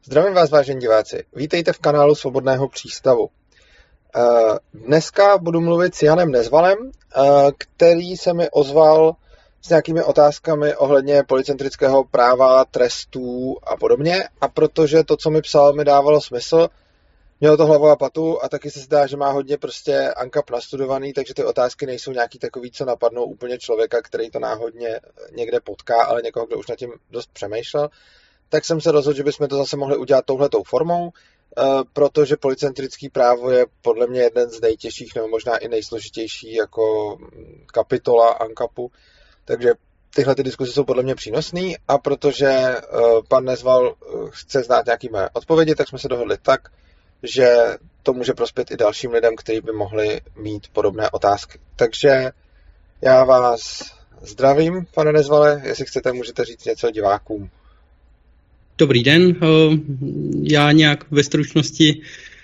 Zdravím vás, vážení diváci. Vítejte v kanálu Svobodného přístavu. Dneska budu mluvit s Janem Nezvalem, který se mi ozval s nějakými otázkami ohledně policentrického práva, trestů a podobně. A protože to, co mi psal, mi dávalo smysl, mělo to hlavu a patu a taky se zdá, že má hodně prostě ANCAP nastudovaný, takže ty otázky nejsou nějaký takový, co napadnou úplně člověka, který to náhodně někde potká, ale někoho, kdo už nad tím dost přemýšlel. Tak jsem se rozhodl, že bychom to zase mohli udělat touhletou formou, protože policentrický právo je podle mě jeden z nejtěžších nebo možná i nejsložitější jako kapitola ANCAPu. Takže tyhle ty diskuze jsou podle mě přínosný a protože pan Nezval chce znát nějaké moje odpovědi, tak jsme se dohodli tak, že to může prospět i dalším lidem, kteří by mohli mít podobné otázky. Takže já vás zdravím, pane Nezvale, jestli chcete, můžete říct něco divákům. Dobrý den, já nějak ve stručnosti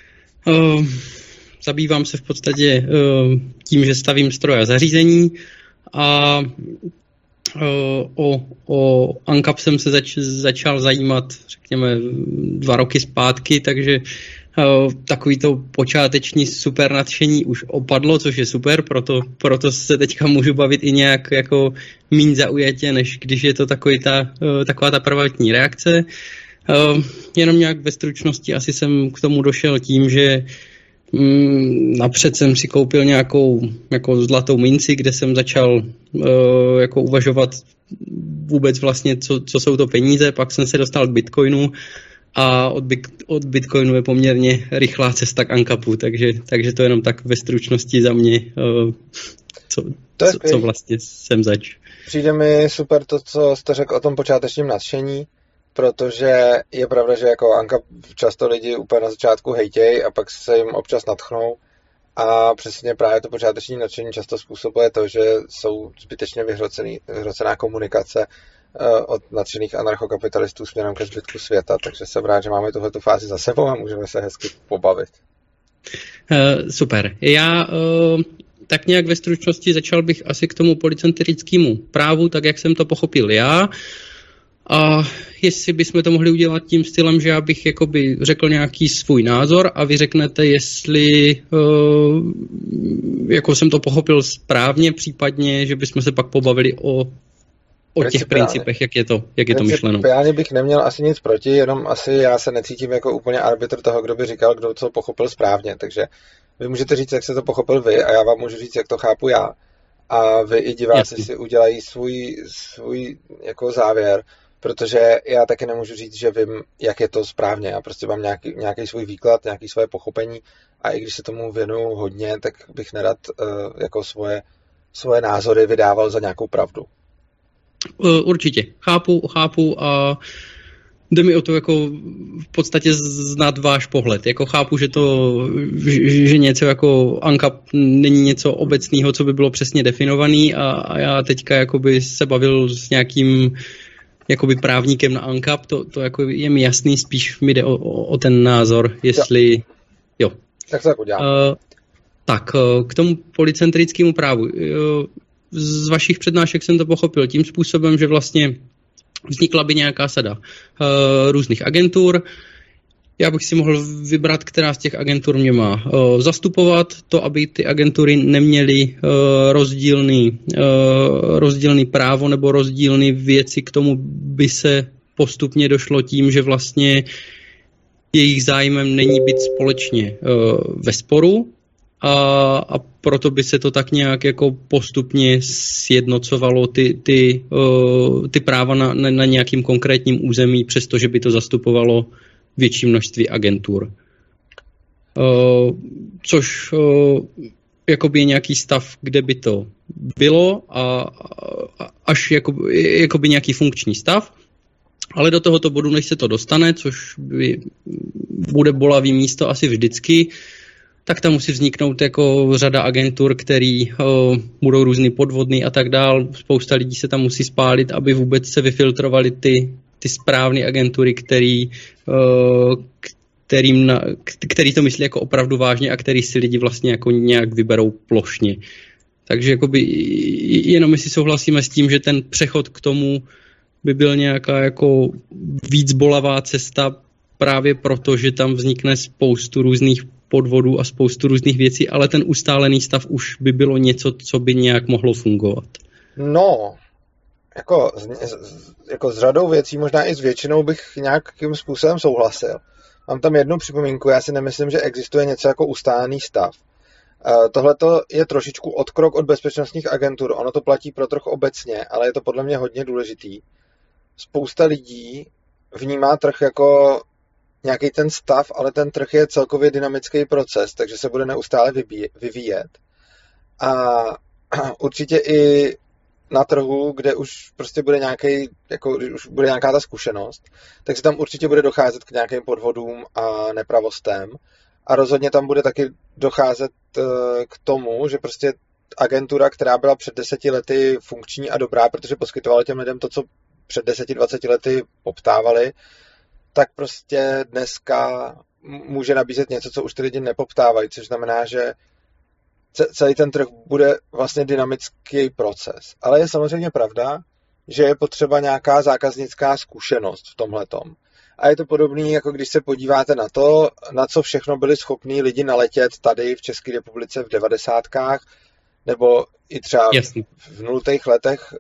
zabývám se v podstatě tím, že stavím stroje a zařízení a o ANCAP jsem se začal zajímat, řekněme, 2 roky zpátky, takže takový to počáteční super nadšení už opadlo, což je super, proto se teďka můžu bavit i nějak jako míň zaujatě, než když je to taková ta prvotní reakce. Jenom nějak ve stručnosti asi jsem k tomu došel tím, že napřed jsem si koupil nějakou jako zlatou minci, kde jsem začal jako uvažovat vůbec vlastně, co jsou to peníze, pak jsem se dostal k Bitcoinu a od Bitcoinu je poměrně rychlá cesta k ANCAPu, takže to jenom tak ve stručnosti za mě, co vlastně jsem zač. Přijde mi super to, co jste řekl o tom počátečním nadšení, protože je pravda, že jako ANCAP často lidi úplně na začátku hejtěj a pak se jim občas nadchnou a přesně právě to počáteční nadšení často způsobuje to, že jsou zbytečně vyhrocená komunikace od nadšených anarchokapitalistů směrem ke zbytku světa, takže jsem rád, že máme tuhletu fázi za sebou a můžeme se hezky pobavit. Super. Já tak nějak ve stručnosti začal bych asi k tomu policentrickému právu, tak jak jsem to pochopil já. A jestli bychom to mohli udělat tím stylem, že já bych jakoby řekl nějaký svůj názor a vy řeknete, jestli jako jsem to pochopil správně, případně, že bychom se pak pobavili o těch principech, jak je to myšleno. Principiálně bych neměl asi nic proti, jenom asi já se necítím jako úplně arbitr toho, kdo by říkal, kdo co pochopil správně, takže vy můžete říct, jak se to pochopil vy a já vám můžu říct, jak to chápu já. A vy i diváci si udělají svůj jako závěr, protože já taky nemůžu říct, že vím, jak je to správně. Já prostě mám nějaký svůj výklad, nějaké svoje pochopení a i když se tomu věnuju hodně, tak bych nerad jako svoje názory vydával za nějakou pravdu. Určitě. Chápu a jde mi o to jako v podstatě znát váš pohled. Jako chápu, že něco jako ANCAP není něco obecného, co by bylo přesně definovaný a já teďka jakoby se bavil s nějakým jakoby právníkem na ANCAP, to jako je mi jasný, spíš mi jde o ten názor, jestli jo. Tak se tak udělám. Tak, k tomu policentrickému právu. Z vašich přednášek jsem to pochopil tím způsobem, že vlastně vznikla by nějaká sada různých agentur. Já bych si mohl vybrat, která z těch agentur mě má zastupovat, to, aby ty agentury neměly rozdílný právo nebo rozdílné věci, k tomu by se postupně došlo tím, že vlastně jejich zájmem není být společně ve sporu a proto by se to tak nějak jako postupně sjednocovalo ty práva na nějakým konkrétním území, přestože by to zastupovalo větší množství agentur. Což jakoby je nějaký stav, kde by to bylo a až jakoby nějaký funkční stav, ale do tohoto bodu, než se to dostane, což bude bolavý místo asi vždycky, tak tam musí vzniknout jako řada agentur, které budou různý podvodný a tak dál. Spousta lidí se tam musí spálit, aby vůbec se vyfiltrovaly ty správné agentury, který to myslí jako opravdu vážně a který si lidi vlastně jako nějak vyberou plošně. Takže jakoby jenom jestli souhlasíme s tím, že ten přechod k tomu by byl nějaká jako víc bolavá cesta právě proto, že tam vznikne spoustu různých podvodů a spoustu různých věcí, ale ten ustálený stav už by bylo něco, co by nějak mohlo fungovat. No, jako s řadou věcí, možná i s většinou bych nějakým způsobem souhlasil. Mám tam jednu připomínku, já si nemyslím, že existuje něco jako ustálený stav. Tohle je trošičku odkrok od bezpečnostních agentur, ono to platí pro trh obecně, ale je to podle mě hodně důležitý. Spousta lidí vnímá trh jako nějaký ten stav, ale ten trh je celkově dynamický proces, takže se bude neustále vyvíjet. A určitě i na trhu, kde už prostě bude už bude nějaká ta zkušenost, tak se tam určitě bude docházet k nějakým podvodům a nepravostem. A rozhodně tam bude taky docházet k tomu, že prostě agentura, která byla před 10 lety funkční a dobrá, protože poskytovala těm lidem to, co před 10-20 lety poptávali, tak prostě dneska může nabízet něco, co už ty lidi nepoptávají, což znamená, že celý ten trh bude vlastně dynamický proces. Ale je samozřejmě pravda, že je potřeba nějaká zákaznická zkušenost v tomhletom. A je to podobné, jako když se podíváte na to, na co všechno byli schopní lidi naletět tady v České republice v 90kách, nebo i třeba v 0. letech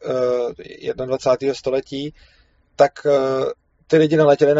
21. století, tak ty lidi naletěli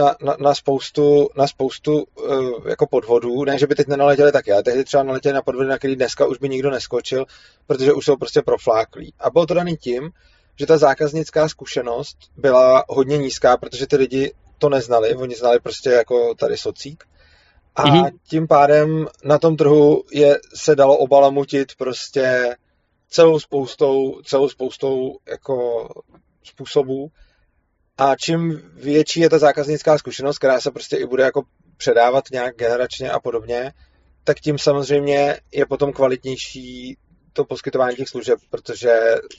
na spoustu jako podvodů, ne, že by teď nenaletěli taky, ale tehdy třeba naletěli na podvody, na který dneska už by nikdo neskočil, protože už jsou prostě profláklí. A bylo to daný tím, že ta zákaznická zkušenost byla hodně nízká, protože ty lidi to neznali, oni znali prostě jako tady socík. A tím pádem na tom trhu se dalo obalamutit prostě celou spoustou jako způsobů. A čím větší je ta zákaznická zkušenost, která se prostě i bude jako předávat nějak generačně a podobně, tak tím samozřejmě je potom kvalitnější to poskytování těch služeb, protože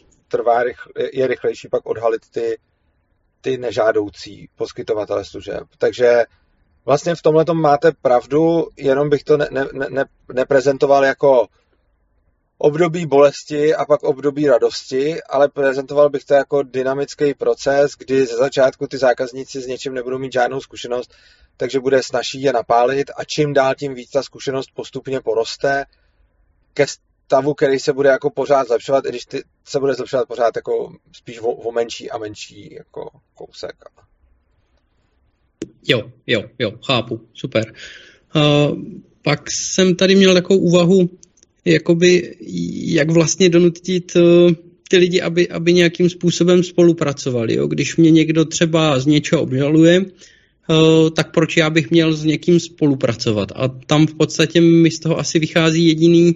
je rychlejší pak odhalit ty nežádoucí poskytovatele služeb. Takže vlastně v tomhletom máte pravdu, jenom bych to neprezentoval jako období bolesti a pak období radosti, ale prezentoval bych to jako dynamický proces, kdy ze začátku ty zákazníci s něčím nebudou mít žádnou zkušenost, takže bude snazší je napálit a čím dál tím víc ta zkušenost postupně poroste ke stavu, který se bude jako pořád zlepšovat, i když se bude zlepšovat pořád jako spíš o menší a menší jako kousek. Jo, chápu, super. Pak jsem tady měl takovou úvahu, jakoby, jak vlastně donutit ty lidi, aby nějakým způsobem spolupracovali. Jo? Když mě někdo třeba z něčeho obžaluje, tak proč já bych měl s někým spolupracovat? A tam v podstatě mi z toho asi vychází jediný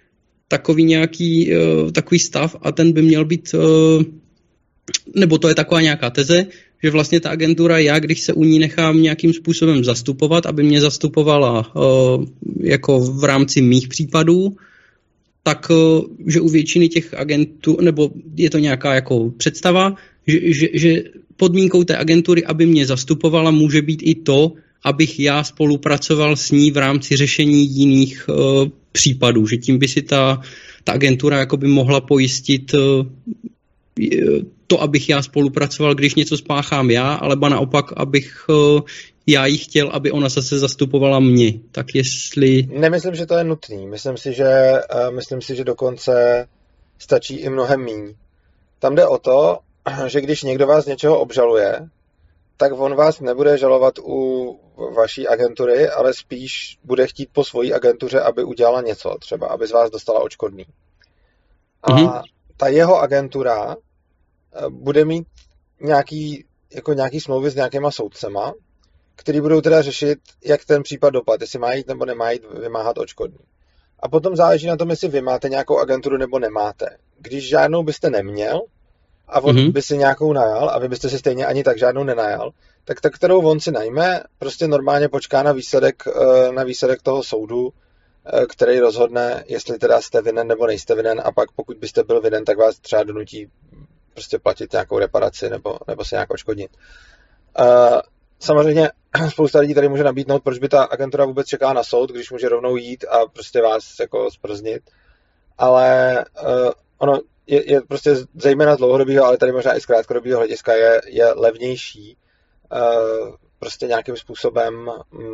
takový stav a ten by měl být, nebo to je taková nějaká teze, že vlastně ta agentura, když se u ní nechám nějakým způsobem zastupovat, aby mě zastupovala jako v rámci mých případů, tak že u většiny těch agentů, nebo je to nějaká jako představa, že podmínkou té agentury, aby mě zastupovala, může být i to, abych já spolupracoval s ní v rámci řešení jiných případů, že tím by si ta agentura jakoby mohla pojistit to, abych já spolupracoval, když něco spáchám já, alebo naopak, abych já jí chtěl, aby ona zase zastupovala mě. Tak jestli... Nemyslím, že to je nutný. Myslím si, že dokonce stačí i mnohem míň. Tam jde o to, že když někdo vás z něčeho obžaluje, tak on vás nebude žalovat u vaší agentury, ale spíš bude chtít po svojí agentuře, aby udělala něco, třeba aby z vás dostala odškodný. A ta jeho agentura bude mít nějaký smlouvy s nějakýma soudcema, který budou teda řešit, jak ten případ dopad, jestli má jít nebo nemá jít vymáhat odškodný. A potom záleží na tom, jestli vy máte nějakou agenturu nebo nemáte. Když žádnou byste neměl a on by si nějakou najal a vy byste si stejně ani tak žádnou nenajal, tak ta, kterou on si najme, prostě normálně počká na výsledek toho soudu, který rozhodne, jestli teda jste vinen nebo nejste vinen, a pak pokud byste byl vinen, tak vás třeba donutí prostě platit nějakou reparaci nebo se nějak odškodnit. Samozřejmě spousta lidí tady může nabídnout, proč by ta agentura vůbec čekala na soud, když může rovnou jít a prostě vás jako sprznit. Ale ono je prostě zejména z dlouhodobého, ale tady možná i z krátkodobého hlediska je levnější prostě nějakým způsobem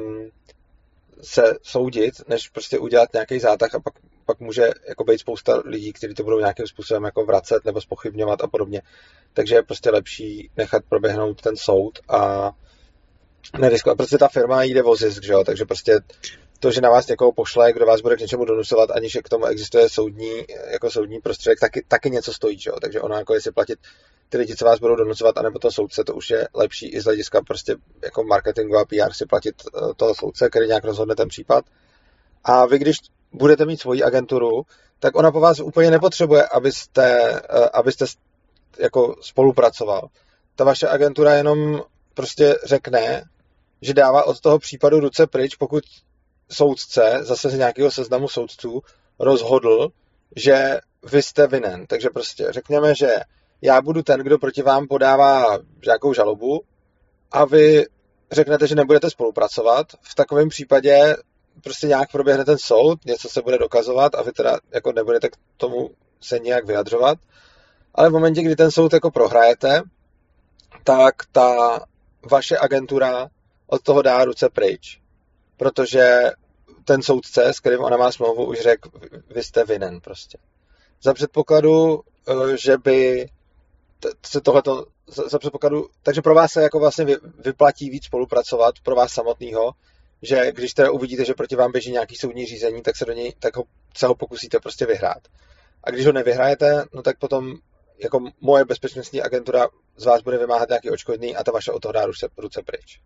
se soudit, než prostě udělat nějaký zátah a pak může jako být spousta lidí, kteří to budou nějakým způsobem jako vracet nebo zpochybňovat a podobně. Takže je prostě lepší nechat proběhnout ten soud a neriskovat. Prostě ta firma jde o zisk, že jo? Takže prostě to, že na vás někoho pošle, kdo vás bude k něčemu donucovat, aniž k tomu existuje soudní prostředek, taky něco stojí, že jo? Takže ono jako jestli platit ty lidi, co vás budou donucovat, anebo to soudce, to už je lepší i z hlediska prostě jako marketingu a PR si platit toho soudce, který nějak rozhodne ten případ. A vy, když budete mít svoji agenturu, tak ona po vás úplně nepotřebuje, abyste jako spolupracoval. Ta vaše agentura jenom prostě řekne, že dává od toho případu ruce pryč, pokud soudce, zase z nějakého seznamu soudců, rozhodl, že vy jste vinen. Takže prostě řekněme, že já budu ten, kdo proti vám podává nějakou žalobu a vy řeknete, že nebudete spolupracovat. V takovém případě prostě nějak proběhne ten soud, něco se bude dokazovat a vy teda jako nebudete k tomu se nějak vyjadřovat. Ale v momentě, kdy ten soud jako prohrajete, tak ta vaše agentura od toho dá ruce pryč. Protože ten soudce, s kterým ona má smlouvu, už řekl, vy jste vinen prostě. Za předpokladu, že by se tohleto, za předpokladu, takže pro vás se jako vlastně vyplatí víc spolupracovat, pro vás samotného, že když teda uvidíte, že proti vám běží nějaký soudní řízení, tak se ho pokusíte prostě vyhrát. A když ho nevyhrajete, no tak potom jako moje bezpečnostní agentura z vás bude vymáhat nějaký odškodný a ta vaše od toho dá ruce pryč.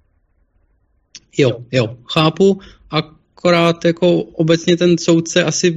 Jo, chápu, akorát jako obecně ten soudce asi,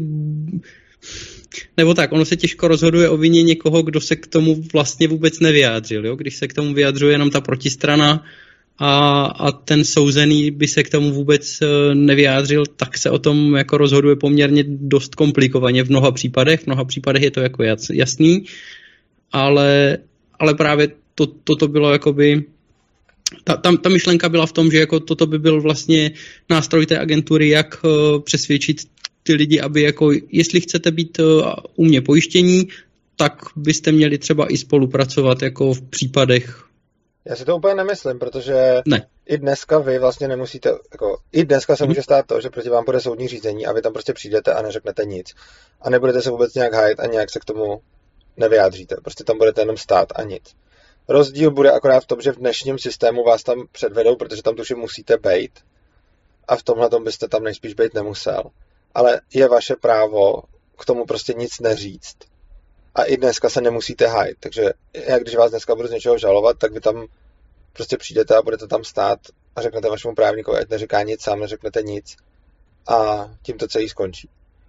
nebo tak, ono se těžko rozhoduje o vině někoho, kdo se k tomu vlastně vůbec nevyjádřil, jo? Když se k tomu vyjadřuje jenom ta protistrana a ten souzený by se k tomu vůbec nevyjádřil, tak se o tom jako rozhoduje poměrně dost komplikovaně v mnoha případech je to jako jasný, ale právě toto bylo jakoby, ta myšlenka byla v tom, že jako toto by byl vlastně nástroj té agentury, jak přesvědčit ty lidi, aby jako, jestli chcete být u mě pojištění, tak byste měli třeba i spolupracovat jako v případech. Já si to úplně nemyslím, protože i dneska vy vlastně nemusíte, jako, i dneska se může stát to, že proti vám bude soudní řízení a vy tam prostě přijdete a neřeknete nic. A nebudete se vůbec nějak hájit a nějak se k tomu nevyjádříte. Prostě tam budete jenom stát a nic. Rozdíl bude akorát v tom, že v dnešním systému vás tam předvedou, protože tam tuším musíte bejt a v tomhletom byste tam nejspíš bejt nemusel. Ale je vaše právo k tomu prostě nic neříct. A i dneska se nemusíte hájit. Takže jak když vás dneska budu z něčeho žalovat, tak vy tam prostě přijdete a budete tam stát a řeknete vašemu právníkovi, ať neříká nic, sám neřeknete nic a tím to celý skončí.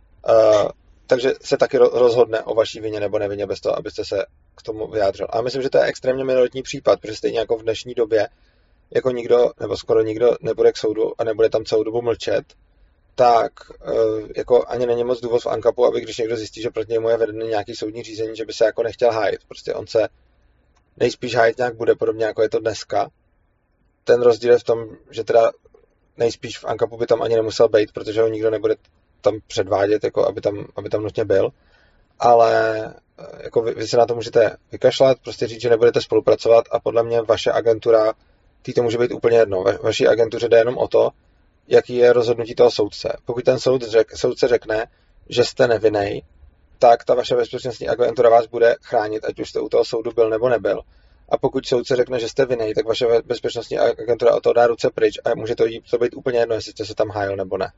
Takže se taky rozhodne o vaší vině nebo nevině bez toho, abyste se k tomu vyjádřil. A myslím, že to je extrémně minoritní případ, protože stejně jako v dnešní době jako nikdo, nebo skoro nikdo nebude k soudu a nebude tam celou dobu mlčet, tak jako ani není moc důvod v ANCAPu, aby když někdo zjistí, že proti němu je vedený nějaký soudní řízení, že by se jako nechtěl hájit. Prostě on se nejspíš hájit nějak bude, podobně jako je to dneska. Ten rozdíl je v tom, že teda nejspíš v ANCAPu by tam ani nemusel být, protože ho nikdo nebude tam předvádět, jako aby tam nutně byl. Ale jako vy se na to můžete vykašlat, prostě říct, že nebudete spolupracovat a podle mě vaše agentura, to může být úplně jedno. Vaší agentuře jde jenom o to, jaký je rozhodnutí toho soudce. Pokud ten soudce řekne, že jste nevinnej, tak ta vaše bezpečnostní agentura vás bude chránit, ať už jste u toho soudu byl nebo nebyl. A pokud soudce řekne, že jste vinnej, tak vaše bezpečnostní agentura o to dá ruce pryč a může to být úplně jedno, jestli jste se tam hájil nebo ne.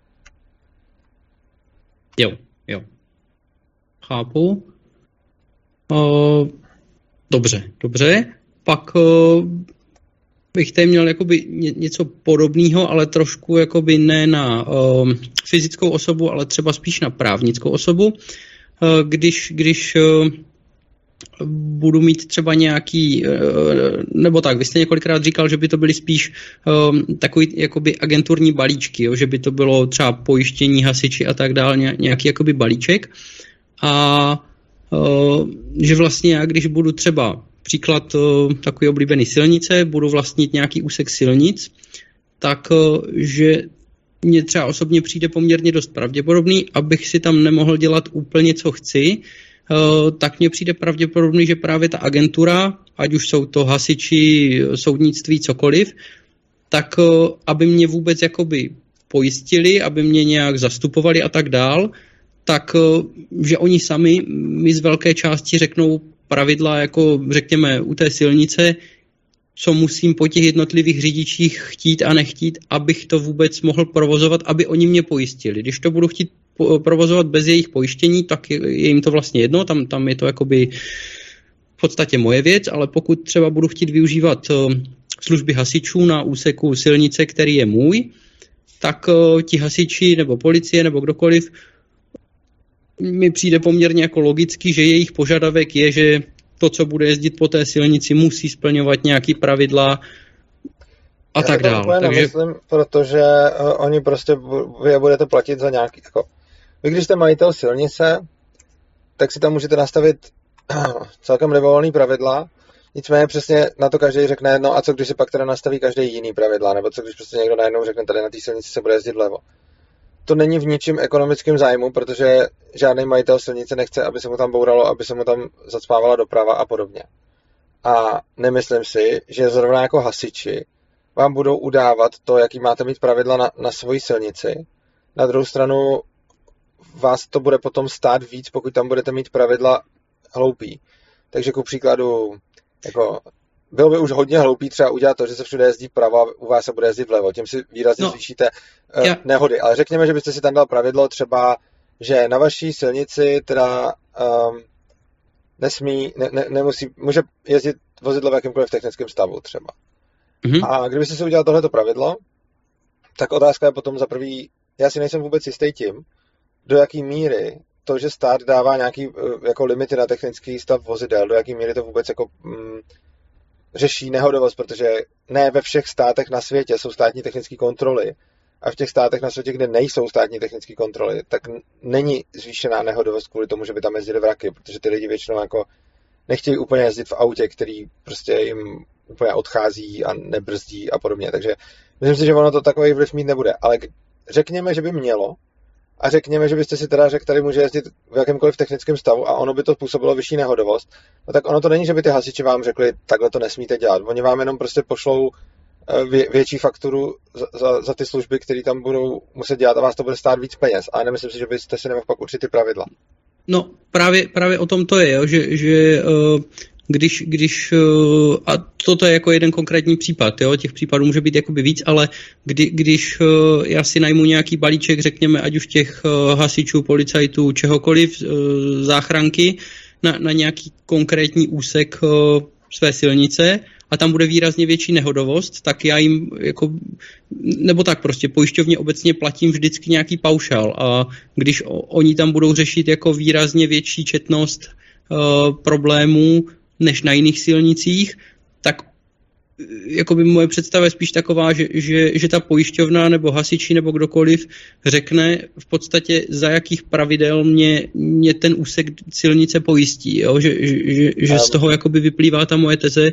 Jo. Chápu. Dobře. Pak bych tady měl jakoby něco podobného, ale trošku jakoby ne na fyzickou osobu, ale třeba spíš na právnickou osobu. Když budu mít třeba nějaký, nebo tak, vy jste několikrát říkal, že by to byly spíš takový jakoby agenturní balíčky, jo? Že by to bylo třeba pojištění, hasiči a tak dále, nějaký jakoby balíček. A že vlastně já, když budu třeba příklad takový oblíbený silnice, budu vlastnit nějaký úsek silnic, tak že mně třeba osobně přijde poměrně dost pravděpodobný, abych si tam nemohl dělat úplně co chci, tak mně přijde pravděpodobný, že právě ta agentura, ať už jsou to hasiči, soudnictví, cokoliv, tak aby mě vůbec jakoby pojistili, aby mě nějak zastupovali a tak dál, tak že oni sami mi z velké části řeknou pravidla, jako řekněme u té silnice, co musím po těch jednotlivých řidičích chtít a nechtít, abych to vůbec mohl provozovat, aby oni mě pojistili. Když to budu chtít provozovat bez jejich pojištění, tak je jim to vlastně jedno, tam je to jakoby v podstatě moje věc, ale pokud třeba budu chtít využívat služby hasičů na úseku silnice, který je můj, tak ti hasiči nebo policie nebo kdokoliv mi přijde poměrně jako logicky, že jejich požadavek je, že to, co bude jezdit po té silnici, musí splňovat nějaký pravidla a tak dále. Takže nemyslím, protože oni prostě vy budete platit za nějaký, jako, vy když jste majitel silnice, tak si tam můžete nastavit celkem libovolný pravidla, nicméně přesně na to každý řekne, no a co když si pak teda nastaví každý jiný pravidla, nebo co když prostě někdo najednou řekne, tady na té silnici se bude jezdit vlevo. To není v ničím ekonomickém zájmu, protože žádný majitel silnice nechce, aby se mu tam bouralo, aby se mu tam zacpávala doprava a podobně. A nemyslím si, že zrovna jako hasiči vám budou udávat to, jaký máte mít pravidla na svoji silnici. Na druhou stranu vás to bude potom stát víc, pokud tam budete mít pravidla hloupý. Takže ku příkladu, jako, bylo by už hodně hloupý třeba udělat to, že se všude jezdí vpravo a u vás se bude jezdit vlevo. Tím si výrazně zvýšíte nehody. Ale řekněme, že byste si tam dal pravidlo třeba, že na vaší silnici teda může jezdit vozidlo v jakýmkoliv technickém stavu třeba. Mm-hmm. A kdybyste si udělal tohleto pravidlo, tak otázka je potom za prvý, já si nejsem vůbec jistý tím, do jaký míry to, že stát dává nějaký jako limity na technický stav vozidel, do jaký míry to vůbec jako řeší nehodovost, protože ne ve všech státech na světě jsou státní technické kontroly a v těch státech na světě, kde nejsou státní technické kontroly, tak není zvýšená nehodovost kvůli tomu, že by tam jezdili vraky, protože ty lidi většinou jako nechtějí úplně jezdit v autě, který prostě jim úplně odchází a nebrzdí a podobně. Takže myslím si, že ono to takový vliv mít nebude. Ale řekněme, že by mělo a řekněme, že byste si teda řekl, tady může jezdit v jakémkoliv technickém stavu a ono by to způsobilo vyšší nehodovost, no tak ono to není, že by ty hasiči vám řekli, takhle to nesmíte dělat. Oni vám jenom prostě pošlou větší fakturu za ty služby, které tam budou muset dělat a vás to bude stát víc peněz. Ale nemyslím si, že byste si nemohl pak určit ty pravidla. No právě o tom to je, jo, že když a toto je jako jeden konkrétní případ, jo, těch případů může být jakoby víc, ale když já si najmu nějaký balíček, řekněme, ať už těch hasičů, policajtů, čehokoliv, záchranky, na nějaký konkrétní úsek své silnice a tam bude výrazně větší nehodovost, tak já jim jako, nebo tak prostě pojišťovně obecně platím vždycky nějaký paušál a když oni tam budou řešit jako výrazně větší četnost problémů než na jiných silnicích, tak jakoby moje představa je spíš taková, že ta pojišťovna nebo hasiči nebo kdokoliv řekne v podstatě, za jakých pravidel mě ten úsek silnice pojistí. Jo? Že z toho jakoby vyplývá ta moje teze,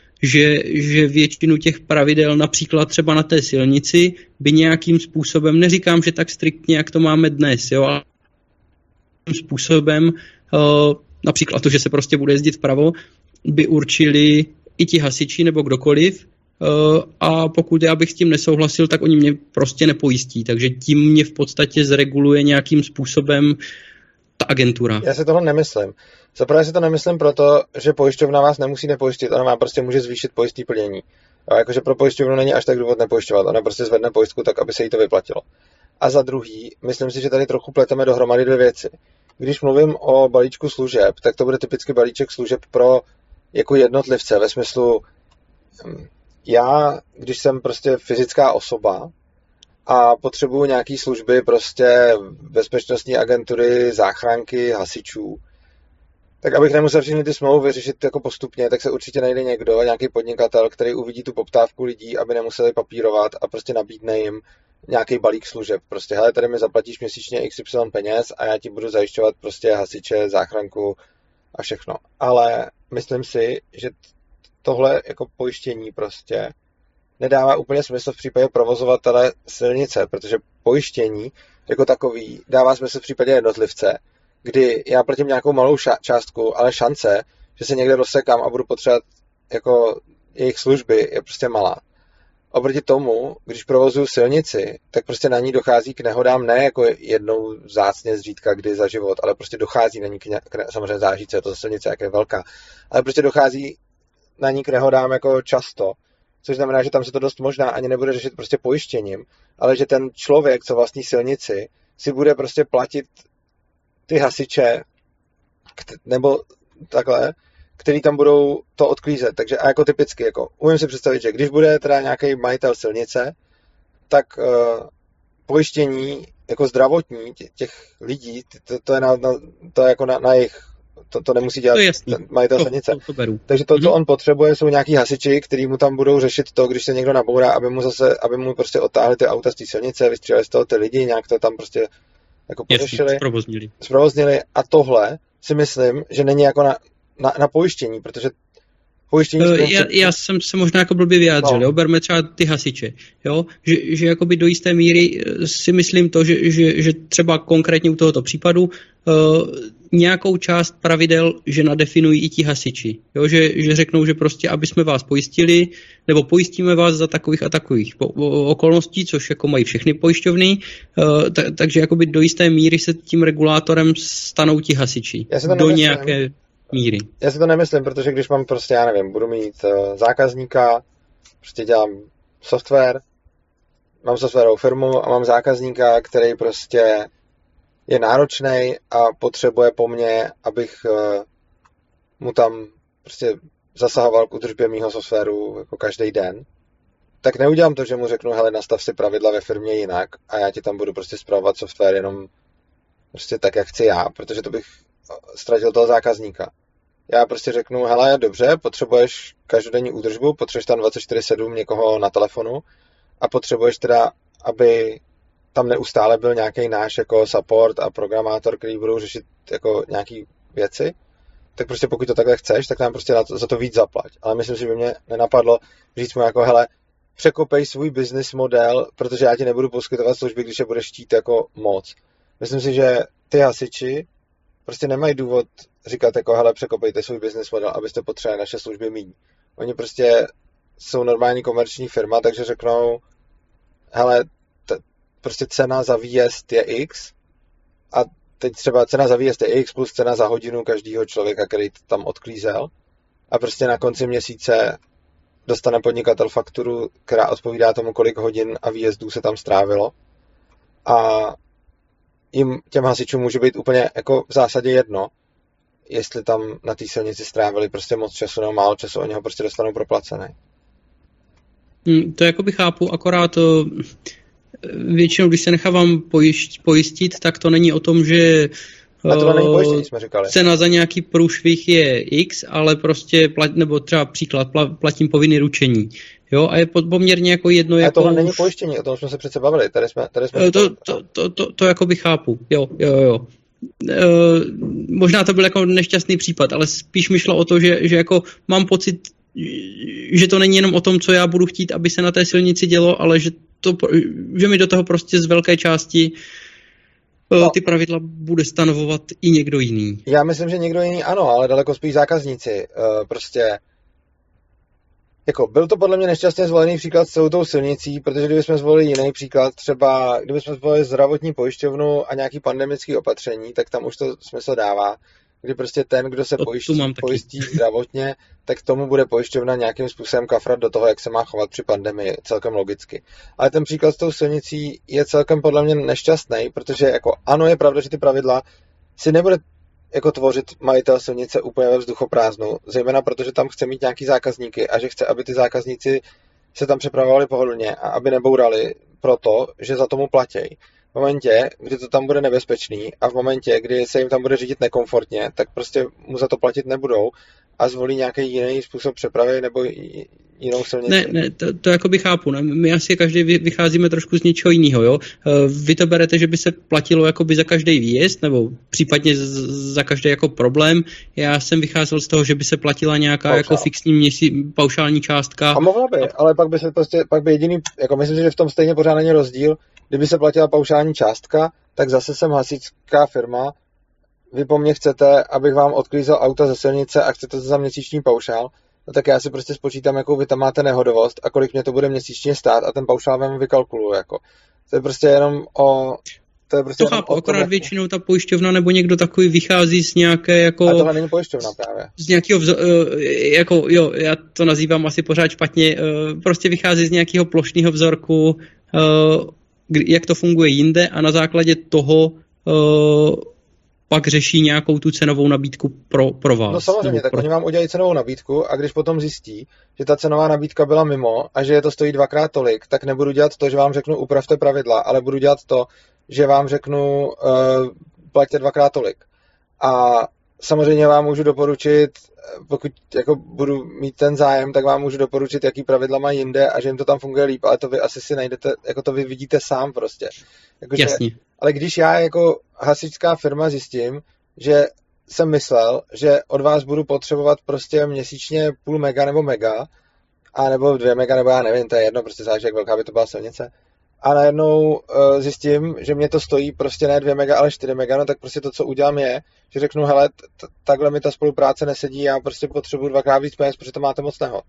že většinu těch pravidel, například třeba na té silnici, by nějakým způsobem, neříkám, že tak striktně, jak to máme dnes, jo, ale způsobem, například to, že se prostě bude jezdit vpravo, by určili i ti hasiči nebo kdokoliv a pokud já bych s tím nesouhlasil, tak oni mě prostě nepojistí, takže tím mě v podstatě zreguluje nějakým způsobem ta agentura. Já si toho nemyslím. Zaprvé si to nemyslím proto, že pojišťovna vás nemusí nepojistit, ona vám prostě může zvýšit pojistný plnění. A jakože pro pojišťovnu není až tak důvod nepojišťovat, ona prostě zvedne pojistku tak, aby se jí to vyplatilo. A za druhý, myslím si, že tady trochu pleteme dohromady dvě věci. Když mluvím o balíčku služeb, tak to bude typicky balíček služeb pro jako jednotlivce, ve smyslu já, když jsem prostě fyzická osoba a potřebuju nějaký služby, prostě bezpečnostní agentury, záchranky, hasičů, tak abych nemusel všechny ty smlouvy řešit jako postupně, tak se určitě najde někdo, nějaký podnikatel, který uvidí tu poptávku lidí, aby nemuseli papírovat a prostě nabídne jim nějaký balík služeb. Prostě, hele, tady mi zaplatíš měsíčně XY peněz a já ti budu zajišťovat prostě hasiče, záchranku a všechno. Ale myslím si, že tohle jako pojištění prostě nedává úplně smysl v případě provozovatele silnice, protože pojištění jako takový dává smysl v případě jednotlivce, kdy já platím nějakou malou částku, ale šance, že se někde rozsekám a budu potřebovat jako jejich služby, je prostě malá. Oproti tomu, když provozuju silnici, tak prostě na ní dochází k nehodám ne jako jednou vzácně zřídka kdy za život, ale prostě dochází na ní samozřejmě záleží, co je to silnice, jak je velká, ale prostě dochází na ní k nehodám jako často, což znamená, že tam se to dost možná ani nebude řešit prostě pojištěním, ale že ten člověk, co vlastní silnici, si bude prostě platit ty hasiče, nebo takhle, který tam budou to odklízet. Takže a jako typicky, jako umím si představit, že když bude teda nějaký majitel silnice, tak pojištění jako zdravotní těch lidí, to je to je jako na jejich, to nemusí dělat ten majitel silnice. Takže to, co on potřebuje, jsou nějaký hasiči, kteří mu tam budou řešit to, když se někdo nabourá, aby mu prostě odtáhli ty auta z té silnice, vystříleli z toho ty lidi, nějak to tam prostě jako pořešili, zprovoznili. A tohle si myslím, že není jako na pojištění, protože pojištění... Já jsem se možná jako blbě vyjádřil, jo? Berme třeba ty hasiče, jo? Že jakoby do jisté míry si myslím to, že třeba konkrétně u tohoto případu nějakou část pravidel, že nadefinují i ti hasiči, jo? Že řeknou, že prostě, aby jsme vás pojistili, nebo pojistíme vás za takových a takových okolností, což jako mají všechny pojišťovny, takže jakoby do jisté míry se tím regulátorem stanou ti hasiči. Do nějaké míry. Já si to nemyslím, protože když mám prostě, já nevím, budu mít zákazníka, prostě dělám software, mám softwarovou firmu a mám zákazníka, který prostě je náročný a potřebuje po mně, abych mu tam prostě zasahoval k údržbě mýho softwaru jako každý den, tak neudělám to, že mu řeknu, hele, nastav si pravidla ve firmě jinak a já ti tam budu prostě spravovat software jenom prostě tak, jak chci já, protože to bych ztratil toho zákazníka. Já prostě řeknu, hele, dobře, potřebuješ každodenní údržbu, potřebuješ tam 24/7 někoho na telefonu a potřebuješ teda, aby tam neustále byl nějaký náš jako support a programátor, který budou řešit jako nějaký věci, tak prostě pokud to takhle chceš, tak nám prostě za to víc zaplať. Ale myslím si, že by mě nenapadlo říct mu jako, hele, překopej svůj business model, protože já ti nebudu poskytovat služby, když je budeš chtít jako moc. Myslím si, že ty hasiči prostě nemají důvod říkat jako, hele, překopejte svůj business model, abyste potřebovali naše služby mít. Oni prostě jsou normální komerční firma, takže řeknou, hele, prostě cena za výjezd je X a teď třeba cena za výjezd je X plus cena za hodinu každého člověka, který tam odklízel a prostě na konci měsíce dostane podnikatel fakturu, která odpovídá tomu, kolik hodin a výjezdů se tam strávilo a těm hasičům může být úplně jako v zásadě jedno, jestli tam na té silnici strávili prostě moc času nebo málo času, oni ho prostě dostanou proplacený. To jakoby chápu, akorát většinou, když se nechávám pojistit, tak to není o tom, že a to není pojištění, jsme říkali. Cena za nějaký průšvih je X, ale prostě nebo třeba příklad, platím povinný ručení. Jo, a je poměrně jako jedno... A tohle není pojištění, o tom jsme se přece bavili. Tady jsme to jakoby chápu, jo. Možná to byl jako nešťastný případ, ale spíš mi šlo o to, že jako mám pocit, že to není jenom o tom, co já budu chtít, aby se na té silnici dělo, ale že mi do toho prostě z velké části ty pravidla bude stanovovat i někdo jiný. Já myslím, že někdo jiný ano, ale daleko spíš zákazníci. Prostě jako byl to podle mě nešťastně zvolený příklad s celou tou silnicí, protože kdybychom zvolili jiný příklad, třeba kdybychom zvolili zdravotní pojišťovnu a nějaký pandemický opatření, tak tam už to smysl dává, kdy prostě ten, kdo se pojistí zdravotně, tak tomu bude pojišťovna nějakým způsobem kafrat do toho, jak se má chovat při pandemii, celkem logicky. Ale ten příklad s tou silnicí je celkem podle mě nešťastný, protože jako ano, je pravda, že ty pravidla si nebude jako tvořit majitel silnice úplně ve vzduchoprázdnu, zejména protože tam chce mít nějaký zákazníky a že chce, aby ty zákazníci se tam přepravovali pohodlně a aby nebourali proto, že za tomu platí. V momentě, kdy to tam bude nebezpečný a v momentě, kdy se jim tam bude řídit nekomfortně, tak prostě mu za to platit nebudou a zvolí nějaký jiný způsob přepravy nebo jinou silnici. Ne, to jakoby chápu. Ne? My asi každý vycházíme trošku z něčeho jiného. Jo? Vy to berete, že by se platilo jakoby za každý výjezd nebo případně za každý jako problém. Já jsem vycházel z toho, že by se platila nějaká jako fixní paušální částka. A mohla by, ale pak by jediný, jako myslím si, že v tom stejně pořád není rozdíl. Kdyby se platila paušální částka, tak zase jsem hasičská firma, vy po mně chcete, abych vám odklízel auta ze silnice a chcete to za měsíční paušál, no tak já si prostě spočítám, jakou vy tam máte nehodovost a kolik mě to bude měsíčně stát a ten paušál vám vykalkuluju, jako. To je prostě jenom o... To chápu, akorát většinou ta pojišťovna nebo někdo takový vychází z nějaké jako... A tohle není pojišťovna právě. Z nějakého jako, jo, já to nazývám asi pořád špatně, prostě vychází z nějakého plošného vzorku, jak to funguje jinde a na základě toho pak řeší nějakou tu cenovou nabídku pro vás. No samozřejmě, tak oni vám udělají cenovou nabídku a když potom zjistí, že ta cenová nabídka byla mimo a že to stojí dvakrát tolik, tak nebudu dělat to, že vám řeknu upravte pravidla, ale budu dělat to, že vám řeknu plaťte dvakrát tolik. A samozřejmě vám můžu doporučit, pokud jako budu mít ten zájem, tak vám můžu doporučit, jaký pravidla mají jinde a že jim to tam funguje líp, ale to vy asi si najdete, jako to vy vidíte sám prostě. Jakože, jasně. Ale když já jako hasičská firma zjistím, že jsem myslel, že od vás budu potřebovat prostě měsíčně půl mega nebo mega, a nebo 2 mega, nebo já nevím, to je jedno, prostě záleží, jak velká by to byla silnice. A najednou zjistím, že mě to stojí prostě ne 2 mega, ale 4 mega, no tak prostě to, co udělám je, že řeknu, hele, takhle mi ta spolupráce nesedí, já prostě potřebuji dvakrát víc peněz, protože to máte moc nehod.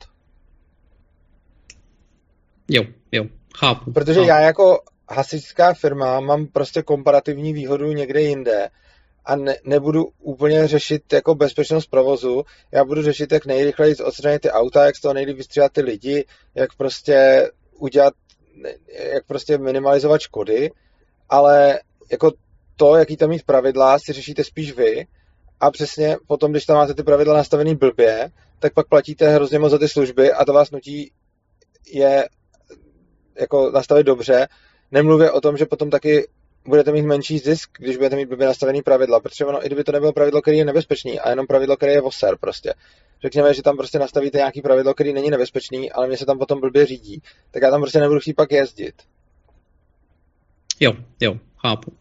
Jo, chápu. Protože já jako hasičská firma mám prostě komparativní výhodu někde jinde a nebudu úplně řešit jako bezpečnost provozu, já budu řešit, jak nejrychleji odstranit ty auta, jak z toho nejlíp vystřídat ty lidi, jak prostě udělat, jak prostě minimalizovat škody, ale jako to, jaký tam mít pravidla, si řešíte spíš vy a přesně potom, když tam máte ty pravidla nastavený blbě, tak pak platíte hrozně moc za ty služby a to vás nutí je jako nastavit dobře. Nemluvě o tom, že potom taky budete mít menší zisk, když budete mít blbě nastavený pravidla, protože ono, i kdyby to nebylo pravidlo, který je nebezpečný, a jenom pravidlo, které je voser prostě. Řekněme, že tam prostě nastavíte nějaký pravidlo, který není nebezpečný, ale mě se tam potom blbě řídí, tak já tam prostě nebudu chtít pak jezdit. Jo, chápu.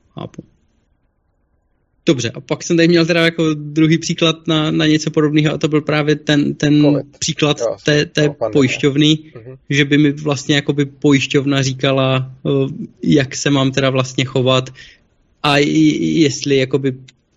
Dobře, a pak jsem tady měl teda jako druhý příklad na něco podobného a to byl právě ten příklad té pojišťovny, že by mi vlastně jakoby pojišťovna říkala, jak se mám teda vlastně chovat a jestli jakoby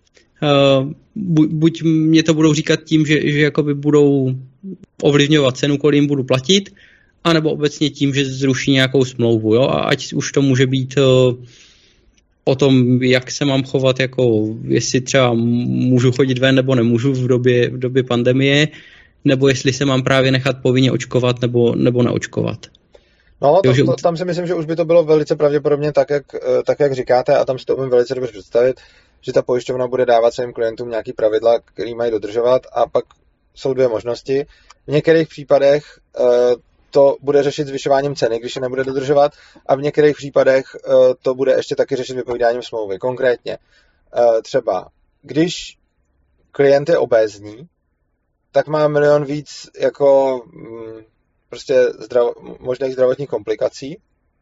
buď mě to budou říkat tím, že jakoby budou ovlivňovat cenu, kolik jim budu platit, anebo obecně tím, že zruší nějakou smlouvu, jo, a ať už to může být o tom, jak se mám chovat, jako jestli třeba můžu chodit ven nebo nemůžu v době pandemie, nebo jestli se mám právě nechat povinně očkovat nebo neočkovat. No, tam si myslím, že už by to bylo velice pravděpodobně tak, jak říkáte, a tam si to umím velice dobře představit, že ta pojišťovna bude dávat svým klientům nějaký pravidla, který mají dodržovat, a pak jsou dvě možnosti. V některých případech to bude řešit zvyšováním ceny, když je nebude dodržovat, a v některých případech to bude ještě taky řešit vypovídáním smlouvy. Konkrétně třeba, když klient je obézní, tak má milion víc jako prostě možných zdravotních komplikací,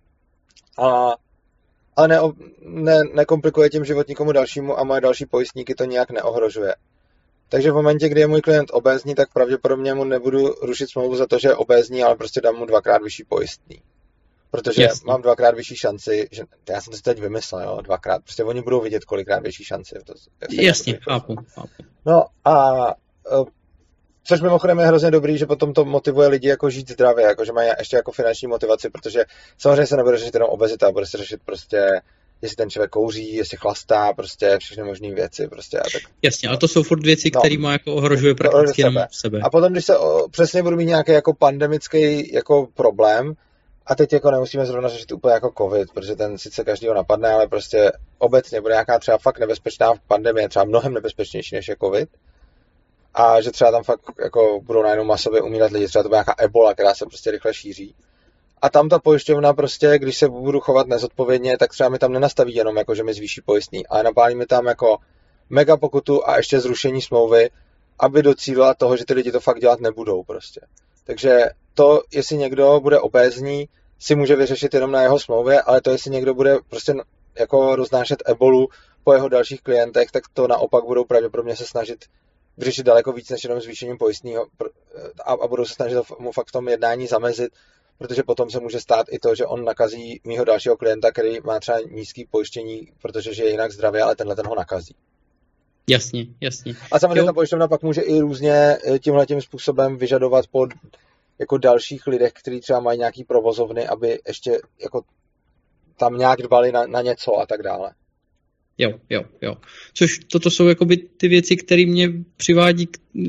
ale nekomplikuje tím život nikomu dalšímu a moje další pojistníky to nijak neohrožuje. Takže v momentě, kdy je můj klient obézní, tak pravděpodobně mu nebudu rušit smlouvu za to, že je obézní, ale prostě dám mu 2x vyšší pojistný. Protože mám 2x vyšší šanci, že já jsem to teď vymyslel, jo, 2x, prostě oni budou vidět kolikrát větší šanci. Jasně, chápu. No a což mimochodem je hrozně dobrý, že potom to motivuje lidi jako žít zdravě, jako že mají ještě jako finanční motivaci, protože samozřejmě se nebude řešit jenom obezita, bude se řešit prostě, jestli ten člověk kouří, jestli chlastá, prostě všechny možné věci. Prostě a tak. Jasně, ale to jsou furt věci, které má jako ohrožuje prakticky jenom sebe. A potom, když se přesně budu mít nějaký jako pandemický jako problém, a teď jako nemusíme zrovna řešit úplně jako covid, protože ten sice každýho napadne, ale prostě obecně bude nějaká třeba fakt nebezpečná pandemie, třeba mnohem nebezpečnější než je covid. A že třeba tam fakt jako budou najednou masově umírat lidi, třeba to bude nějaká ebola, která se prostě rychle šíří. A tam ta pojišťovna prostě, když se budu chovat nezodpovědně, tak třeba mi tam nenastaví jenom jako, že mi zvýší pojistný, ale napálí mi tam jako mega pokutu a ještě zrušení smlouvy, aby docílila toho, že ty lidi to fakt dělat nebudou prostě. Takže to, jestli někdo bude obézní, si může vyřešit jenom na jeho smlouvě, ale to, jestli někdo bude prostě jako roznášet ebolu po jeho dalších klientech, tak to naopak budou pravděpodobně se snažit vyřešit daleko víc než jenom zvýšením pojistného a budou se snažit mu fakt v tom jednání zamezit, protože potom se může stát i to, že on nakazí mýho dalšího klienta, který má třeba nízký pojištění, protože žije jinak zdravě, ale tenhle ten ho nakazí. Jasně. A samozřejmě ta pojišťovna pak může i různě tímhletím způsobem vyžadovat po jako dalších lidech, kteří třeba mají nějaký provozovny, aby ještě jako tam nějak dbali na něco a tak dále. Jo. Což toto jsou jakoby ty věci, které mě přivádí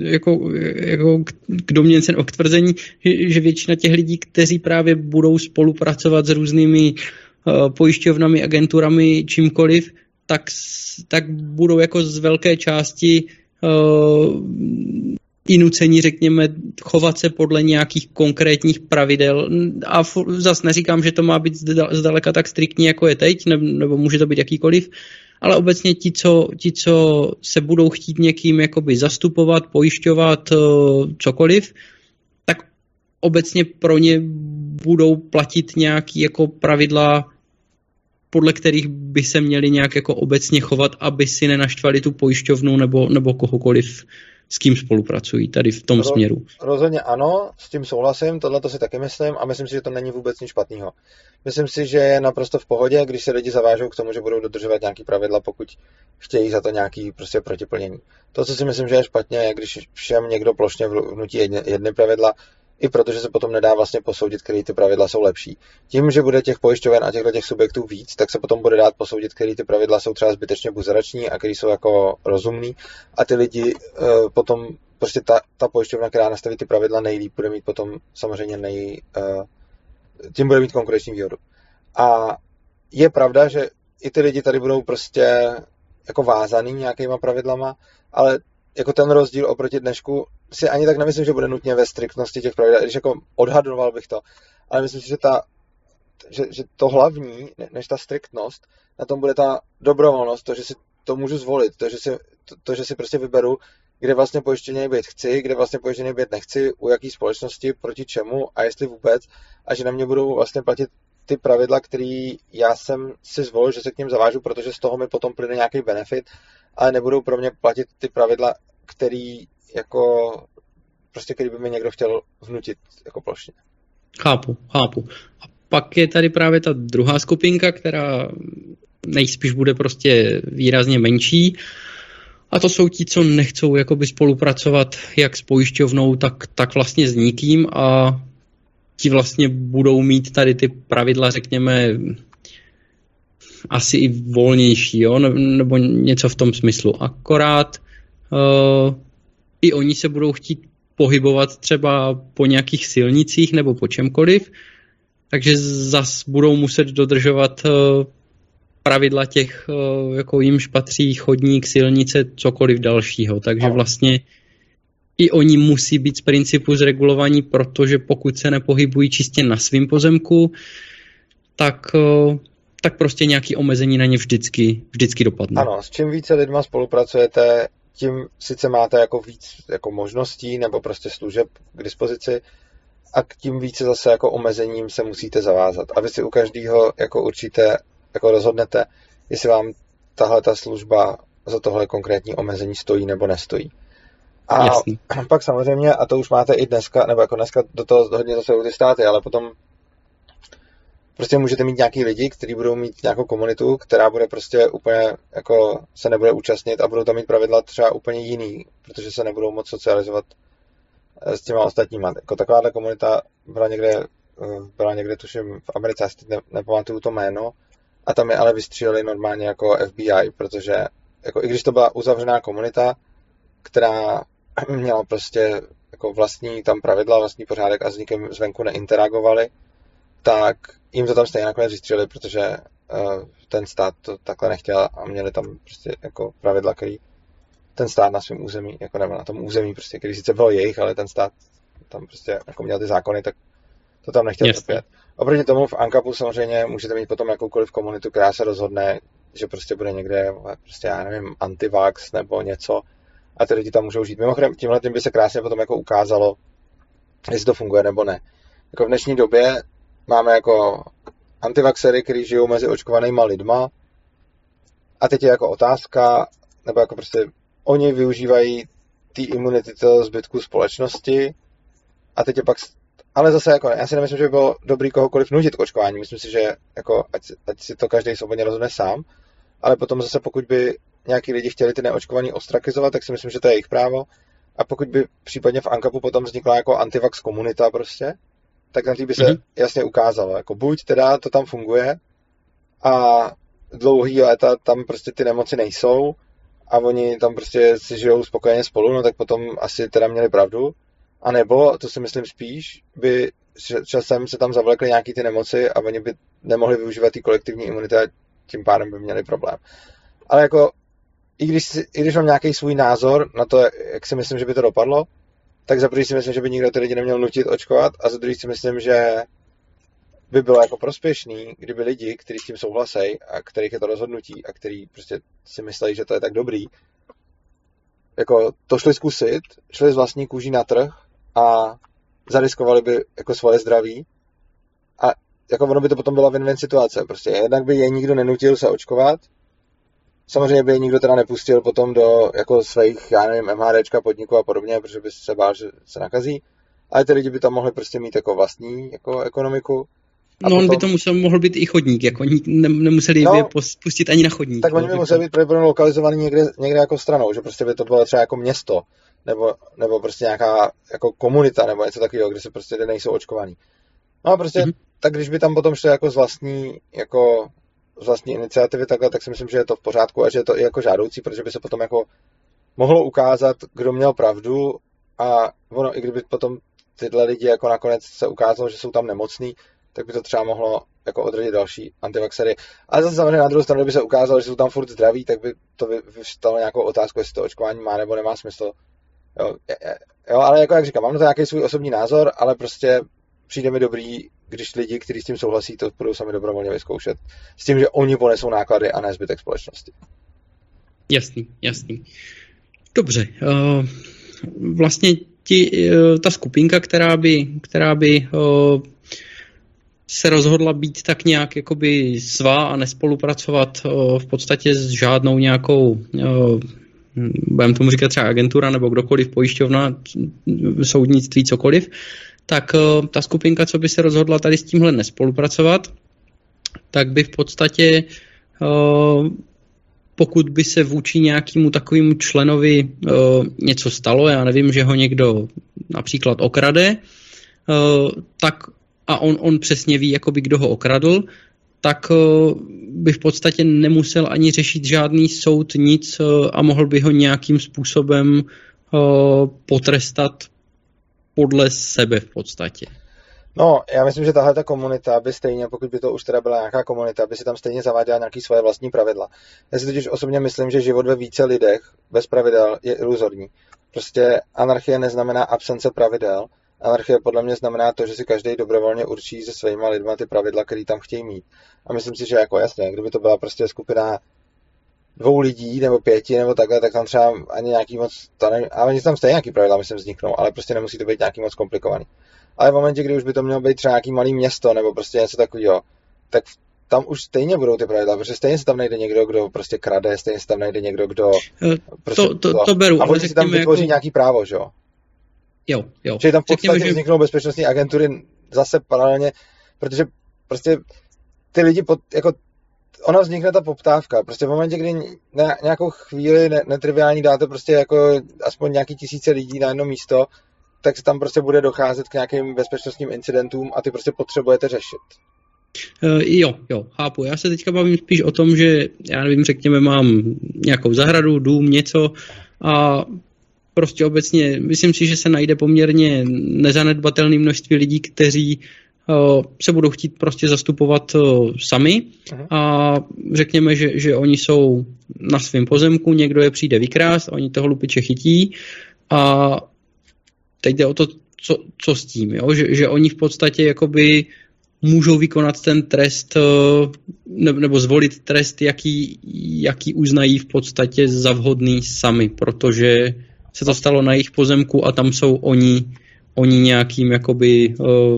k domněnce o tvrzení, že většina těch lidí, kteří právě budou spolupracovat s různými pojišťovnami, agenturami, čímkoliv, tak budou jako z velké části i nucení, řekněme, chovat se podle nějakých konkrétních pravidel. A zase neříkám, že to má být zdaleka tak striktní, jako je teď, nebo může to být jakýkoliv, ale obecně ti, co se budou chtít někým jakoby zastupovat, pojišťovat, cokoliv, tak obecně pro ně budou platit nějaké jako pravidla, podle kterých by se měli nějak jako obecně chovat, aby si nenaštvali tu pojišťovnu nebo kohokoliv, s kým spolupracují tady v tom směru. Rozhodně ano, s tím souhlasím, tohle to si taky myslím a myslím si, že to není vůbec nic špatného. Myslím si, že je naprosto v pohodě, když se lidi zavážou k tomu, že budou dodržovat nějaký pravidla, pokud chtějí za to nějaký prostě protiplnění. To, co si myslím, že je špatně, je, když všem někdo plošně vnutí jedny pravidla, i protože se potom nedá vlastně posoudit, který ty pravidla jsou lepší. Tím, že bude těch pojišťoven a těch subjektů víc, tak se potom bude dát posoudit, který ty pravidla jsou třeba zbytečně buzerační a který jsou jako rozumný a ty lidi potom prostě ta pojišťovna, která nastaví ty pravidla nejlíp, bude mít potom samozřejmě tím bude mít konkurenční výhodu. A je pravda, že i ty lidi tady budou prostě jako vázaný nějakýma pravidlama, ale jako ten rozdíl oproti dnešku si ani tak nemyslím, že bude nutně ve striktnosti těch pravidel, když jako odhadoval bych to, ale myslím si, že to hlavní, než ta striktnost, na tom bude ta dobrovolnost, to, že si to můžu zvolit, že si prostě vyberu, kde vlastně pojištěný být chci, kde vlastně pojištěný být nechci, u jaký společnosti, proti čemu a jestli vůbec, a že na mě budou vlastně platit ty pravidla, které já jsem si zvolil, že se k ním zavážu, protože z toho mi potom plyne nějaký benefit, ale nebudou pro mě platit ty pravidla, který by mi někdo chtěl vnutit jako plošně. Chápu. A pak je tady právě ta druhá skupinka, která nejspíš bude prostě výrazně menší. A to jsou ti, co nechcou jakoby spolupracovat jak s pojišťovnou, tak vlastně s nikým a ti vlastně budou mít tady ty pravidla, řekněme, asi i volnější, jo? Nebo něco v tom smyslu. Akorát i oni se budou chtít pohybovat třeba po nějakých silnicích nebo po čemkoliv, takže zas budou muset dodržovat pravidla těch, jako jimž patří chodník, silnice, cokoliv dalšího. Takže vlastně i oni musí být z principu zregulovaní, protože pokud se nepohybují čistě na svým pozemku, tak prostě nějaké omezení na ně vždycky dopadne. Ano, s čím více lidma spolupracujete, tím sice máte jako víc jako možností nebo prostě služeb k dispozici a k tím více zase jako omezením se musíte zavázat. A vy si u každého jako určitě jako rozhodnete, jestli vám tahle ta služba za tohle konkrétní omezení stojí nebo nestojí. A Jasný. Pak samozřejmě, a to už máte i dneska, nebo jako dneska do toho hodně zase ty státy, ale potom prostě můžete mít nějaký lidi, kteří budou mít nějakou komunitu, která bude prostě úplně jako se nebude účastnit a budou tam mít pravidla třeba úplně jiný, protože se nebudou moc socializovat s těma ostatníma. Jako takováhle komunita byla někde tuším v Americe, já si nepamatuju to jméno, a tam je ale vystříleli normálně jako FBI, protože jako, i když to byla uzavřená komunita, která měla prostě jako vlastní tam pravidla, vlastní pořádek a s nikým zvenku neinteragovali, tak jim to tam stejně nakonec vystříleli, protože ten stát to takhle nechtěl a měli tam prostě jako pravidla, který ten stát na svém území, jako nebo na tom území prostě, který sice bylo jejich, ale ten stát tam prostě jako měl ty zákony, tak to tam nechtěl trpět. Oproti tomu v ANCAPu samozřejmě můžete mít potom jakoukoliv komunitu, která se rozhodne, že prostě bude někde, prostě já nevím, antivax nebo něco a ty lidi tam můžou žít. Mimochodem, tímhle tím by se krásně potom jako ukázalo, jestli to funguje nebo ne. Jako v dnešní době máme jako antivaxery, kteří žijou mezi očkovanýma lidma a teď je jako otázka, nebo jako prostě oni využívají ty imunity toho zbytku společnosti a teď je pak, ale zase jako, já si nemyslím, že by bylo dobrý kohokoliv nutit k očkování, myslím si, že jako, ať si to každý svobodně rozhodne sám, ale potom zase pokud by nějaký lidi chtěli ty neočkovaný ostrakizovat, tak si myslím, že to je jejich právo. A pokud by případně v ANCAPu potom vznikla jako antivax komunita prostě, tak na tý by se jasně ukázalo, jako buď teda to tam funguje a dlouhý léta tam prostě ty nemoci nejsou a oni tam prostě si žijou spokojeně spolu, no tak potom asi teda měli pravdu. A nebo, to si myslím spíš, by časem se tam zavlekly nějaký ty nemoci a oni by nemohli využívat ty kolektivní imunity a tím pádem by měli problém. Ale jako, i když mám nějaký svůj názor na to, jak si myslím, že by to dopadlo, tak za první si myslím, že by nikdo ty lidi neměl nutit očkovat a za druhý si myslím, že by bylo jako prospěšný, kdyby lidi, kteří s tím souhlasejí a kterých je to rozhodnutí a kteří prostě si myslí, že to je tak dobrý, jako to šli zkusit, šli z vlastní kůží na trh a zariskovali by jako svoje zdraví a jako ono by to potom byla win-win situace. Prostě jednak by je nikdo nenutil se očkovat, samozřejmě by je nikdo teda nepustil potom do jako svých, já nevím, MHDčka, podniků a podobně, protože by se bál, že se nakazí, ale ty lidi by tam mohli prostě mít jako vlastní jako ekonomiku. No potom... on by to mohl být i chodník, jako nemuseli by pustit ani na chodník. Tak oni by museli být pravděpodobně lokalizovaný někde jako stranou, že prostě by to bylo třeba jako město, nebo prostě nějaká jako komunita, nebo něco takového, kde se prostě nejsou očkovaný. No a prostě, tak když by tam potom šli jako z vlastní iniciativy takhle, tak si myslím, že je to v pořádku a že je to i jako žádoucí, protože by se potom jako mohlo ukázat, kdo měl pravdu a ono, i kdyby potom tyhle lidi jako nakonec se ukázalo, že jsou tam nemocný, tak by to třeba mohlo jako odradit další antivaxery. Ale zase samozřejmě na druhou stranu, kdyby se ukázalo, že jsou tam furt zdraví, tak by to vyvstalo nějakou otázku, jestli to očkování má nebo nemá smysl. Jo, ale jako jak říkám, mám na to nějaký svůj osobní názor, ale prostě přijde mi dobrý, když lidi, kteří s tím souhlasí, to budou sami dobrovolně vyzkoušet. S tím, že oni ponesou náklady a ne zbytek společnosti. Jasný. Dobře. Vlastně ta skupinka, která by se rozhodla být tak nějak jakoby svá a nespolupracovat v podstatě s žádnou nějakou, budeme tomu říkat třeba agentura nebo kdokoliv, pojišťovna, soudnictví, cokoliv, tak ta skupinka, co by se rozhodla tady s tímhle nespolupracovat, tak by v podstatě, pokud by se vůči nějakému takovému členovi něco stalo, já nevím, že ho někdo například okrade, tak a on přesně ví, jakoby kdo ho okradl, tak by v podstatě nemusel ani řešit žádný soud, nic a mohl by ho nějakým způsobem potrestat podle sebe v podstatě. No, já myslím, že tahle ta komunita by stejně, pokud by to už teda byla nějaká komunita, by si tam stejně zaváděla nějaké svoje vlastní pravidla. Já si totiž osobně myslím, že život ve více lidech bez pravidel je iluzorní. Prostě anarchie neznamená absence pravidel. Anarchie podle mě znamená to, že si každý dobrovolně určí se svýma lidma ty pravidla, který tam chtějí mít. A myslím si, že jako jasně, kdyby to byla prostě skupina 2 lidí nebo 5 nebo takhle, tak tam třeba ani nějaký moc, a oni tam stejně nějaký pravidla, myslím, vzniknou, ale prostě nemusí to být nějaký moc komplikovaný. Ale v momentě, kdy už by to mělo být třeba nějaký malý město nebo prostě něco takového, tak tam už stejně budou ty pravidla, protože stejně se tam najde někdo, kdo prostě krade, stejně se tam najde někdo, kdo prostě to beru, a oni si tam vytvoří jako... nějaký právo, že jo? Jo. Čili tam v podstatě vzniknou bezpečnostní agentury zase paralelně, protože prostě ty lidi, jako ona vznikne ta poptávka, prostě v momentě, kdy na nějakou chvíli netriviální dáte prostě jako aspoň nějaký 1000 lidí na jedno místo, tak se tam prostě bude docházet k nějakým bezpečnostním incidentům a ty prostě potřebujete řešit. Jo, chápu. Já se teďka bavím spíš o tom, že já nevím, řekněme, mám nějakou zahradu, dům, něco a prostě obecně myslím si, že se najde poměrně nezanedbatelné množství lidí, kteří se budou chtít prostě zastupovat sami a řekněme, že oni jsou na svém pozemku, někdo je přijde vykrást, oni toho lupiče chytí a teď jde o to, co s tím, jo? Že oni v podstatě jakoby můžou vykonat ten trest nebo zvolit trest, jaký uznají v podstatě za vhodný sami, protože se to stalo na jejich pozemku a tam jsou oni nějakým jakoby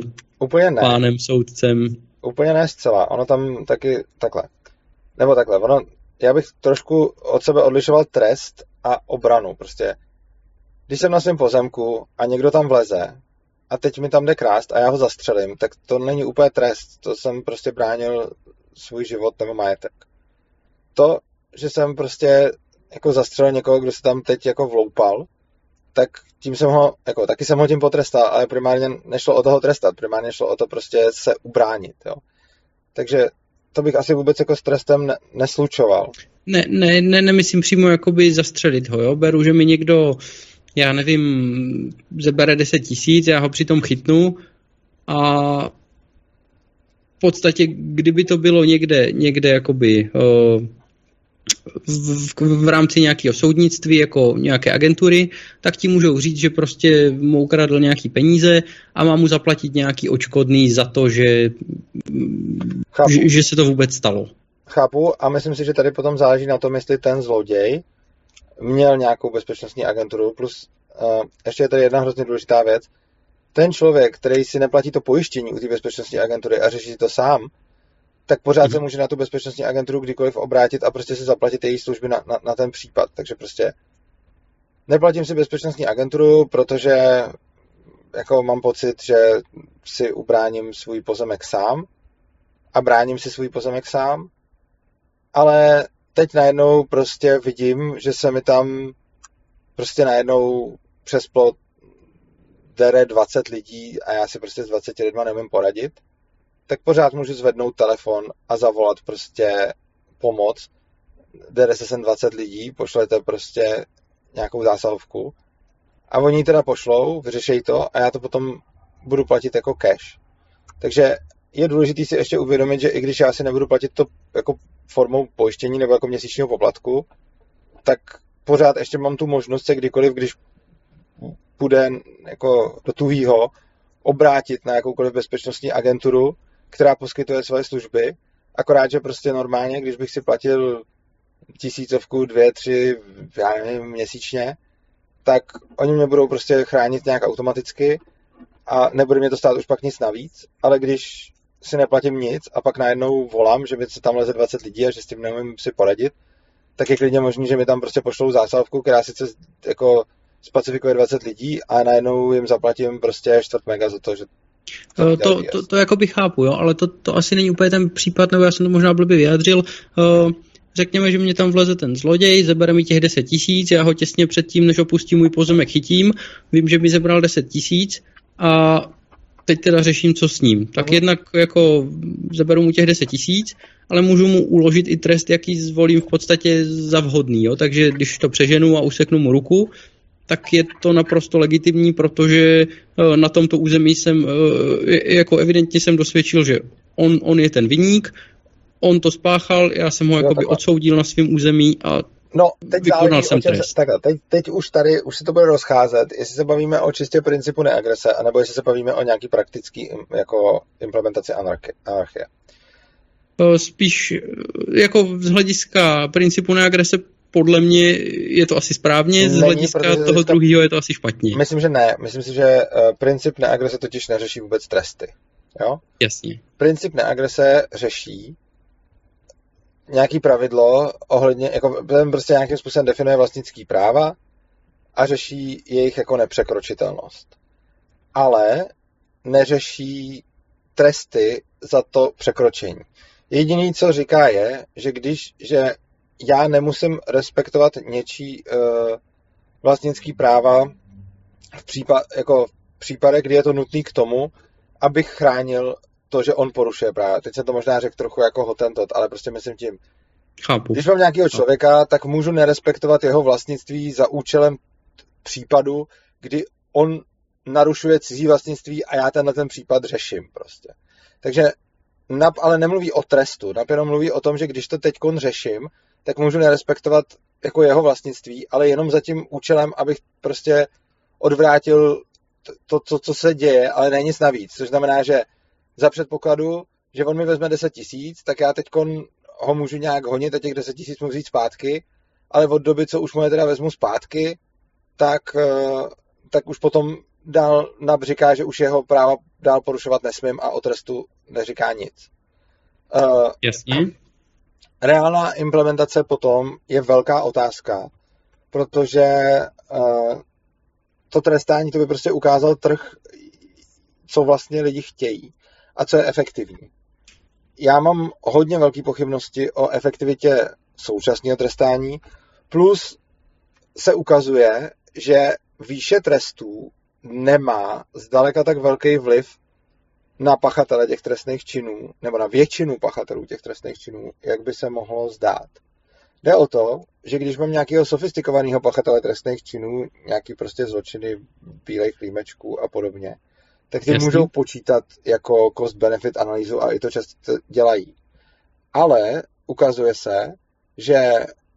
pánem, soudcem. Úplně ne zcela. Ono tam taky takhle. Nebo takhle. Já bych trošku od sebe odlišoval trest a obranu. Prostě když jsem na svém pozemku a někdo tam vleze a teď mi tam jde krást a já ho zastřelím, tak to není úplně trest. To jsem prostě bránil svůj život nebo majetek. To, že jsem prostě jako zastřelil někoho, kdo se tam teď jako vloupal, tak tím jsem ho, jako taky jsem ho tím potrestal, ale primárně nešlo o toho trestat, primárně šlo o to prostě se ubránit, jo. Takže to bych asi vůbec jako s trestem neslučoval. Nemyslím přímo jakoby zastřelit ho, jo. Beru, že mi někdo, já nevím, zabere 10 000, já ho přitom chytnu a v podstatě, kdyby to bylo někde jakoby v rámci nějakého soudnictví, jako nějaké agentury, tak ti můžou říct, že prostě mu ukradl nějaký peníze a má mu zaplatit nějaký odškodný za to, že se to vůbec stalo. Chápu a myslím si, že tady potom záleží na tom, jestli ten zloděj měl nějakou bezpečnostní agenturu, plus ještě je tady jedna hrozně důležitá věc. Ten člověk, který si neplatí to pojištění u té bezpečnostní agentury a řeší to sám, tak pořád se může na tu bezpečnostní agenturu kdykoliv obrátit a prostě si zaplatit její služby na ten případ. Takže prostě neplatím si bezpečnostní agenturu, protože jako mám pocit, že si ubráním svůj pozemek sám a bráním si svůj pozemek sám, ale teď najednou prostě vidím, že se mi tam prostě najednou přes plot dere 20 lidí a já si prostě s 20 lidma nemůžu poradit, tak pořád můžu zvednout telefon a zavolat prostě pomoc. Dere se sem 20 lidí, pošlete prostě nějakou zásahovku a oni ji teda pošlou, vyřešejí to a já to potom budu platit jako cash. Takže je důležité si ještě uvědomit, že i když já si nebudu platit to jako formou pojištění nebo jako měsíčního poplatku, tak pořád ještě mám tu možnost se kdykoliv, když půjde jako do tuhýho, obrátit na jakoukoliv bezpečnostní agenturu, která poskytuje svoje služby, akorát, že prostě normálně, když bych si platil 1000, 2, 3, já nevím, měsíčně, tak oni mě budou prostě chránit nějak automaticky a nebude mě to stát už pak nic navíc, ale když si neplatím nic a pak najednou volám, že mi se tam leze 20 lidí a že s tím nemůžu si poradit, tak je klidně možný, že mi tam prostě pošlou zásahovku, která sice jako spacifikuje 20 lidí a najednou jim zaplatím prostě 4 mega za to, že to jakoby chápu, jo, ale to asi není úplně ten případ, nebo já jsem to možná blbě vyjádřil. Řekněme, že mě tam vleze ten zloděj, zabere mi těch 10 000, já ho těsně předtím, než opustím můj pozemek, chytím, vím, že mi zabral 10 000 a teď teda řeším, co s ním. Tak jednak jako zaberu mu těch 10 000, ale můžu mu uložit i trest, jaký zvolím v podstatě za vhodný, jo, takže když to přeženu a useknu mu ruku, tak je to naprosto legitimní, protože na tomto území jsem, jako evidentně jsem dosvědčil, že on je ten viník, on to spáchal, já jsem ho jakoby odsoudil na svém území a vykonal jsem trest. Teď už se to bude rozcházet, jestli se bavíme o čistě principu neagrese, anebo jestli se bavíme o nějaký praktický jako implementaci anarchie. Spíš jako z hlediska principu neagrese podle mě je to asi správně, z hlediska toho druhého je to asi špatně. Myslím, že ne. Myslím si, že princip neagrese totiž neřeší vůbec tresty. Jo? Jasně. Princip neagrese řeší nějaký pravidlo ohledně, jako prostě nějakým způsobem definuje vlastnický práva a řeší jejich jako nepřekročitelnost. Ale neřeší tresty za to překročení. Jediný, co říká je, že já nemusím respektovat něčí vlastnický práva v případech, kdy je to nutný k tomu, abych chránil to, že on porušuje práva. Teď jsem to možná řekl trochu jako hotentot, ale prostě myslím tím. Chápu. Když mám nějakého člověka, tak můžu nerespektovat jeho vlastnictví za účelem případu, kdy on narušuje cizí vlastnictví a já ten případ řeším prostě. Takže NAP ale nemluví o trestu, NAP jenom mluví o tom, že když to teďkon řeším, tak můžu nerespektovat jako jeho vlastnictví, ale jenom za tím účelem, abych prostě odvrátil to, co se děje, ale ne nic navíc. Což znamená, že za předpokladu, že on mi vezme 10 000, tak já teďkon ho můžu nějak honit a těch 10 000 mu vzít zpátky, ale od doby, co už mu je teda vezmu zpátky, tak už potom dál NAP říká, že už jeho práva dál porušovat nesmím a o trestu neříká nic. Jasně. Reálná implementace potom je velká otázka, protože to trestání, to by prostě ukázal trh, co vlastně lidi chtějí a co je efektivní. Já mám hodně velké pochybnosti o efektivitě současného trestání, Plus se ukazuje, že výše trestů nemá zdaleka tak velký vliv na pachatele těch trestných činů, nebo na většinu pachatelů těch trestných činů, jak by se mohlo zdát. Jde o to, že když mám nějakého sofistikovaného pachatele trestných činů, nějaký prostě zločiny bílejch límečků a podobně, tak ty můžou počítat jako cost-benefit analýzu a i to často dělají. Ale ukazuje se, že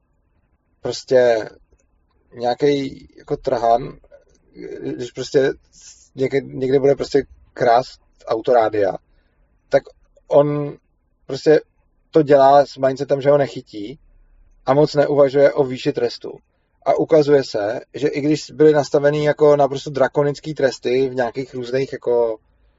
prostě nějaký jako trhan, když prostě někde bude prostě krást autorádia, tak on prostě to dělá s mindsetem, že ho nechytí a moc neuvažuje o výši trestu. A ukazuje se, že i když byly nastavený jako naprosto drakonický tresty v nějakých různých jako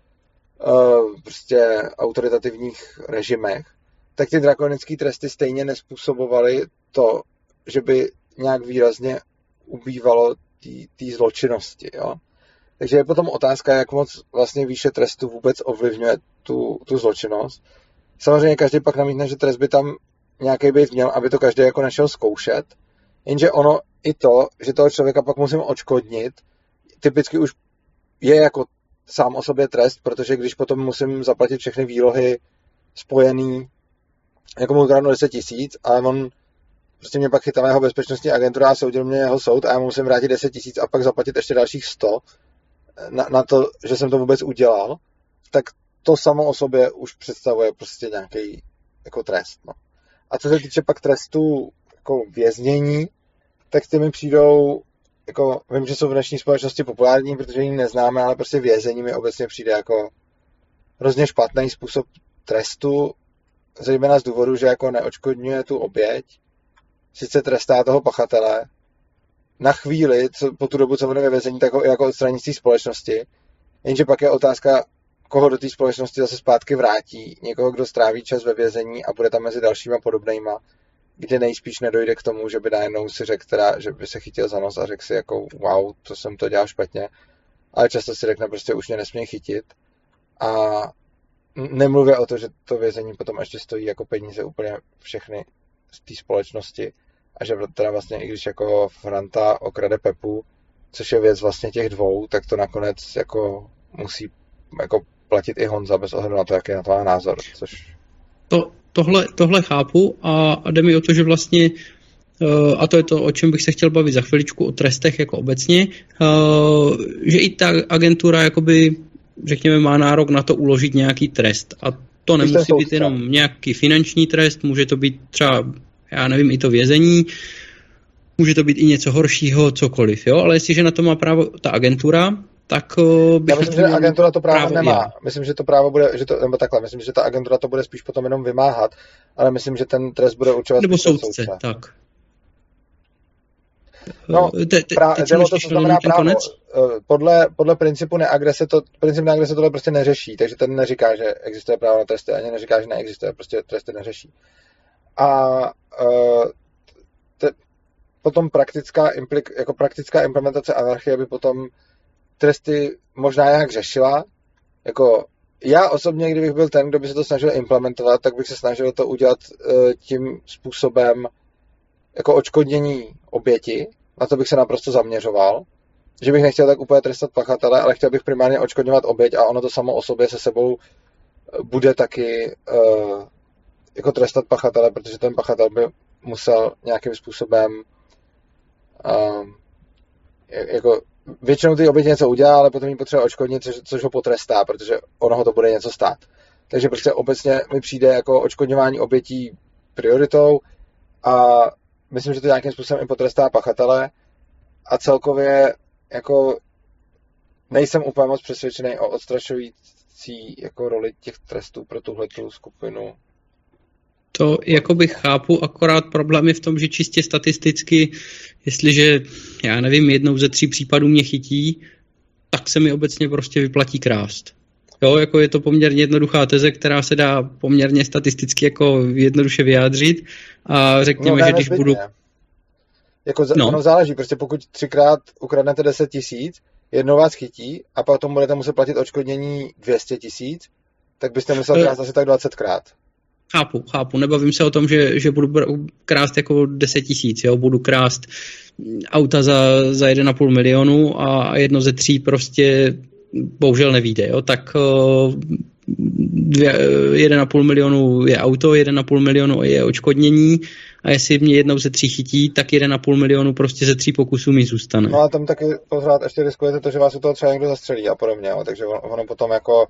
prostě autoritativních režimech, tak ty drakonické tresty stejně nespůsobovaly to, že by nějak výrazně ubývalo té zločinnosti. Jo? Takže je potom otázka, jak moc vlastně výše trestu vůbec ovlivňuje tu zločinnost. Samozřejmě každý pak namítne, že trest by tam nějaký být měl, aby to každý jako nešel zkoušet. Jenže ono i to, že toho člověka pak musím odškodnit, typicky už je jako sám o sobě trest, protože když potom musím zaplatit všechny výlohy spojený, jako mu ukradnu 10 000, ale on prostě mě pak chytala jeho bezpečnostní agentura a soudil mě jeho soud a já mu musím vrátit 10 000 a pak zaplatit ještě dalších 100 na to, že jsem to vůbec udělal, tak to samo o sobě už představuje prostě nějaký jako trest. No. A co se týče pak trestu jako věznění, tak ty mi přijdou, jako vím, že jsou v dnešní společnosti populární, protože ji neznáme, ale prostě vězení mi obecně přijde jako hrozně špatný způsob trestu, zejména z důvodu, že jako neodškodňuje tu oběť, sice trestá toho pachatele, na chvíli, po tu dobu, co bude ve vězení, tak ho i jako odstraní z té společnosti, jenže pak je otázka, koho do té společnosti zase zpátky vrátí, někoho, kdo stráví čas ve vězení a bude tam mezi dalšíma podobnejma, kde nejspíš nedojde k tomu, že by najednou si řekl, že by se chytil za nos a řekl si jako wow, to jsem to dělal špatně, ale často si řekne prostě už mě nesmí chytit a nemluvě o to, že to vězení potom ještě stojí jako peníze úplně všechny z té společnosti a že teda vlastně i když jako Franta okrade Pepu, což je věc vlastně těch dvou, tak to nakonec jako musí jako platit i Honza bez ohledu na to, jaký je na to má názor, což... Tohle chápu a jde mi o to, že vlastně, a to je to, o čem bych se chtěl bavit za chviličku, o trestech jako obecně, že i ta agentura jakoby, řekněme, má nárok na to uložit nějaký trest. A to nemusí být jenom nějaký finanční trest, může to být třeba, já nevím, i to vězení, může to být i něco horšího, cokoliv, jo, ale jestliže na to má právo ta agentura, tak já myslím, že agentura to právo nemá. Já. Myslím, že to právo bude, nebo takhle, myslím, že ta agentura to bude spíš potom jenom vymáhat, ale myslím, že ten trest bude určovat nebo soudce, tak. No, to znamená právo. Podle principu neagrese tohle prostě neřeší, takže ten neříká, že existuje právo na tresty, ani neříká, že neexistuje, prostě tresty neřeší. A potom praktická implementace anarchie by potom tresty možná nějak řešila. Jako já osobně, kdybych byl ten, kdo by se to snažil implementovat, tak bych se snažil to udělat tím způsobem jako odškodnění oběti. Na to bych se naprosto zaměřoval. Že bych nechtěl tak úplně trestat pachatele, ale chtěl bych primárně odškodňovat oběť a ono to samo o sobě se sebou bude taky jako trestat pachatele, protože ten pachatel by musel nějakým způsobem jako většinou ty oběti něco udělá, ale potom jí potřeba odškodnit, což ho potrestá, protože ono ho to bude něco stát. Takže prostě obecně mi přijde jako odškodňování obětí prioritou a myslím, že to nějakým způsobem i potrestá pachatele a celkově jako nejsem úplně moc přesvědčený o odstrašující jako roli těch trestů pro tuhletu skupinu. To jakoby chápu, akorát problém je v tom, že čistě statisticky, jestliže, já nevím, 1 ze 3 případů mě chytí, tak se mi obecně prostě vyplatí krást. Jo, jako je to poměrně jednoduchá teze, která se dá poměrně statisticky jako jednoduše vyjádřit a řekněme, že když budu... Jako ono záleží, prostě pokud 3krát ukradnete 10 000, jednou vás chytí a potom budete muset platit odškodnění 200 000, tak byste musel krást asi tak 20krát. Chápu. Nebavím se o tom, že budu krást jako 10 000, jo, budu krást auta za 1,5 milionu a jedno ze 3 prostě bohužel nevíde, jo, tak 1,5 milionu je auto, 1,5 milionu je odškodnění a jestli mě jednou ze 3 chytí, tak 1,5 milionu prostě ze 3 pokusů mi zůstane. No a tam taky pořád ještě riskujete to, že vás u toho třeba někdo zastřelí a podobně, jo, takže ono potom jako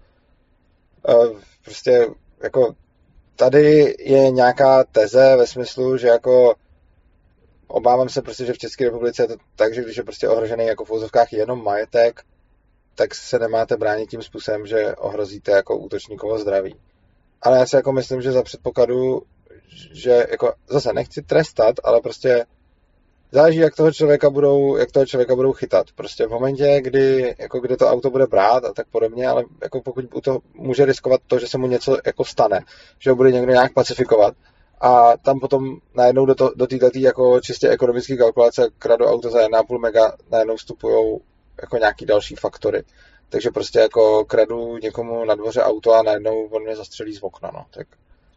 prostě jako tady je nějaká teze ve smyslu, že jako obávám se prostě, že v České republice je to tak, že když je prostě ohrožený jako v úzovkách jenom majetek, tak se nemáte bránit tím způsobem, že ohrozíte jako útočníkovo zdraví. Ale já si jako myslím, že za předpokladu, že jako zase nechci trestat, ale prostě záleží, jak toho člověka budou chytat. Prostě v momentě, kdy to auto bude brát a tak podobně, ale jako pokud u toho může riskovat to, že se mu něco jako stane, že ho bude někdo nějak pacifikovat a tam potom najednou do této jako čistě ekonomické kalkulace kradu auto za 1,5 mega najednou vstupujou jako nějaký další faktory. Takže prostě jako kradu někomu na dvoře auto a najednou on mě zastřelí z okna, no. Tak,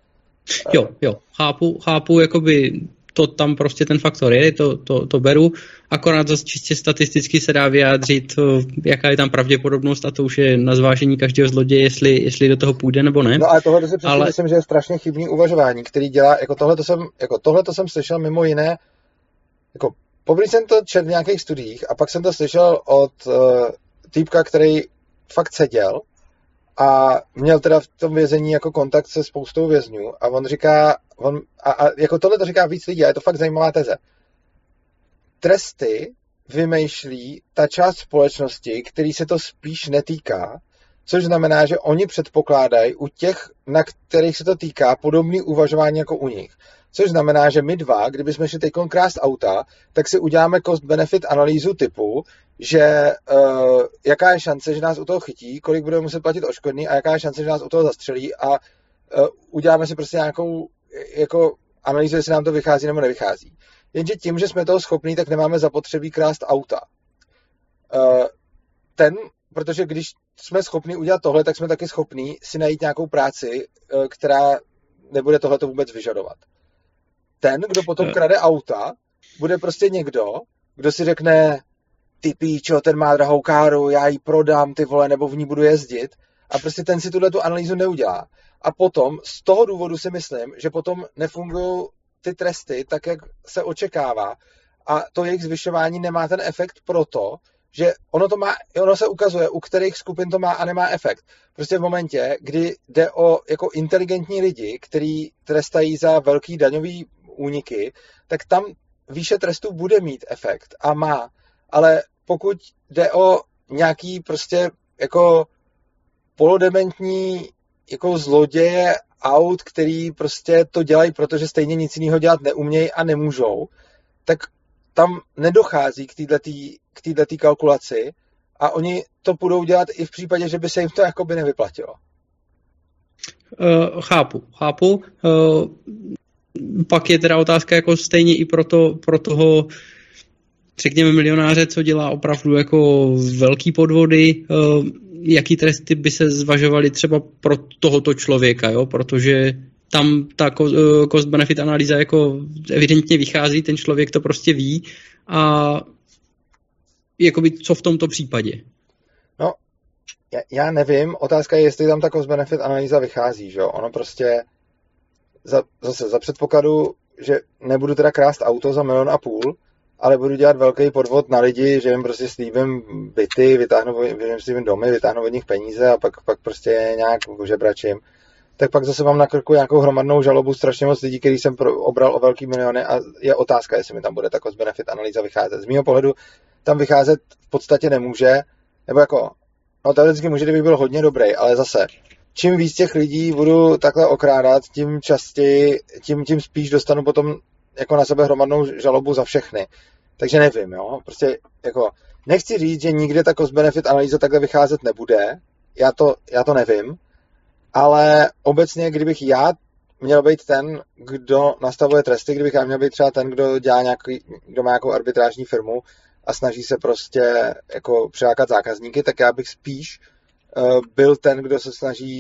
jo, chápu, jakoby to tam prostě ten faktor je, to beru, akorát zase čistě statisticky se dá vyjádřit, jaká je tam pravděpodobnost a to už je na zvážení každého zloděje, jestli do toho půjde nebo ne. No a tohle si přesně myslím, že je strašně chybný uvažování, který dělá, tohle jsem slyšel mimo jiné, jako poprvé jsem to četl v nějakých studiích a pak jsem to slyšel od týpka, který fakt seděl a měl teda v tom vězení jako kontakt se spoustou vězňů a on říká, jako tohle to říká víc lidí a je to fakt zajímavá teze. Tresty vymýšlí ta část společnosti, který se to spíš netýká, což znamená, že oni předpokládají u těch, na kterých se to týká, podobné uvažování jako u nich. Což znamená, že my dva, kdybychom šli teď krást auta, tak si uděláme cost-benefit analýzu typu, že jaká je šance, že nás u toho chytí, kolik budeme muset platit odškodný a jaká je šance, že nás u toho zastřelí a uděláme si prostě nějakou jako analýzu, jestli nám to vychází nebo nevychází. Jenže tím, že jsme toho schopní, tak nemáme zapotřebí krást auta. Protože když jsme schopni udělat tohle, tak jsme taky schopní si najít nějakou práci, která nebude tohleto vůbec vyžadovat. Ten, kdo potom krade auta, bude prostě někdo, kdo si řekne, ty píčo, ten má drahou káru, já ji prodám, ty vole, nebo v ní budu jezdit. A prostě ten si tu analýzu neudělá. A potom, z toho důvodu si myslím, že potom nefungují ty tresty tak, jak se očekává. A to jejich zvyšování nemá ten efekt proto, že ono se ukazuje, u kterých skupin to má a nemá efekt. Prostě v momentě, kdy jde o jako inteligentní lidi, kteří trestají za velký daňový úniky, tak tam výše trestu bude mít efekt a má. Ale pokud jde o nějaký prostě jako polodementní jako zloděje aut, který prostě to dělají, protože stejně nic jiného dělat neumějí a nemůžou, tak tam nedochází k této kalkulaci a oni to budou dělat i v případě, že by se jim to jakoby nevyplatilo. Chápu. Pak je teda otázka jako stejně i pro toho řekněme milionáře, co dělá opravdu jako velký podvody, jaký tresty by se zvažovaly třeba pro tohoto člověka, jo? Protože tam ta cost-benefit analýza jako evidentně vychází, ten člověk to prostě ví a jakoby co v tomto případě? No, já nevím, otázka je, jestli tam ta cost-benefit analýza vychází, že jo? Ono prostě zase za předpokladu, že nebudu teda krást auto za 1,5 milionu, ale budu dělat velký podvod na lidi, že jim prostě slíbím byty, slíbím domy, vytáhnu od nich peníze a pak prostě nějak žebračím. Tak pak zase mám na krku nějakou hromadnou žalobu strašně moc lidí, který jsem obral o velký miliony a je otázka, jestli mi tam bude ta cost-benefit analýza vycházet. Z mýho pohledu tam vycházet v podstatě nemůže, nebo jako, no teoreticky může, kdyby byl hodně dobrý, ale zase, čím víc těch lidí budu takhle okrádat, tím častěji, tím spíš dostanu potom jako na sebe hromadnou žalobu za všechny. Takže nevím, jo, prostě jako nechci říct, že nikde ta cost-benefit analýza takhle vycházet nebude, já to nevím, ale obecně, kdybych já měl být ten, kdo nastavuje tresty, kdybych já měl být třeba ten, kdo má nějakou arbitrážní firmu a snaží se prostě jako přilákat zákazníky, tak já bych spíš byl ten, kdo se snaží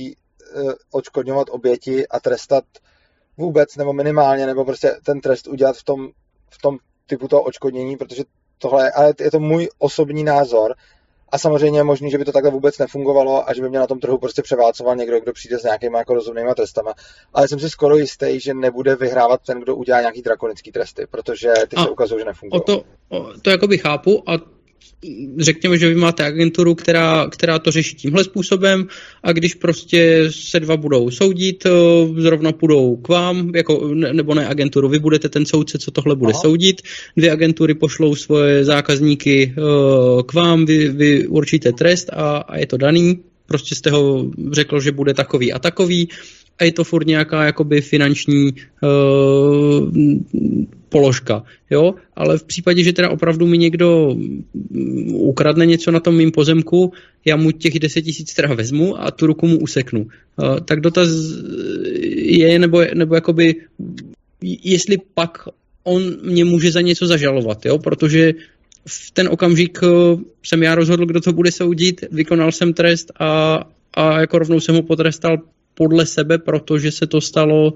odškodňovat oběti a trestat vůbec, nebo minimálně, nebo prostě ten trest udělat v tom typu toho odškodnění, protože tohle, ale je to můj osobní názor a samozřejmě je možný, že by to takhle vůbec nefungovalo a že by mě na tom trhu prostě převálcoval někdo, kdo přijde s nějakýma jako rozumnýma trestama, ale jsem si skoro jistý, že nebude vyhrávat ten, kdo udělá nějaký drakonický tresty, protože ty se ukazují, že nefungují. To jakoby chápu a řekněme, že vy máte agenturu, která to řeší tímhle způsobem a když prostě se dva budou soudit, zrovna půjdou k vám, jako, nebo ne agenturu, vy budete ten soudce, co tohle bude soudit, 2 agentury pošlou svoje zákazníky k vám, vy určíte trest a je to daný, prostě jste ho řekl, že bude takový a takový a je to furt nějaká jakoby finanční položka, jo, ale v případě, že teda opravdu mi někdo ukradne něco na tom mým pozemku, já mu těch 10 000 teda vezmu a tu ruku mu useknu. Tak dotaz je, nebo jakoby, jestli pak on mě může za něco zažalovat, jo, protože v ten okamžik jsem já rozhodl, kdo to bude soudit, vykonal jsem trest a jako rovnou jsem ho potrestal podle sebe, protože se to stalo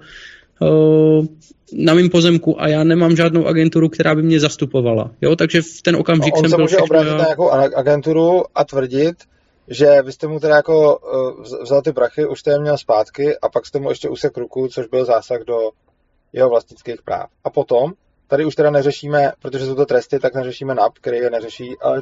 na mým pozemku a já nemám žádnou agenturu, která by mě zastupovala. Jo? Takže v ten okamžik jsem byl... On se může obrátit na nějakou agenturu a tvrdit, že vy jste mu teda jako vzal ty prachy, už jste je měl zpátky a pak jste mu ještě usek ruku, což byl zásah do jeho vlastnických práv. A potom, tady už teda neřešíme, protože jsou to tresty, tak neřešíme NAP, který je neřeší, ale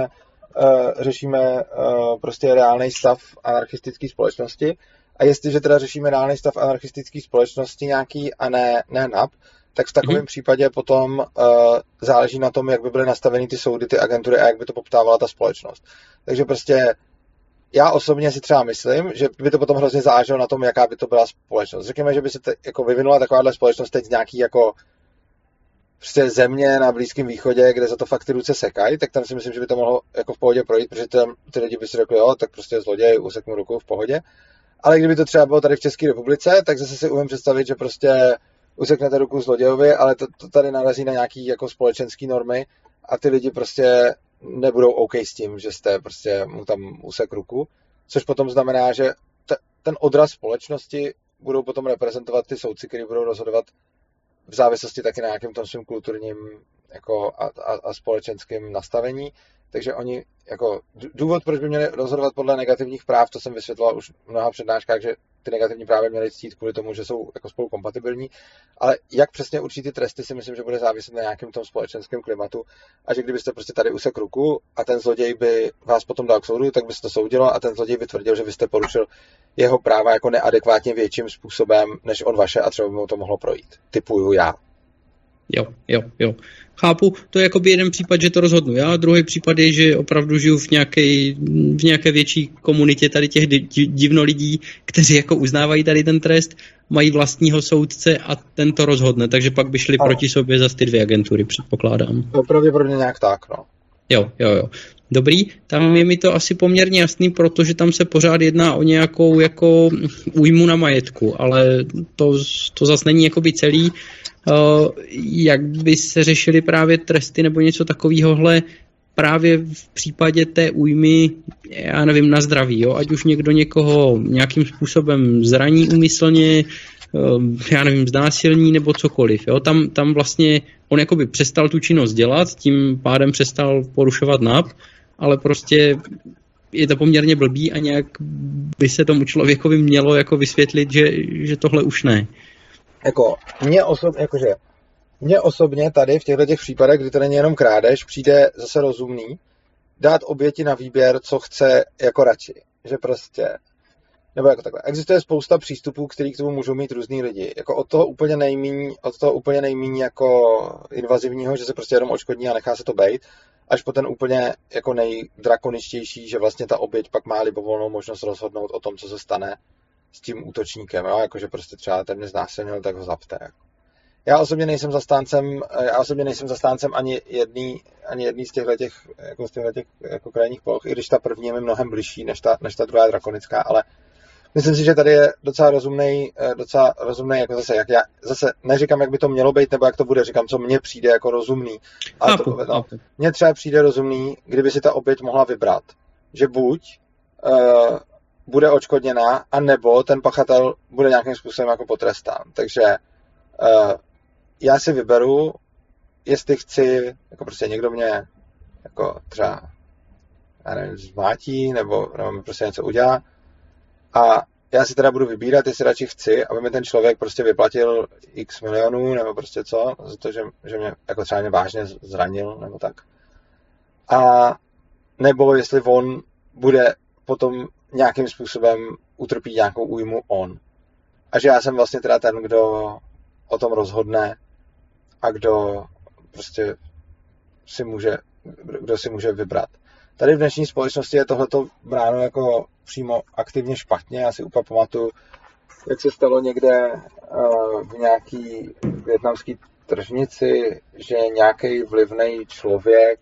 řešíme prostě reálný stav anarchistické společnosti. A jestliže teda řešíme reálný stav anarchistické společnosti nějaký a ne NAP, tak v takovém případě potom záleží na tom, jak by byly nastaveny ty soudy, ty agentury a jak by to poptávala ta společnost. Takže prostě já osobně si třeba myslím, že by to potom hrozně záleželo na tom, jaká by to byla společnost. Řekněme, že by se jako vyvinula takováhle společnost teď z nějaký jako prostě země na Blízkém východě, kde za to fakt ty ruce sekají, tak tam si myslím, že by to mohlo jako v pohodě projít, protože tam ty lidi by si řekli, jo, tak prostě zloděj, useknu ruku v pohodě. Ale kdyby to třeba bylo tady v České republice, tak zase si umím představit, že prostě useknete ruku zlodějovi, ale to tady narazí na nějaký jako společenský normy a ty lidi prostě nebudou OK s tím, že jste prostě mu tam usek ruku, což potom znamená, že ten odraz společnosti budou potom reprezentovat ty soudci, kteří budou rozhodovat v závislosti taky na nějakém tom svým kulturním jako a společenským nastavení. Takže oni, jako důvod, proč by měli rozhodovat podle negativních práv, to jsem vysvětloval už v mnoha přednáškách, že ty negativní právy měly ctít kvůli tomu, že jsou jako spolu kompatibilní, ale jak přesně určit ty tresty, si myslím, že bude záviset na nějakém tom společenském klimatu a že kdybyste prostě tady usek ruku a ten zloděj by vás potom dal k soudu, tak by se to soudilo a ten zloděj by tvrdil, že vy jste porušil jeho práva jako neadekvátně větším způsobem, než on vaše a třeba by mu to mohlo projít. Typuju já. Jo. Chápu, to je jakoby jeden případ, že to rozhodnu já, druhý případ je, že opravdu žiju v nějaké větší komunitě tady těch divnolidí, kteří jako uznávají tady ten trest, mají vlastního soudce a ten to rozhodne, takže pak by šli proti sobě zase ty 2 agentury, předpokládám. To pravděpodobně nějak tak, no. Jo. Dobrý, tam je mi to asi poměrně jasný, protože tam se pořád jedná o nějakou jako újmu na majetku, ale to zase není jakoby celý. Jak by se řešily právě tresty nebo něco takovéhohle právě v případě té újmy, já nevím, na zdraví, jo? Ať už někdo někoho nějakým způsobem zraní úmyslně, já nevím, znásilní nebo cokoliv, jo? Tam vlastně on jakoby přestal tu činnost dělat, tím pádem přestal porušovat NAP, ale prostě je to poměrně blbý a nějak by se tomu člověkovi mělo jako vysvětlit, že tohle už ne. Mně osobně tady v těchto případech, kdy to není jenom krádež, přijde zase rozumný dát oběti na výběr, co chce jako radši. Že prostě, nebo jako takhle. Existuje spousta přístupů, který k tomu můžou mít různý lidi. Jako od toho úplně nejméně jako invazivního, že se prostě jenom odškodní a nechá se to bejt, až po ten úplně jako nejdrakoničtější, že vlastně ta oběť pak má libovolnou možnost rozhodnout o tom, co se stane s tím útočníkem, jo? Jakože prostě třeba ten mě znásilnil, tak ho zapte. Jako. Já osobně nejsem zastáncem ani jedný z těchto jako krajních poloh, i když ta první je mi mnohem bližší než ta druhá drakonická, ale myslím si, že tady je docela rozumný jako zase, jak já zase neříkám, jak by to mělo být, nebo jak to bude, říkám, co mně přijde jako rozumný. Ale mně třeba přijde rozumný, kdyby si ta oběť mohla vybrat, že buď bude odškodněná, anebo ten pachatel bude nějakým způsobem jako potrestán. Takže já si vyberu, jestli chci, jako prostě někdo mě jako třeba, já nevím, zmátí, nebo mi prostě něco udělá a já si teda budu vybírat, jestli radši chci, aby mi ten člověk prostě vyplatil x milionů, nebo prostě co, za to, že mě jako třeba mě vážně zranil, nebo tak. A nebo jestli on bude potom nějakým způsobem utrpí nějakou újmu on. A že já jsem vlastně teda ten, kdo o tom rozhodne a kdo prostě kdo si může vybrat. Tady v dnešní společnosti je tohleto bráno jako přímo aktivně špatně. Já si úplně pamatuju, jak se stalo někde v nějaký vietnamský tržnici, že nějaký vlivný člověk,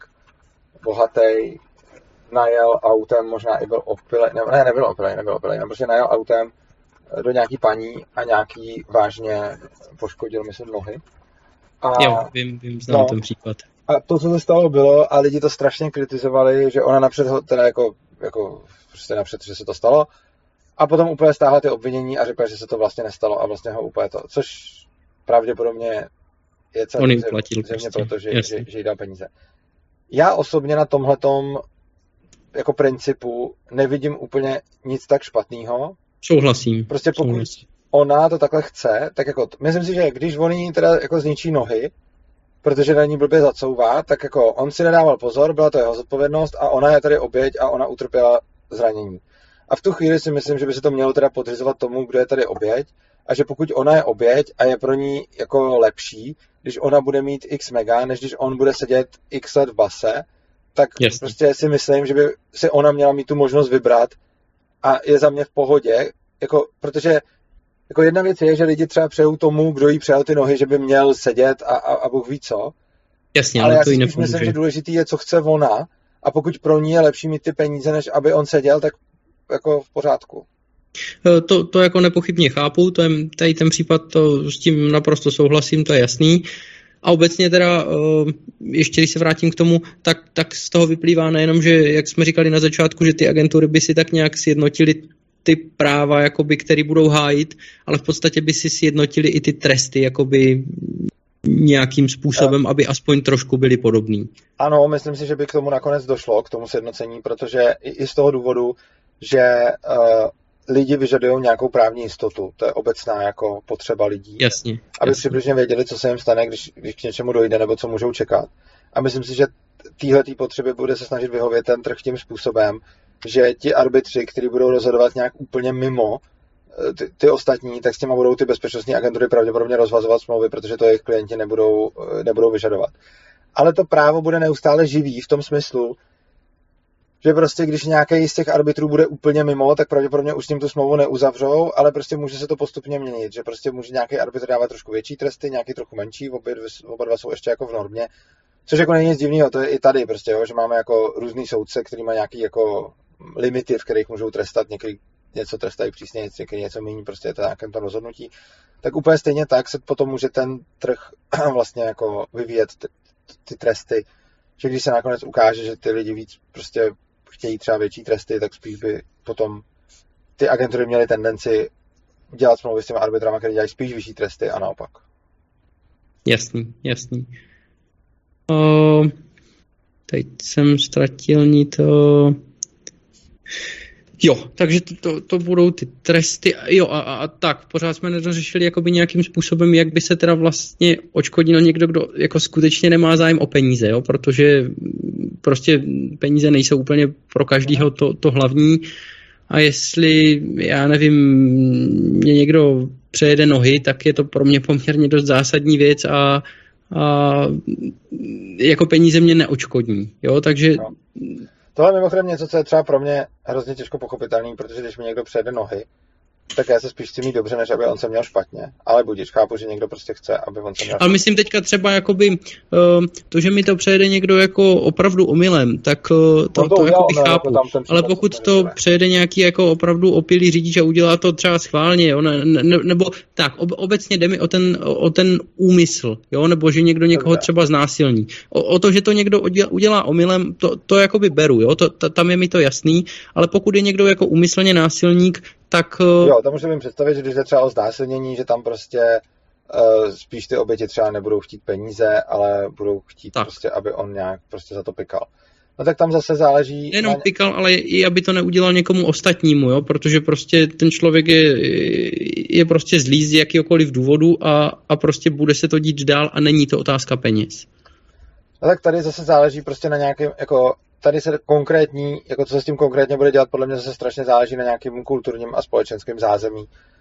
bohatý, najel autem, možná i byl opilej, nebyl opilej, prostě najel autem do nějaký paní a nějaký vážně poškodil, myslím, nohy. Jo, vím, znám ten případ. A to, co se stalo, bylo, a lidi to strašně kritizovali, že ona napřed, teda jako prostě napřed, že se to stalo, a potom úplně stáhla ty obvinění a řekla, že se to vlastně nestalo a vlastně ho úplně to, což pravděpodobně je celý země, protože že jí dal peníze. Já osobně na tomhletom jako principu nevidím úplně nic tak špatného. Souhlasím. Prostě pokud ona to takhle chce, tak jako, myslím si, že když on jí teda jako zničí nohy, protože na ní blbě zacouvá, tak jako on si nedával pozor, byla to jeho zodpovědnost a ona je tady oběť a ona utrpěla zranění. A v tu chvíli si myslím, že by se to mělo teda podřizovat tomu, kdo je tady oběť, a že pokud ona je oběť a je pro ní jako lepší, když ona bude mít x mega, než když on bude sedět x let v base, tak prostě si myslím, že by si ona měla mít tu možnost vybrat a je za mě v pohodě, jako, protože jako jedna věc je, že lidi třeba přejou tomu, kdo jí přejel ty nohy, že by měl sedět a Bůh ví co. Jasně, ale já to si myslím, že důležitý je, co chce ona, a pokud pro ní je lepší mít ty peníze, než aby on seděl, tak jako v pořádku. To jako nepochybně chápu, to je tady ten případ, to s tím naprosto souhlasím, to je jasný. A obecně teda, ještě když se vrátím k tomu, tak z toho vyplývá nejenom, že, jak jsme říkali na začátku, že ty agentury by si tak nějak sjednotily ty práva, jakoby, které budou hájit, ale v podstatě by si sjednotili i ty tresty, jakoby nějakým způsobem, aby aspoň trošku byly podobný. Ano, myslím si, že by k tomu nakonec došlo, k tomu sjednocení, protože i z toho důvodu, že lidi vyžadují nějakou právní jistotu. To je obecná jako potřeba lidí. Jasně. Aby přibližně věděli, co se jim stane, když k něčemu dojde, nebo co můžou čekat. A myslím si, že téhletý potřeby bude se snažit vyhovět ten trh tím způsobem, že ti arbitři, kteří budou rozhodovat nějak úplně mimo ty ostatní, tak s těma budou ty bezpečnostní agentury pravděpodobně rozvazovat smlouvy, protože to jejich klienti nebudou vyžadovat. Ale to právo bude neustále živý v tom smyslu, že prostě když nějaký z těch arbitrů bude úplně mimo, tak pravděpodobně už s ním tu smlouvu neuzavřou, ale prostě může se to postupně měnit, že prostě může nějaký arbitr dávat trošku větší tresty, nějaký trochu menší, oba dva jsou ještě jako v normě, což jako není nic divného, to je i tady prostě, jo, že máme jako různý soudce, který má nějaký jako limity, v kterých můžou trestat, někdy něco trestají přísně, někdy něco méně, prostě je to nějakém tam rozhodnutí, tak úplně stejně tak se potom může ten trh vlastně jako vyvíjet ty tresty, že když se nakonec ukáže, že ty lidi víc prostě chtějí třeba větší tresty, tak spíš by potom ty agentury měly tendenci dělat smlouvy s těmi arbitrama, které dělají spíš vyšší tresty a naopak. Jasný. Teď jsem ztratil to. Jo, takže to budou ty tresty. Jo, a tak, pořád jsme nedořešili jakoby nějakým způsobem, jak by se teda vlastně odškodnil někdo, kdo jako skutečně nemá zájem o peníze, jo, protože prostě peníze nejsou úplně pro každýho to hlavní. A jestli, já nevím, mě někdo přejede nohy, tak je to pro mě poměrně dost zásadní věc a jako peníze mě neodškodní, jo, takže... No. Tohle je mimochodem něco, co je třeba pro mě hrozně těžko pochopitelný, protože když mi někdo přejede nohy, Tak já se spíš chci mít dobře, než aby on se měl špatně. Ale budiš, chápu, že někdo prostě chce, aby on se měl špatně. Ale myslím teďka třeba jakoby to, že mi to přejede někdo jako opravdu omylem, tak to jakoby chápu. Jako ale pokud to přejede nějaký jako opravdu opilý řidič a udělá to třeba schválně, jo, nebo tak, obecně jde mi o ten úmysl, jo, nebo že někdo někoho třeba znásilní. O to, že to někdo udělá omylem, to jakoby beru, jo, tam je mi to jasný, ale pokud je někdo jako úmyslně násilník, tak... Jo, tam můžeme představit, že když je třeba o znásilnění, že tam prostě spíš ty oběti třeba nebudou chtít peníze, ale budou chtít prostě, aby on nějak prostě za to pikal. No tak tam zase záleží... Nejenom pikal, ale i aby to neudělal někomu ostatnímu, jo, protože prostě ten člověk je prostě zlý z jakýhokoliv důvodu a prostě bude se to dít dál a není to otázka peněz. No tak tady zase záleží prostě na nějakém, jako tady se konkrétní, jako co se s tím konkrétně bude dělat, podle mě zase strašně záleží na nějakém kulturním a společenském zázemí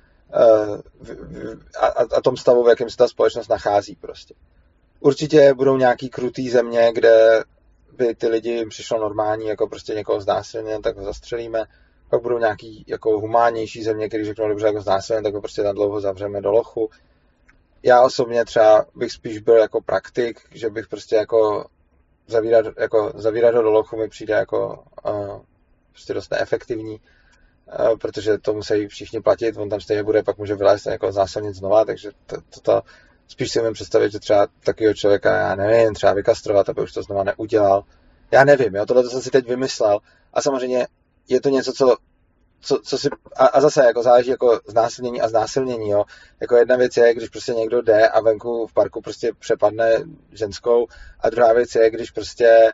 a tom stavu, v jakém se ta společnost nachází prostě. Určitě budou nějaký krutý země, kde by ty lidi jim přišlo normální, jako prostě někoho znásilně, tak ho zastřelíme. Pak budou nějaký jako humánnější země, který řeknou, dobře, jako znásilně, tak ho prostě tam dlouho zavřeme do lochu. Já osobně třeba bych spíš byl jako praktik, že bych prostě jako zavírat ho do lochu mi přijde jako prostě dost neefektivní, protože to musí všichni platit, on tam stejně bude, pak může vylézt jako znásilnit znova, takže to spíš si umím představit, že třeba takového člověka, já nevím, třeba vykastrovat, aby už to znova neudělal. Já nevím, jo, tohle jsem si teď vymyslel a samozřejmě je to něco, co si, a zase jako záleží jako znásilnění a znásilnění, jo. Jako jedna věc je, když prostě někdo jde a venku v parku prostě přepadne ženskou a druhá věc je, když prostě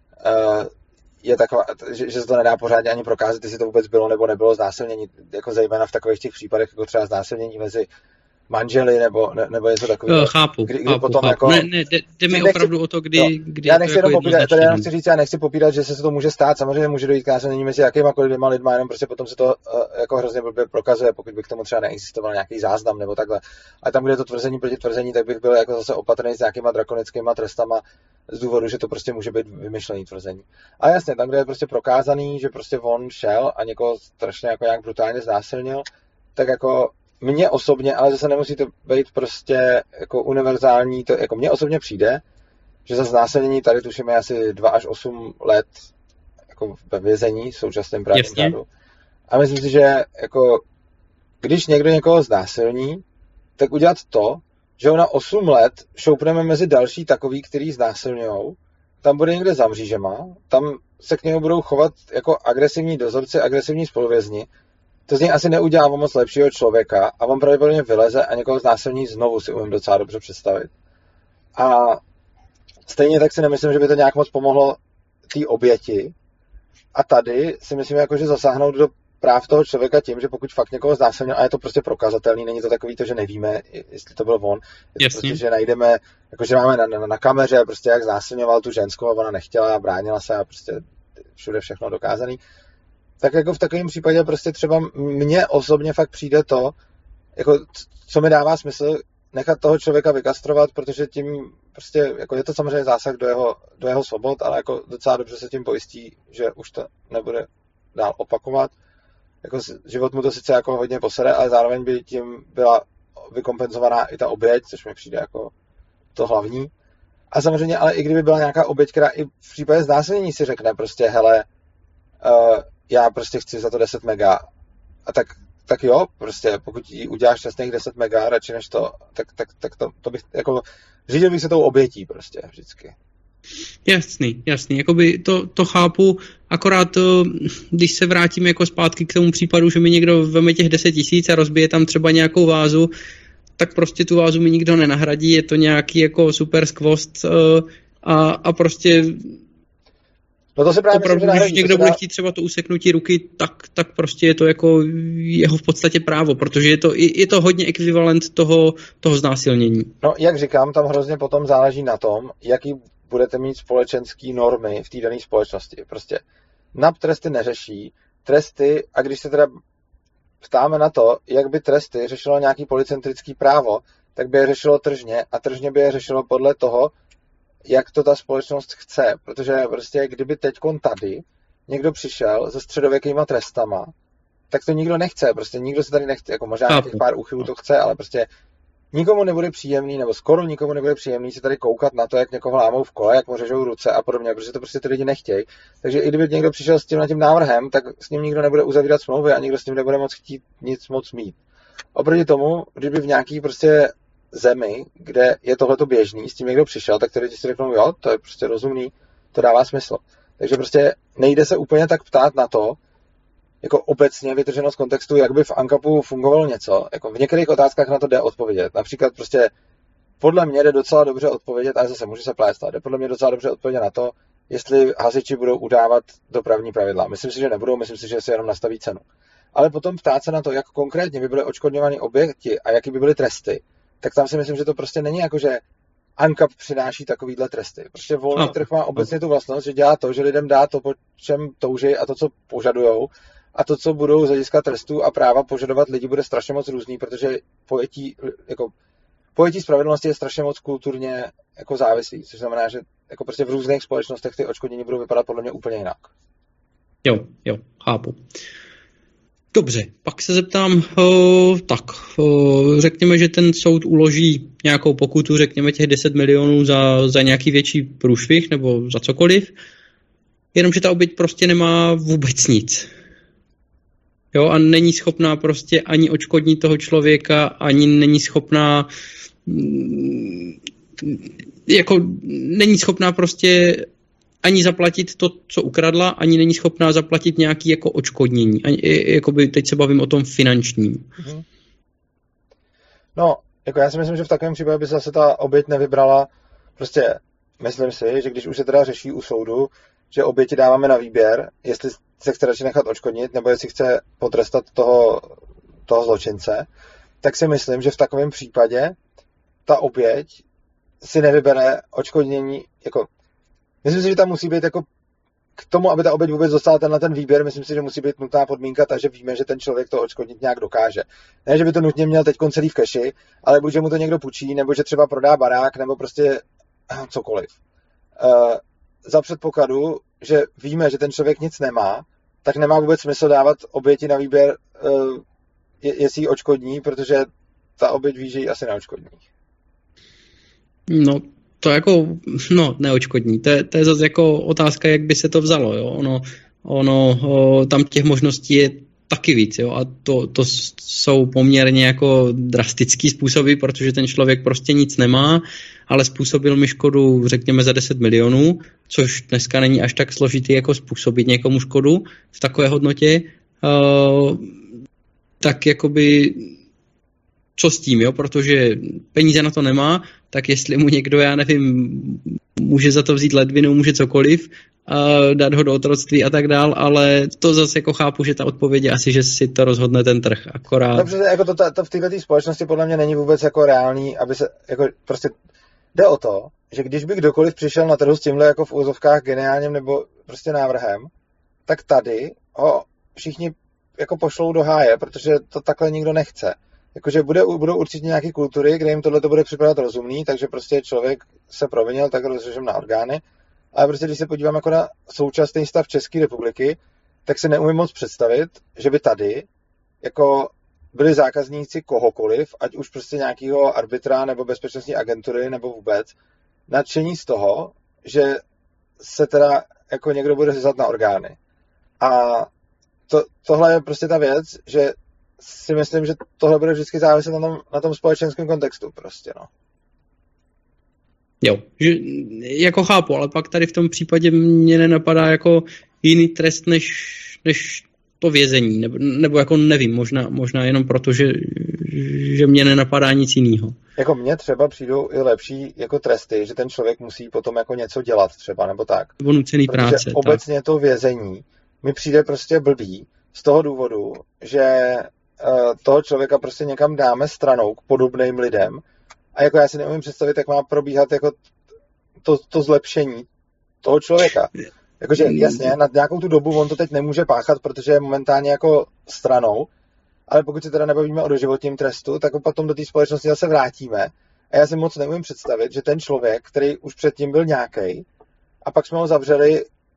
je taková, že se to nedá pořádně ani prokázat, jestli to vůbec bylo nebo nebylo znásilnění, jako zejména v takových těch případech, jako třeba znásilnění mezi manželi nebo něco takového. Chápu. Jako, jde mi opravdu o to, kdy já nechci jako jenom popírat, tady jenom chci říct, já nechci popírat, že se to může stát, samozřejmě může dojít k násilnění mezi jakýmakoliv dvěma lidma, jenom prostě potom se to jako hrozně blbě prokazuje, pokud by k tomu třeba neexistoval nějaký záznam nebo takhle. A tam, kde je to tvrzení proti tvrzení, tak bych byl jako zase opatrný s nějakýma drakonickýma trestama z důvodu, že to prostě může být vymyšlený tvrzení. A jasně, tam, kde je prostě prokázaný, že prostě on šel a někoho strašně jako nějak brutálně znásilnil, tak jako mně osobně, ale zase nemusí to být prostě jako univerzální, to jako mně osobně přijde, že za znásilnění tady tuším je asi 2 až 8 let jako ve vězení v současném právním řádu. A myslím si, že jako když někdo někoho znásilní, tak udělat to, že ho na 8 let šoupneme mezi další takový, který znásilňujou, tam bude někde za mřížema, tam se k němu budou chovat jako agresivní dozorci, agresivní spoluvězni. To z něj asi neudělá o moc lepšího člověka a on pravděpodobně vyleze a někoho znásilní znovu, si umím docela dobře představit. A stejně tak si nemyslím, že by to nějak moc pomohlo té oběti. A tady si myslím, jako, že zasáhnout do práv toho člověka tím, že pokud fakt někoho znásilnil a je to prostě prokazatelný, není to takový to, že nevíme, jestli to byl on. Je to prostě, že najdeme, jako, že máme na kameře prostě jak znásilňoval tu ženskou a ona nechtěla a bránila se a prostě všude všechno dokázaný. Tak jako v takovém případě prostě třeba mně osobně fakt přijde to, jako co mi dává smysl nechat toho člověka vykastrovat, protože tím prostě, jako je to samozřejmě zásah do jeho svobod, ale jako docela dobře se tím pojistí, že už to nebude dál opakovat. Jako život mu to sice jako hodně posede, ale zároveň by tím byla vykompenzovaná i ta oběť, což mi přijde jako to hlavní. A samozřejmě, ale i kdyby byla nějaká oběť, která i v případě znásilnění si řekne prostě, hele, já prostě chci za to 10 mega. A tak jo, prostě pokud jí uděláš časných 10 mega, radši než to, tak to bych, jako, řídil bych se tou obětí prostě vždycky. Jasný, jakoby to chápu, akorát když se vrátím jako zpátky k tomu případu, že mi někdo veme těch 10 000 a rozbije tam třeba nějakou vázu, tak prostě tu vázu mi nikdo nenahradí, je to nějaký jako super skvost a prostě no to se právě opravdu, když někdo bude chtít třeba to useknutí ruky, tak prostě je to jako jeho v podstatě právo, protože je to hodně ekvivalent toho znásilnění. No, jak říkám, tam hrozně potom záleží na tom, jaký budete mít společenský normy v té dané společnosti. Prostě NAP tresty neřeší, tresty, a když se teda ptáme na to, jak by tresty řešilo nějaký policentrický právo, tak by je řešilo tržně a tržně by je řešilo podle toho, jak to ta společnost chce, protože prostě kdyby teďkon tady někdo přišel se středověkýma trestama tak to nikdo nechce, prostě nikdo se tady nechce, jako možná nějakých pár úchylů to chce, ale prostě nikomu nebude příjemný, nebo skoro nikomu nebude příjemný se tady koukat na to, jak někoho lámou v kole, jak mu řežou ruce a podobně, protože to prostě ty lidi nechtějí. Takže i kdyby někdo přišel s tím návrhem, tak s ním nikdo nebude uzavírat smlouvy a nikdo s ním nebude moc chtít nic moc mít. Oproti tomu, kdyby v nějaký prostě zemi, kde je tohleto běžný, s tím někdo přišel, tak ty lidi si řeknou, jo, to je prostě rozumný, to dává smysl. Takže prostě nejde se úplně tak ptát na to, jako obecně vytrženo z kontextu, jak by v ANCAPu fungovalo něco. Jako v některých otázkách na to jde odpovědět. Například prostě podle mě jde docela dobře odpovědět, ale zase může se plést, jde podle mě docela dobře odpovědět na to, jestli hasiči budou udávat dopravní pravidla. Myslím si, že nebudou, myslím si, že si jenom nastaví cenu. Ale potom ptát se na to, jak konkrétně by byly odškodňovány objekty a jaký by byly tresty, tak tam si myslím, že to prostě není jako, že ANCAP přináší takovýhle tresty. Prostě volný trh má obecně tu vlastnost, že dělá to, že lidem dá to, po čem touží a to, co požadujou, a to, co budou z hlediska trestů a práva požadovat lidi, bude strašně moc různý, protože pojetí spravedlnosti je strašně moc kulturně jako závislý, což znamená, že jako prostě v různých společnostech ty odškodnění budou vypadat podle mě úplně jinak. Jo, chápu. Dobře, pak se zeptám, řekněme, že ten soud uloží nějakou pokutu, řekněme těch 10 milionů za nějaký větší průšvih nebo za cokoliv, jenomže ta oběť prostě nemá vůbec nic. Jo, a není schopná prostě ani odškodnit toho člověka, ani není schopná není schopná prostě ani zaplatit to, co ukradla, ani není schopná zaplatit nějaký jako odškodnění. Jakoby teď se bavím o tom finančním. No, jako já si myslím, že v takovém případě by se zase ta oběť nevybrala. Prostě myslím si, že když už se teda řeší u soudu, že oběti dáváme na výběr, jestli se chce radši nechat odškodnit, nebo jestli chce potrestat toho zločince, tak si myslím, že v takovém případě ta oběť si nevybere odškodnění, jako myslím si, že tam musí být jako k tomu, aby ta oběť vůbec dostala ten výběr, myslím si, že musí být nutná podmínka, takže víme, že ten člověk to odškodnit nějak dokáže. Ne, že by to nutně měl teď celý v keši, ale buď, že mu to někdo půjčí, nebo že třeba prodá barák, nebo prostě cokoliv. Za předpokladu, že víme, že ten člověk nic nemá, tak nemá vůbec smysl dávat oběti na výběr, jestli ji odškodní, protože ta oběť ví, že ji asi neodškodní. No, to jako, neodškodní. To je zase jako otázka, jak by se to vzalo, jo. Tam těch možností je taky víc, jo. A to jsou poměrně jako drastický způsoby, protože ten člověk prostě nic nemá, ale způsobil mi škodu, řekněme, za 10 milionů, což dneska není až tak složitý, jako způsobit někomu škodu v takové hodnotě. Tak jakoby co s tím, jo, protože peníze na to nemá, tak jestli mu někdo, já nevím, může za to vzít ledvinu, může cokoliv, dát ho do otroctví a tak dál, ale to zase jako chápu, že ta odpověď je asi, že si to rozhodne ten trh, akorát. Dobře, jako to v této společnosti podle mě není vůbec jako reálný, aby se, jako prostě jde o to, že když by kdokoliv přišel na trhu s tímhle jako v úzovkách geniálním nebo prostě návrhem, tak tady ho všichni jako pošlou do háje, protože to takhle nikdo nechce. Jakože budou určitě nějaké kultury, kde jim tohle bude připadat rozumný, takže prostě člověk se provinil, tak rozřežem na orgány. Ale prostě když se podívám jako na současný stav České republiky, tak si neumím moc představit, že by tady jako byli zákazníci kohokoliv, ať už prostě nějakého arbitra nebo bezpečnostní agentury nebo vůbec, nadšení z toho, že se teda jako někdo bude řezat na orgány. A tohle je prostě ta věc, že si myslím, že tohle bude vždycky záviset na tom společenském kontextu prostě, no. Jo, že jako chápu, ale pak tady v tom případě mě nenapadá jako jiný trest než to vězení, nebo jako nevím, možná jenom proto, že mě nenapadá nic jiného. Jako mně třeba přijdou i lepší jako tresty, že ten člověk musí potom jako něco dělat třeba, nebo tak. Nebo nucený práce. Protože obecně to vězení mi přijde prostě blbý z toho důvodu, že toho člověka prostě někam dáme stranou k podobným lidem a jako já si neumím představit, jak má probíhat jako to zlepšení toho člověka. Jakože jasně, na nějakou tu dobu on to teď nemůže páchat, protože je momentálně jako stranou, ale pokud se teda nebavíme o doživotním trestu, tak ho potom do té společnosti zase vrátíme. A já si moc neumím představit, že ten člověk, který už předtím byl nějaký, a pak jsme ho zavřeli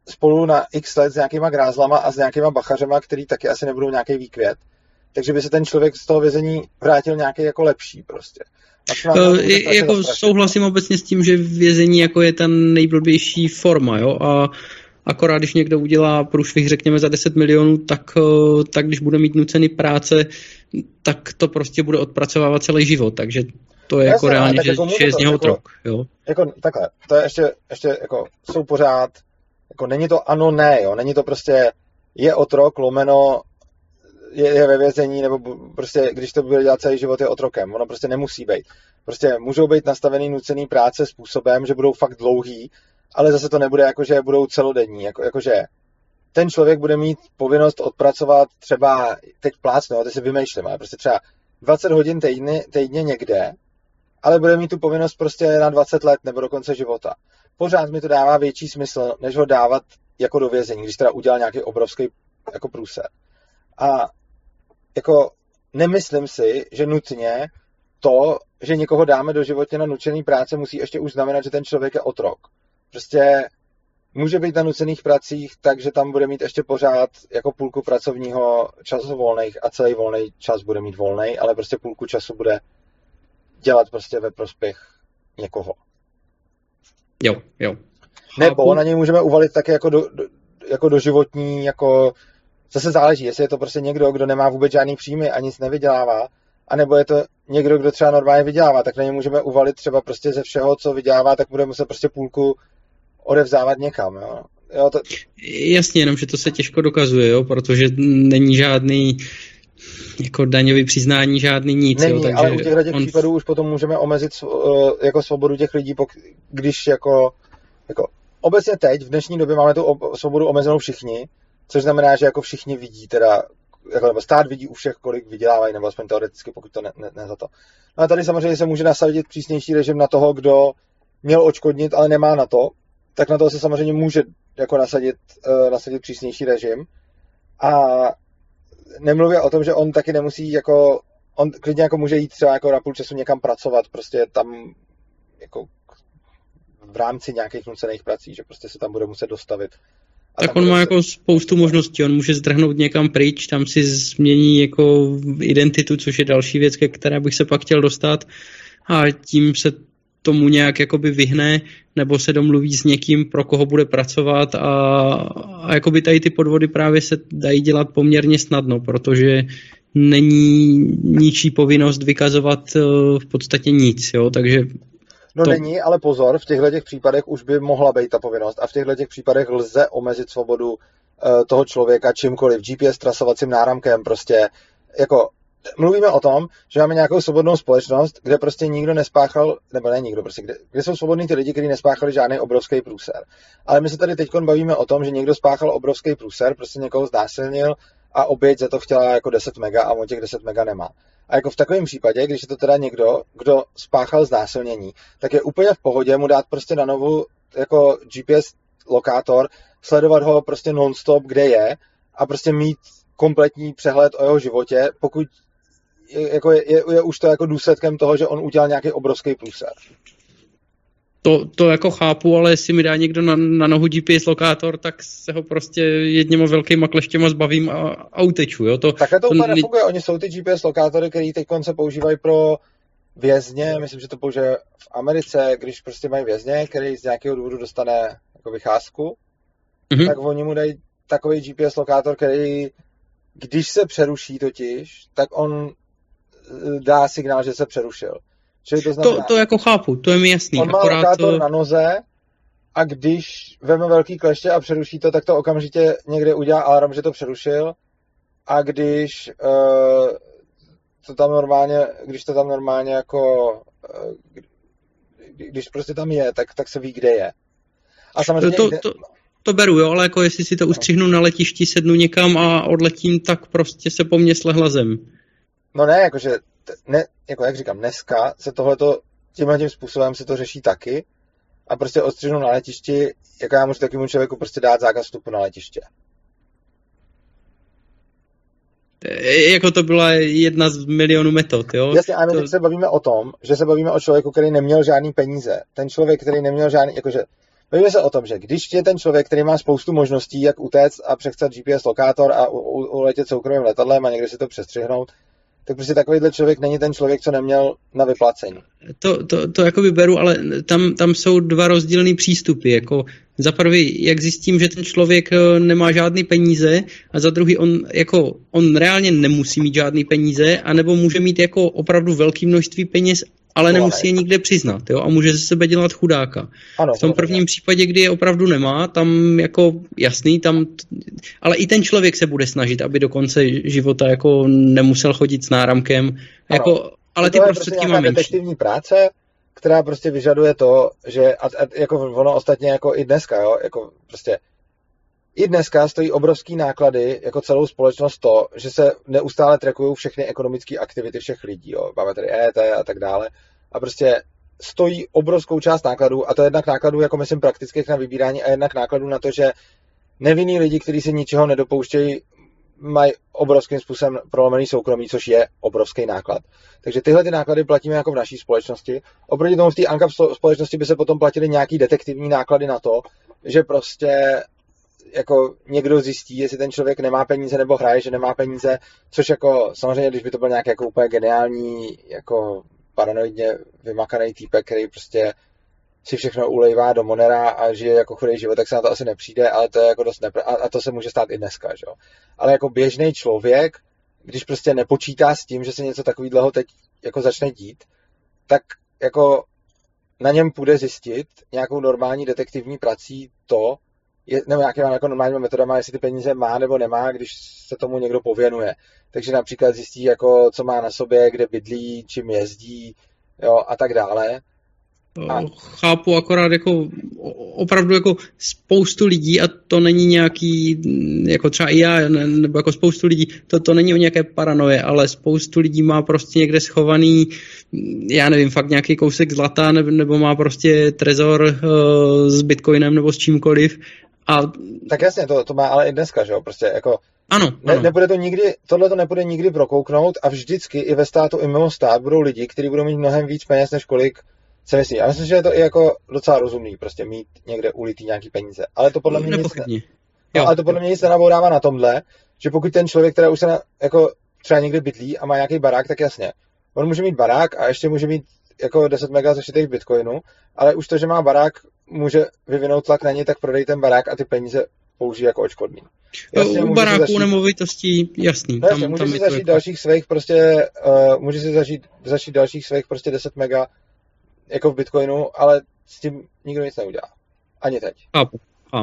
spolu na x let s nějakýma grázlama a s nějakýma bachařema, který taky asi nebudou nějaký výkvět. Takže by se ten člověk z toho vězení vrátil nějaký jako lepší prostě. Jako souhlasím obecně s tím, že vězení jako je ta nejblbější forma, jo, a akorát, když někdo udělá průšvih, řekněme, za 10 milionů, tak když bude mít nucený práce, tak to prostě bude odpracovávat celý život, takže to je jako reálně, že je z něho otrok, jo. Jako takhle, to je ještě jako jsou pořád, jako není to ano, ne, jo, není to prostě je otrok, lomeno, je ve vězení, nebo prostě, když to bude dělat celý život, je otrokem. Ono prostě nemusí být. Prostě můžou být nastavený nucený práce způsobem, že budou fakt dlouhý, ale zase to nebude jako, že budou celodenní. Jakože ten člověk bude mít povinnost odpracovat třeba, teď plácnu, teď si vymýšlím, ale prostě třeba 20 hodin týdně někde, ale bude mít tu povinnost prostě na 20 let nebo do konce života. Pořád mi to dává větší smysl, než ho dávat jako do vězení, když teda udělal nějaký obrovský jako průser. A jako nemyslím si, že nutně to, že někoho dáme do životě na nucený práce, musí ještě už znamenat, že ten člověk je otrok. Prostě může být na nucených pracích, takže tam bude mít ještě pořád jako půlku pracovního času volných a celý volný čas bude mít volný, ale prostě půlku času bude dělat prostě ve prospěch někoho. Jo. Nebo na něj můžeme uvalit taky jako doživotní, jako zase záleží, jestli je to prostě někdo, kdo nemá vůbec žádný příjmy a nic nevydělává, anebo je to někdo, kdo třeba normálně vydělává, tak na něj můžeme uvalit třeba prostě ze všeho, co vydělává, tak bude muset prostě půlku odevzdávat někam, jo. Jasně, jenom, že to se těžko dokazuje, jo, protože není žádný jako daňový přiznání, žádný nic. Není, jo, takže ale u těchto případů už potom můžeme omezit jako svobodu těch lidí, když jako obecně teď, v dnešní době máme tu svobodu omezenou všichni, což znamená, že jako všichni vidí teda, nebo stát vidí u všech, kolik vydělávají, nebo aspoň teoreticky, pokud to ne za to. No a tady samozřejmě se může nasadit přísnější režim na toho, kdo měl odškodnit, ale nemá na to, tak na to se samozřejmě může jako nasadit přísnější režim. A nemluvě o tom, že on taky nemusí jako, on klidně jako může jít třeba jako na půl času někam pracovat, prostě tam jako v rámci nějakých nucených prací, že prostě se tam bude muset dostavit. Tak on má jako spoustu možností, on může zdrhnout někam pryč, tam si změní jako identitu, což je další věc, ke které bych se pak chtěl dostat a tím se tomu nějak jakoby vyhne, nebo se domluví s někým, pro koho bude pracovat a jakoby tady ty podvody právě se dají dělat poměrně snadno, protože není ničí povinnost vykazovat v podstatě nic, jo, takže No není, ale pozor, v těchto případech už by mohla být ta povinnost a v těchto případech lze omezit svobodu toho člověka čímkoliv, GPS trasovacím náramkem, prostě jako mluvíme o tom, že máme nějakou svobodnou společnost, kde prostě nikdo nespáchal, nebo ne nikdo, prostě, kde jsou svobodní ty lidi, kteří nespáchali žádný obrovský průser. Ale my se tady teď bavíme o tom, že někdo spáchal obrovský průser, prostě někoho znásilnil a oběť za to chtěla jako 10 mega a on těch 10 mega nemá. A jako v takovém případě, když je to teda někdo, kdo spáchal znásilnění, tak je úplně v pohodě mu dát prostě na novu jako GPS lokátor, sledovat ho prostě non-stop, kde je a prostě mít kompletní přehled o jeho životě, pokud jako je už to jako důsledkem toho, že on udělal nějaký obrovský průser. To jako chápu, ale jestli mi dá někdo na nohu GPS lokátor, tak se ho prostě jedněma velkýma kleštěma zbavím a uteču. Jo? Takhle to úplně nefunguje. Oni jsou ty GPS lokátory, které teď se používají pro vězně. Myslím, že to použije v Americe, když prostě mají vězně, který z nějakého důvodu dostane jako vycházku, tak oni mu dají takový GPS lokátor, který když se přeruší totiž, tak on dá signál, že se přerušil. Čili to znamená, to jako chápu, to je mi jasný. On má lokátor na noze a když veme velký kleště a přeruší to, tak to okamžitě někde udělá alarm, že to přerušil a když to tam normálně jako když prostě tam je, tak se ví, kde je. A samozřejmě to beru, jo, ale jako jestli si to ustřihnu na letišti, sednu někam a odletím, tak prostě se po mně slehla zem. No ne, jakože, jako jak říkám, dneska se tímhle způsobem se to řeší taky a prostě odstřihnu na letišti, jako já můžu takovému člověku prostě dát zákaz vstupu na letiště. Jako to byla jedna z milionů metod, jo? Jasně, ale my teď se bavíme o tom, že se bavíme o člověku, který neměl žádný peníze. Ten člověk, který neměl žádný, jakože bavíme se o tom, že když je ten člověk, který má spoustu možností, jak utéct a přechcat GPS lokátor a uletět soukromým letadlem a někde si to přestřihnout, tak prostě takovýhle člověk není ten člověk, co neměl na vyplacení. To jakoby beru, ale tam jsou dva rozdílný přístupy. Jako za prvý, jak zjistím, že ten člověk nemá žádný peníze, a za druhý, on reálně nemusí mít žádný peníze, anebo může mít jako opravdu velké množství peněz, ale nemusí je nikde přiznat, jo, a může ze sebe dělat chudáka. Ano, v tom prvním případě, kdy je opravdu nemá, tam jako jasný, ale i ten člověk se bude snažit, aby do konce života jako nemusel chodit s náramkem, jako, ale ty prostředky prostě má menší. Detektivní práce, která prostě vyžaduje to, že a jako ono ostatně jako i dneska, jo, jako prostě i dneska stojí obrovský náklady jako celou společnost to, že se neustále trackují všechny ekonomické aktivity všech lidí, jo. Máme tady EET a tak dále a prostě stojí obrovskou část nákladů a to jednak nákladů jako myslím praktických na vybírání a jednak nákladů na to, že nevinní lidi, kteří se ničeho nedopouštějí, mají obrovským způsobem prolomený soukromí, což je obrovský náklad. Takže tyhle ty náklady platíme jako v naší společnosti. Oproti tomu v té ANCAP společnosti by se potom platily nějaký detektivní náklady na to, že prostě jako někdo zjistí, jestli ten člověk nemá peníze nebo hraje, že nemá peníze, což jako samozřejmě, když by to byl nějaký jako úplně geniální, jako paranoidně vymakaný týpek, který prostě si všechno ulejvá do Monera a žije jako chudý život, tak se na to asi nepřijde, ale to je jako dost a to se může stát i dneska, že jo. Ale jako běžný člověk, když prostě nepočítá s tím, že se něco takového teď jako začne dít, tak jako na něm půjde zjistit nějakou normální detektivní prací to, nebo nějakýma jako normálníma metodama, jestli ty peníze má nebo nemá, když se tomu někdo pověnuje. Takže například zjistí, jako, co má na sobě, kde bydlí, čím jezdí, jo, a tak dále. Chápu, akorát jako opravdu jako spoustu lidí, a to není nějaký, jako třeba i já, nebo jako spoustu lidí, to není o nějaké paranoje, ale spoustu lidí má prostě někde schovaný, já nevím, fakt nějaký kousek zlata, nebo má prostě trezor s bitcoinem nebo s čímkoliv. Tak jasně, to má ale i dneska, že jo, prostě jako ano. Nebude to nikdy, tohle to nepůjde nikdy prokouknout a vždycky i ve státu, i mimo stát budou lidi, kteří budou mít mnohem víc peněz, než kolik se myslí. Já myslím, že je to i jako docela rozumný, prostě mít někde ulitý nějaký peníze. Ale to podle mě nic nenabourává na tomhle, že pokud ten člověk, který už se jako třeba někde bydlí a má nějaký barák, tak jasně. On může mít barák a ještě může mít jako 10 mega zašitých bitcoinů, ale už to, že má barák, může vyvinout tlak na něj, tak prodej ten barák a ty peníze použije jako odškodný. Jasně, u baráků nemovitostí, jasný. No jasně, může si zažít dalších svých prostě, může si zažít dalších svých prostě 10 mega jako v bitcoinu, ale s tím nikdo nic neudělá. Ani teď. Chápu.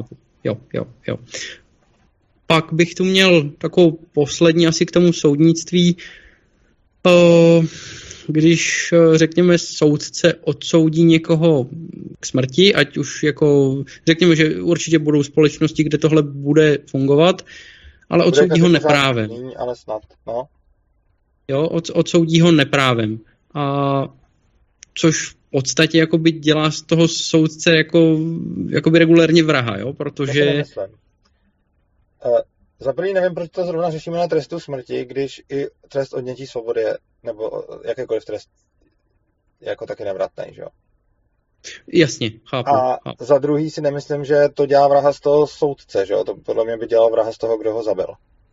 Jo. Pak bych tu měl takovou poslední asi k tomu soudnictví. Když, řekněme, soudce odsoudí někoho k smrti, ať už jako, řekněme, že určitě budou společnosti, kde tohle bude fungovat, ale odsoudí ho neprávem. Ale snad, no. Jo, odsoudí ho neprávem. A což v podstatě jakoby dělá z toho soudce jakoby regulérně vraha, jo, protože... Za první nevím, proč to zrovna řešíme na trestu smrti, když i trest odnětí svobody je, nebo jakýkoliv trest je jako taky nevratný, že jo? Jasně, chápu. Za druhý si nemyslím, že to dělá vraha z toho soudce, že jo? To podle mě by dělal vraha z toho, kdo ho zabil.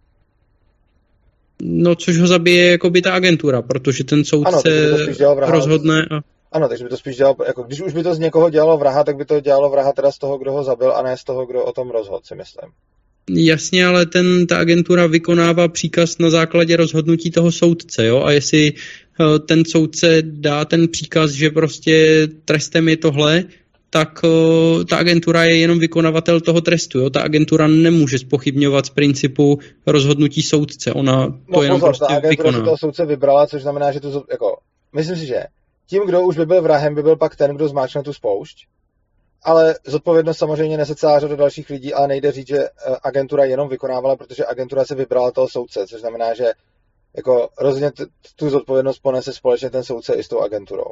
No, což ho zabije jakoby ta agentura, protože ten soudce rozhodne a... Ano, takže by to spíš dělal, jako když už by to z někoho dělalo vraha, tak by to dělalo vraha teda z toho, kdo ho zabil, a ne z toho, kdo o tom rozhodl, si myslím. Jasně, ale ta agentura vykonává příkaz na základě rozhodnutí toho soudce, jo? A jestli ten soudce dá ten příkaz, že prostě trestem je tohle, tak ta agentura je jenom vykonavatel toho trestu, jo? Ta agentura nemůže zpochybňovat z principu rozhodnutí soudce, ona to jenom prostě ta agentura vykoná. Si toho soudce vybrala, což znamená, že to jako, myslím si, že tím, kdo už by byl vrahem, by byl pak ten, kdo zmáčkne tu spoušť. Ale zodpovědnost samozřejmě nese celá řada dalších lidí, ale nejde říct, že agentura jenom vykonávala, protože agentura si vybrala toho soudce, což znamená, že jako rozhodně tu zodpovědnost ponese společně ten soudce i s tou agenturou.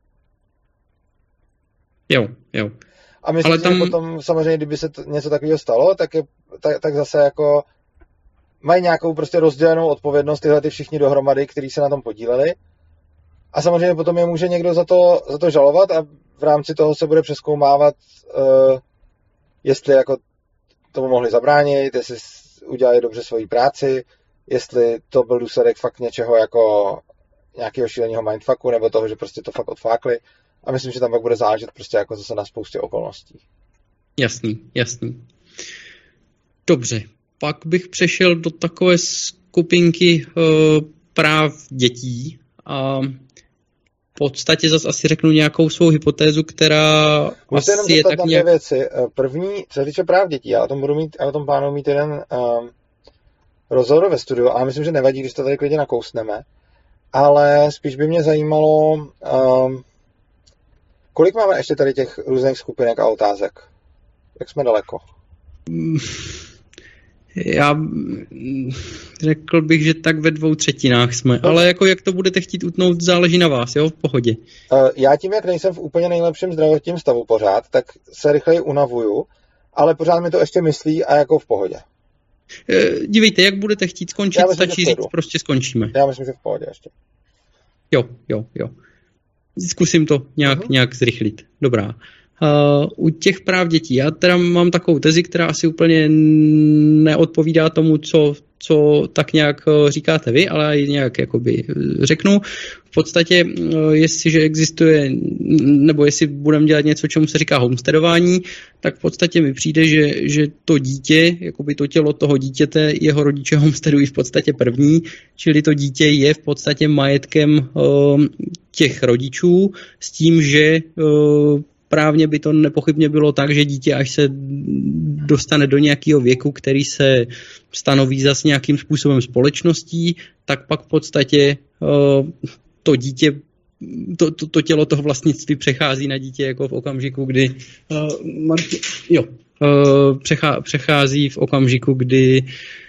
Jo. A myslím, ale že potom samozřejmě, kdyby se něco takového stalo, tak zase jako mají nějakou prostě rozdělenou odpovědnost tyhle ty všichni dohromady, kteří se na tom podíleli. A samozřejmě potom je může někdo za to žalovat a v rámci toho se bude přezkoumávat, jestli jako tomu mohli zabránit, jestli udělali dobře svoji práci, jestli to byl důsledek fakt něčeho jako nějakého šíleného mindfucku, nebo toho, že prostě to fakt odflákli. A myslím, že tam pak bude záležet prostě jako zase na spoustě okolností. Jasný. Dobře, pak bych přešel do takové skupinky práv dětí a v podstatě zase asi řeknu nějakou svou hypotézu, která Musím asi je tak nějak... věci. První, co se týče práv dětí, já o tom plánuji mít jeden rozhovor ve studiu, ale myslím, že nevadí, když to tady klidně nakousneme. Ale spíš by mě zajímalo, kolik máme ještě tady těch různých skupinek a otázek? Jak jsme daleko? Já řekl bych, že tak ve 2/3 jsme, ale jako jak to budete chtít utnout, záleží na vás, jo, v pohodě. Já tím, jak nejsem v úplně nejlepším zdravotním stavu pořád, tak se rychleji unavuju, ale pořád mi to ještě myslí a jako v pohodě. Dívejte, jak budete chtít skončit, stačí říct, prostě skončíme. Já myslím, že v pohodě ještě. Jo. Zkusím to nějak zrychlit. Dobrá. U těch práv dětí, já teda mám takovou tezi, která asi úplně neodpovídá tomu, co tak nějak říkáte vy, ale nějak jakoby řeknu. V podstatě, jestliže existuje, nebo jestli budeme dělat něco, čemu se říká homesteadování, tak v podstatě mi přijde, že to dítě, jakoby to tělo toho dítěte, jeho rodiče homesteadují v podstatě první, čili to dítě je v podstatě majetkem těch rodičů s tím, že právně by to nepochybně bylo tak, že dítě, až se dostane do nějakého věku, který se stanoví zas nějakým způsobem společností, tak pak v podstatě to dítě, to tělo toho vlastnictví přechází na dítě jako v okamžiku, kdy přechází v okamžiku, kdy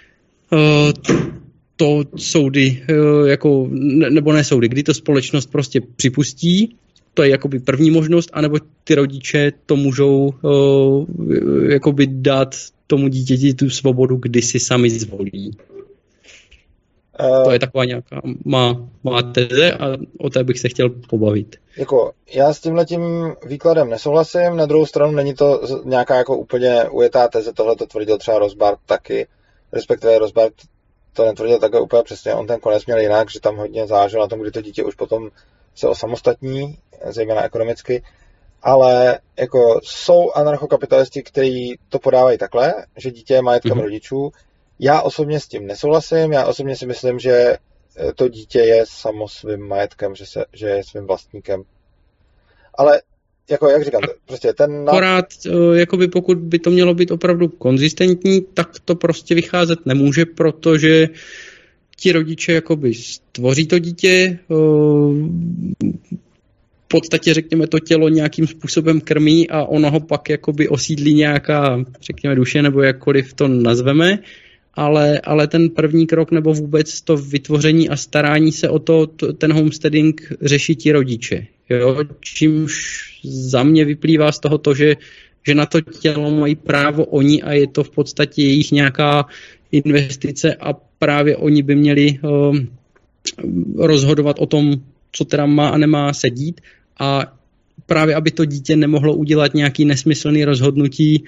to soudy, jako, nebo ne soudy, kdy to společnost prostě připustí. To je jakoby první možnost, anebo ty rodiče to můžou jakoby dát tomu dítěti tu svobodu, kdy si sami zvolí. To je taková nějaká má teze a o té bych se chtěl pobavit. Jako, já s tímhletím výkladem nesouhlasím, na druhou stranu není to nějaká jako úplně ujetá teze, tohle to tvrdil třeba Rothbard taky, respektive Rothbard to netvrdil takhle úplně přesně, on ten konec měl jinak, že tam hodně záleželo na tom, kdy to dítě už potom se osamostatní, zejména ekonomicky, ale jako jsou anarchokapitalisti, kteří to podávají takhle, že dítě je majetkem rodičů. Já osobně s tím nesouhlasím, já osobně si myslím, že to dítě je samo svým majetkem, že je svým vlastníkem. Ale jako jak říkám, prostě ten... Akorát, jakoby pokud by to mělo být opravdu konzistentní, tak to prostě vycházet nemůže, protože ti rodiče jakoby stvoří to dítě, v podstatě, řekněme, to tělo nějakým způsobem krmí a ono ho pak jakoby osídlí nějaká, řekněme, duše, nebo jakkoliv to nazveme, ale ten první krok nebo vůbec to vytvoření a starání se o to, ten homesteading řeší ti rodiče. Jo? Čímž za mě vyplývá z toho to, že na to tělo mají právo oni a je to v podstatě jejich nějaká investice a právě oni by měli rozhodovat o tom, co teda má a nemá se dít a právě aby to dítě nemohlo udělat nějaký nesmyslný rozhodnutí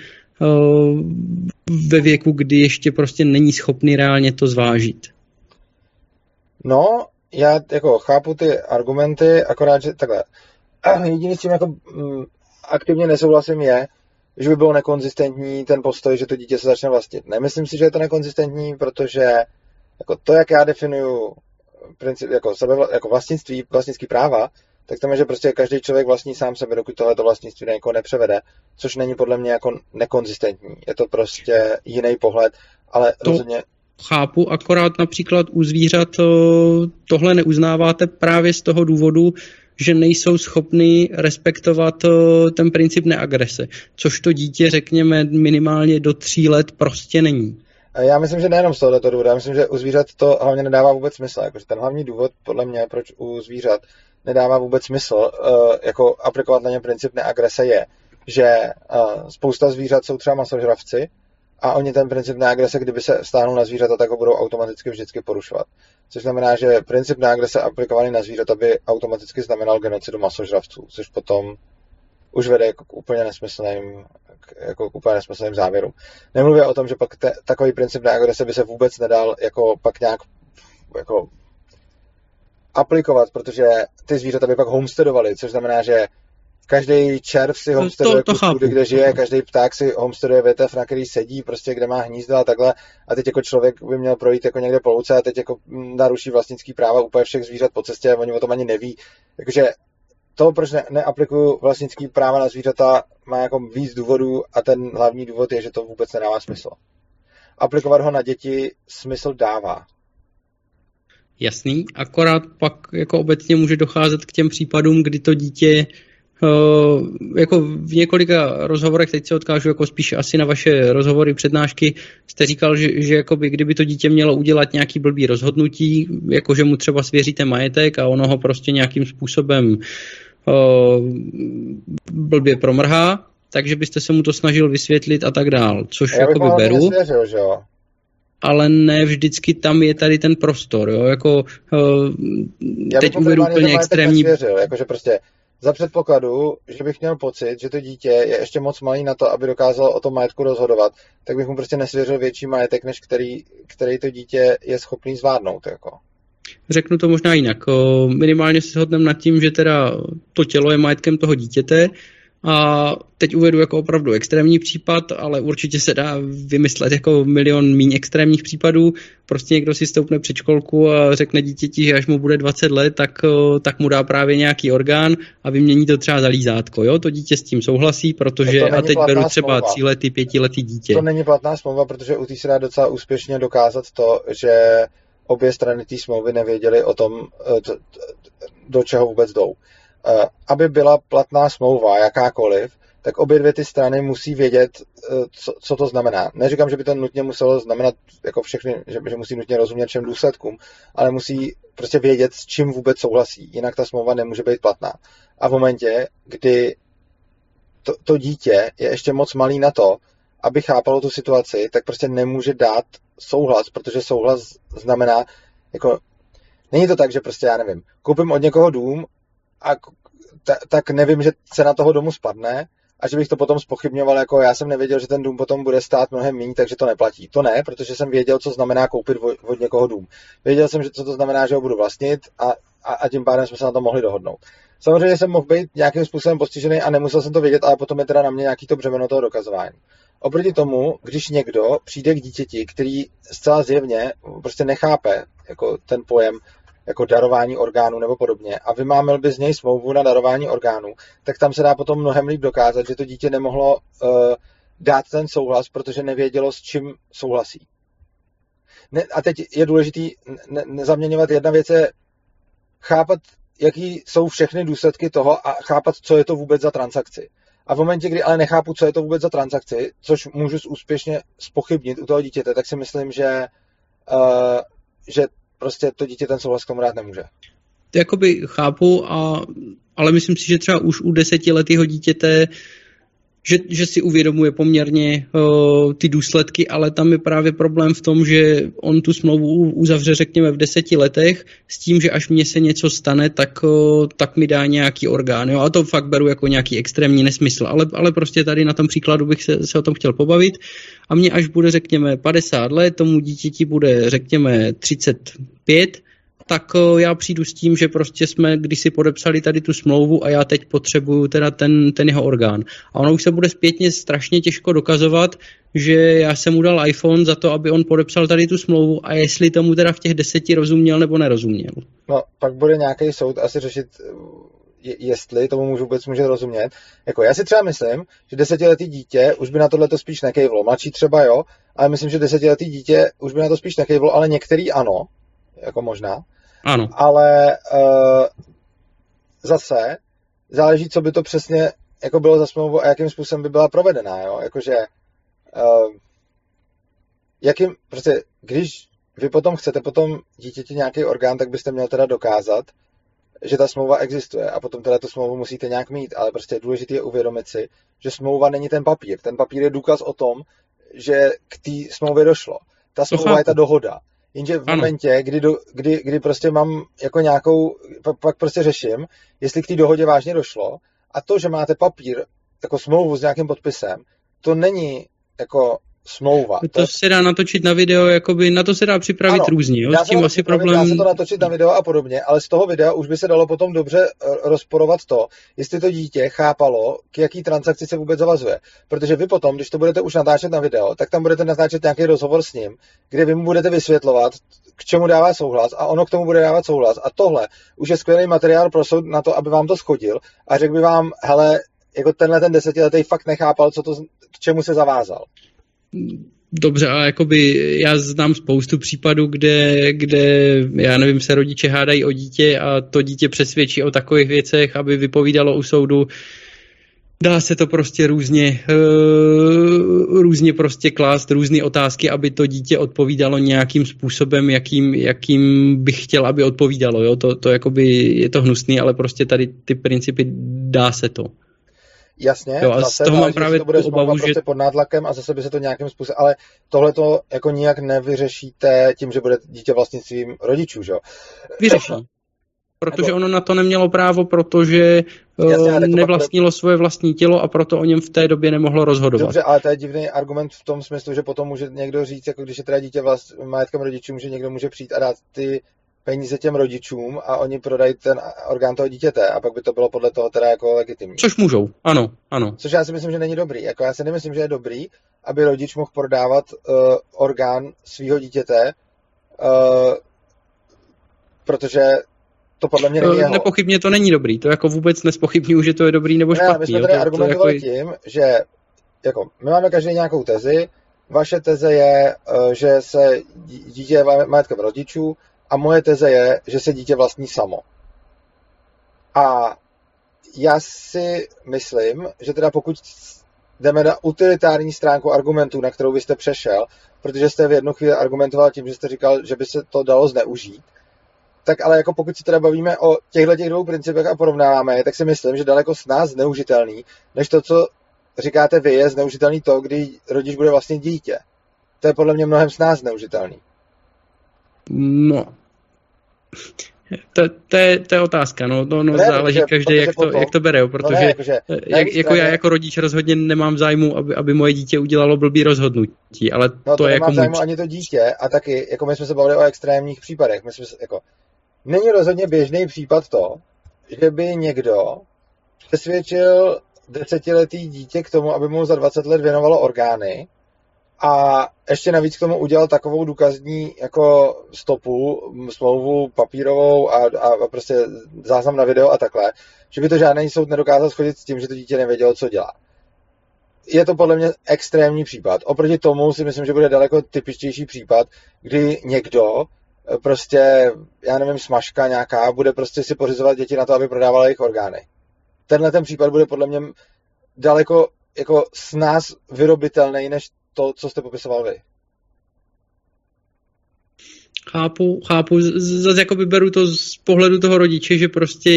ve věku, kdy ještě prostě není schopný reálně to zvážit. No, já jako chápu ty argumenty, akorát, že takhle. Jediný s tím jako aktivně nesouhlasím je, že by bylo nekonzistentní ten postoj, že to dítě se začne vlastnit. Nemyslím si, že je to nekonzistentní, protože jako to, jak já definuju princip, jako vlastnictví, vlastnický práva, tak tam je, že prostě každý člověk vlastní sám sebe, dokud tohleto vlastnictví na někoho nepřevede, což není podle mě jako nekonzistentní. Je to prostě jiný pohled, ale to rozhodně... Chápu, akorát například u zvířat tohle neuznáváte právě z toho důvodu, že nejsou schopni respektovat ten princip neagrese, což to dítě, řekněme, minimálně do 3 let prostě není. Já myslím, že nejenom z tohoto důvodu, já myslím, že u zvířat to hlavně nedává vůbec smysl. Jakože ten hlavní důvod, podle mě, proč u zvířat nedává vůbec smysl jako aplikovat na ně princip neagrese je, že spousta zvířat jsou třeba masožravci a oni ten princip neagrese, kdyby se vztáhnul na zvířata, tak ho budou automaticky vždycky porušovat. Což znamená, že princip neagrese aplikovaný na zvířata by automaticky znamenal genocidu masožravců, což potom už vede k úplně nesmyslným jako k úplně nesmyslným závěrům. Nemluvě o tom, že pak takový princip na agrese by se vůbec nedal jako pak nějak jako aplikovat, protože ty zvířata by pak homesteadovaly, což znamená, že každý červ si homesteaduje kus půdy, kde žije, každý pták si homesteaduje větev, na který sedí, prostě kde má hnízdo a takhle. A teď jako člověk by měl projít jako někde po louce a teď jako naruší vlastnický práva úplně všech zvířat po cestě a oni o tom ani neví. Takže to, proč neaplikuju vlastnický práva na zvířata, má jako víc důvodů a ten hlavní důvod je, že to vůbec nedává smysl. Aplikovat ho na děti smysl dává. Jasný, akorát pak jako obecně může docházet k těm případům, kdy to dítě jako v několika rozhovorech, teď se odkážu jako spíš asi na vaše rozhovory, přednášky, jste říkal, že jakoby, kdyby to dítě mělo udělat nějaký blbý rozhodnutí, jako že mu třeba svěříte majetek a ono ho prostě nějakým způsobem blbě promrhá, takže byste se mu to snažil vysvětlit a tak dál, což jakoby beru. Nesvěřil, že jo? Ale ne vždycky tam je tady ten prostor, jo, jako teď uvedu úplně extrémní... Jakože prostě za předpokladu, že bych měl pocit, že to dítě je ještě moc malý na to, aby dokázalo o tom majetku rozhodovat, tak bych mu prostě nesvěřil větší majetek, než který to dítě je schopný zvládnout, jako. Řeknu to možná jinak. Minimálně se shodneme nad tím, že teda to tělo je majetkem toho dítěte a teď uvedu jako opravdu extrémní případ, ale určitě se dá vymyslet jako milion míň extrémních případů. Prostě někdo si stoupne před školku a řekne dítěti, že až mu bude 20 let, tak mu dá právě nějaký orgán a vymění to třeba za lízátko. Jo? To dítě s tím souhlasí, protože a teď beru třeba 3letý, 5letý dítě. To není platná smlouva, protože u té se dá docela úspěšně dokázat to, že obě strany té smlouvy nevěděly o tom, do čeho vůbec jdou. Aby byla platná smlouva jakákoliv, tak obě dvě ty strany musí vědět, co to znamená. Neříkám, že by to nutně muselo znamenat jako všechny, že musí nutně rozumět všem důsledkům, ale musí prostě vědět, s čím vůbec souhlasí. Jinak ta smlouva nemůže být platná. A v momentě, kdy to dítě je ještě moc malý na to, aby chápalo tu situaci, tak prostě nemůže dát souhlas, protože souhlas znamená, jako, není to tak, že prostě, já nevím, koupím od někoho dům a tak nevím, že cena toho domu spadne a že bych to potom zpochybňoval, jako já jsem nevěděl, že ten dům potom bude stát mnohem méně, takže to neplatí. To ne, protože jsem věděl, co znamená koupit od někoho dům. Věděl jsem, co to znamená, že ho budu vlastnit a tím pádem jsme se na to mohli dohodnout. Samozřejmě jsem mohl být nějakým způsobem postižený a nemusel jsem to vědět, ale potom je teda na mě nějaký to břemeno toho dokazování. Oproti tomu, když někdo přijde k dítěti, který zcela zjevně prostě nechápe jako ten pojem jako darování orgánů nebo podobně a vymámil by z něj smlouvu na darování orgánů, tak tam se dá potom mnohem líp dokázat, že to dítě nemohlo dát ten souhlas, protože nevědělo, s čím souhlasí. A teď je důležitý nezaměňovat. Jedna věc je chápat, jaký jsou všechny důsledky toho a chápat, co je to vůbec za transakci. A v momentě, kdy ale nechápu, co je to vůbec za transakci, což můžu úspěšně zpochybnit u toho dítěte, tak si myslím, že prostě to dítě ten souhlas k tomu dát nemůže. To jakoby chápu, ale myslím si, že třeba už u 10letého dítěte, že si uvědomuje poměrně ty důsledky, ale tam je právě problém v tom, že on tu smlouvu uzavře, řekněme, v 10 letech s tím, že až mně se něco stane, tak mi dá nějaký orgán. Jo? A to fakt beru jako nějaký extrémní nesmysl. Ale prostě tady na tom příkladu bych se o tom chtěl pobavit. A mně až bude, řekněme, 50 let, tomu dítěti bude, řekněme, 35, tak já přijdu s tím, že prostě jsme kdysi podepsali tady tu smlouvu a já teď potřebuju teda ten jeho orgán. A ono už se bude zpětně strašně těžko dokazovat, že já jsem mu dal iPhone za to, aby on podepsal tady tu smlouvu a jestli tomu teda v těch 10 rozuměl nebo nerozuměl. No, pak bude nějaký soud asi řešit, jestli tomu vůbec může rozumět. Jako já si třeba myslím, že 10letý dítě už by na tohleto spíš nekejvlo. Mladší třeba jo, ale myslím, že 10letý dítě už by na to spíš nekejvlo, ale některý ano, jako možná. Ano. Ale zase záleží, co by to přesně jako bylo za smlouvu a jakým způsobem by byla provedená. Jo? Jakože prostě, když vy potom chcete potom dítěti nějaký orgán, tak byste měl teda dokázat, že ta smlouva existuje a potom teda tu smlouvu musíte nějak mít, ale prostě důležité je uvědomit si, že smlouva není ten papír. Ten papír je důkaz o tom, že k té smlouvě došlo. Ta smlouva je ta dohoda. Jenže v momentě, kdy prostě mám jako nějakou, pak prostě řeším, jestli k té dohodě vážně došlo a to, že máte papír, jako smlouvu s nějakým podpisem, to není jako smlouva. To se dá natočit na video, jakoby na to se dá připravit různě. Jo? Dá s tím asi problém... Dá se to natočit na video a podobně, ale z toho videa už by se dalo potom dobře rozporovat to, jestli to dítě chápalo, k jaký transakci se vůbec zavazuje. Protože vy potom, když to budete už natáčet na video, tak tam budete natáčet nějaký rozhovor s ním, kde vy mu budete vysvětlovat, k čemu dává souhlas a ono k tomu bude dávat souhlas. A tohle už je skvělý materiál pro soud na to, aby vám to shodil a řekl by vám, hele, jako tenhle ten 10letý fakt nechápal, k čemu se zavázal. Dobře, ale jakoby já znám spoustu případů, kde já nevím, se rodiče hádají o dítě a to dítě přesvědčí o takových věcech, aby vypovídalo u soudu. Dá se to prostě různě prostě klást, různé otázky, aby to dítě odpovídalo nějakým způsobem, jakým bych chtěl, aby odpovídalo. Jo? To jakoby je to hnusný, ale prostě tady ty principy dá se to. Jasně, jo, a z toho mám právě to bude obavu, že prostě pod nátlakem a zase by se to nějakým způsobem, ale tohle to jako nijak nevyřešíte tím, že bude dítě vlastnictvím rodičů, že jo? Vyřeší. Protože ono na to nemělo právo, protože nevlastnilo svoje vlastní tělo a proto o něm v té době nemohlo rozhodovat. Dobře, ale to je divný argument v tom smyslu, že potom může někdo říct, jako když je teda dítě majetkem rodičů, že někdo může přijít a dát ty peníze těm rodičům a oni prodají ten orgán toho dítěte a pak by to bylo podle toho teda jako legitimní. Což můžou, ano. Což já si myslím, že není dobrý. Jako já si nemyslím, že je dobrý, aby rodič mohl prodávat orgán svého dítěte, protože to podle mě není jeho. Nepochybně to není dobrý, to jako vůbec nespochybňuji, že to je dobrý nebo špatný. My jsme tady argumentovali tím, že jako, my máme každý nějakou tezi, vaše teze je, že se dítě je majetkem rodičů a moje teze je, že se dítě vlastní samo. A já si myslím, že teda pokud jdeme na utilitární stránku argumentů, na kterou byste přešel, protože jste v jednu chvíli argumentoval tím, že jste říkal, že by se to dalo zneužít, tak ale jako pokud se teda bavíme o těchto dvou principech a porovnáváme je, tak si myslím, že daleko s nás zneužitelný, než to, co říkáte vy, je zneužitelný to, kdy rodič bude vlastně dítě. To je podle mě mnohem s nás zneužitelný. No, to je otázka, no záleží každý, jak to bere, protože já jako rodič rozhodně nemám zájmu, aby moje dítě udělalo blbý rozhodnutí, ale to je jako zájmu ani to dítě a taky, jako my jsme se bavili o extrémních případech, není rozhodně běžný případ to, že by někdo přesvědčil 10letý dítě k tomu, aby mu za 20 let věnovalo orgány a ještě navíc k tomu udělal takovou důkazní jako stopu, smlouvu papírovou a prostě záznam na video a takhle, že by to žádný soud nedokázal shodit s tím, že to dítě nevědělo, co dělá. Je to podle mě extrémní případ. Oproti tomu si myslím, že bude daleko typičtější případ, kdy někdo prostě, já nevím, smažka nějaká, bude prostě si pořizovat děti na to, aby prodávala jejich orgány. Tenhle ten případ bude podle mě daleko jako s nás vyrobitelný, než to, co jste popisoval vy. Chápu. Zase jakoby beru to z pohledu toho rodiče, že prostě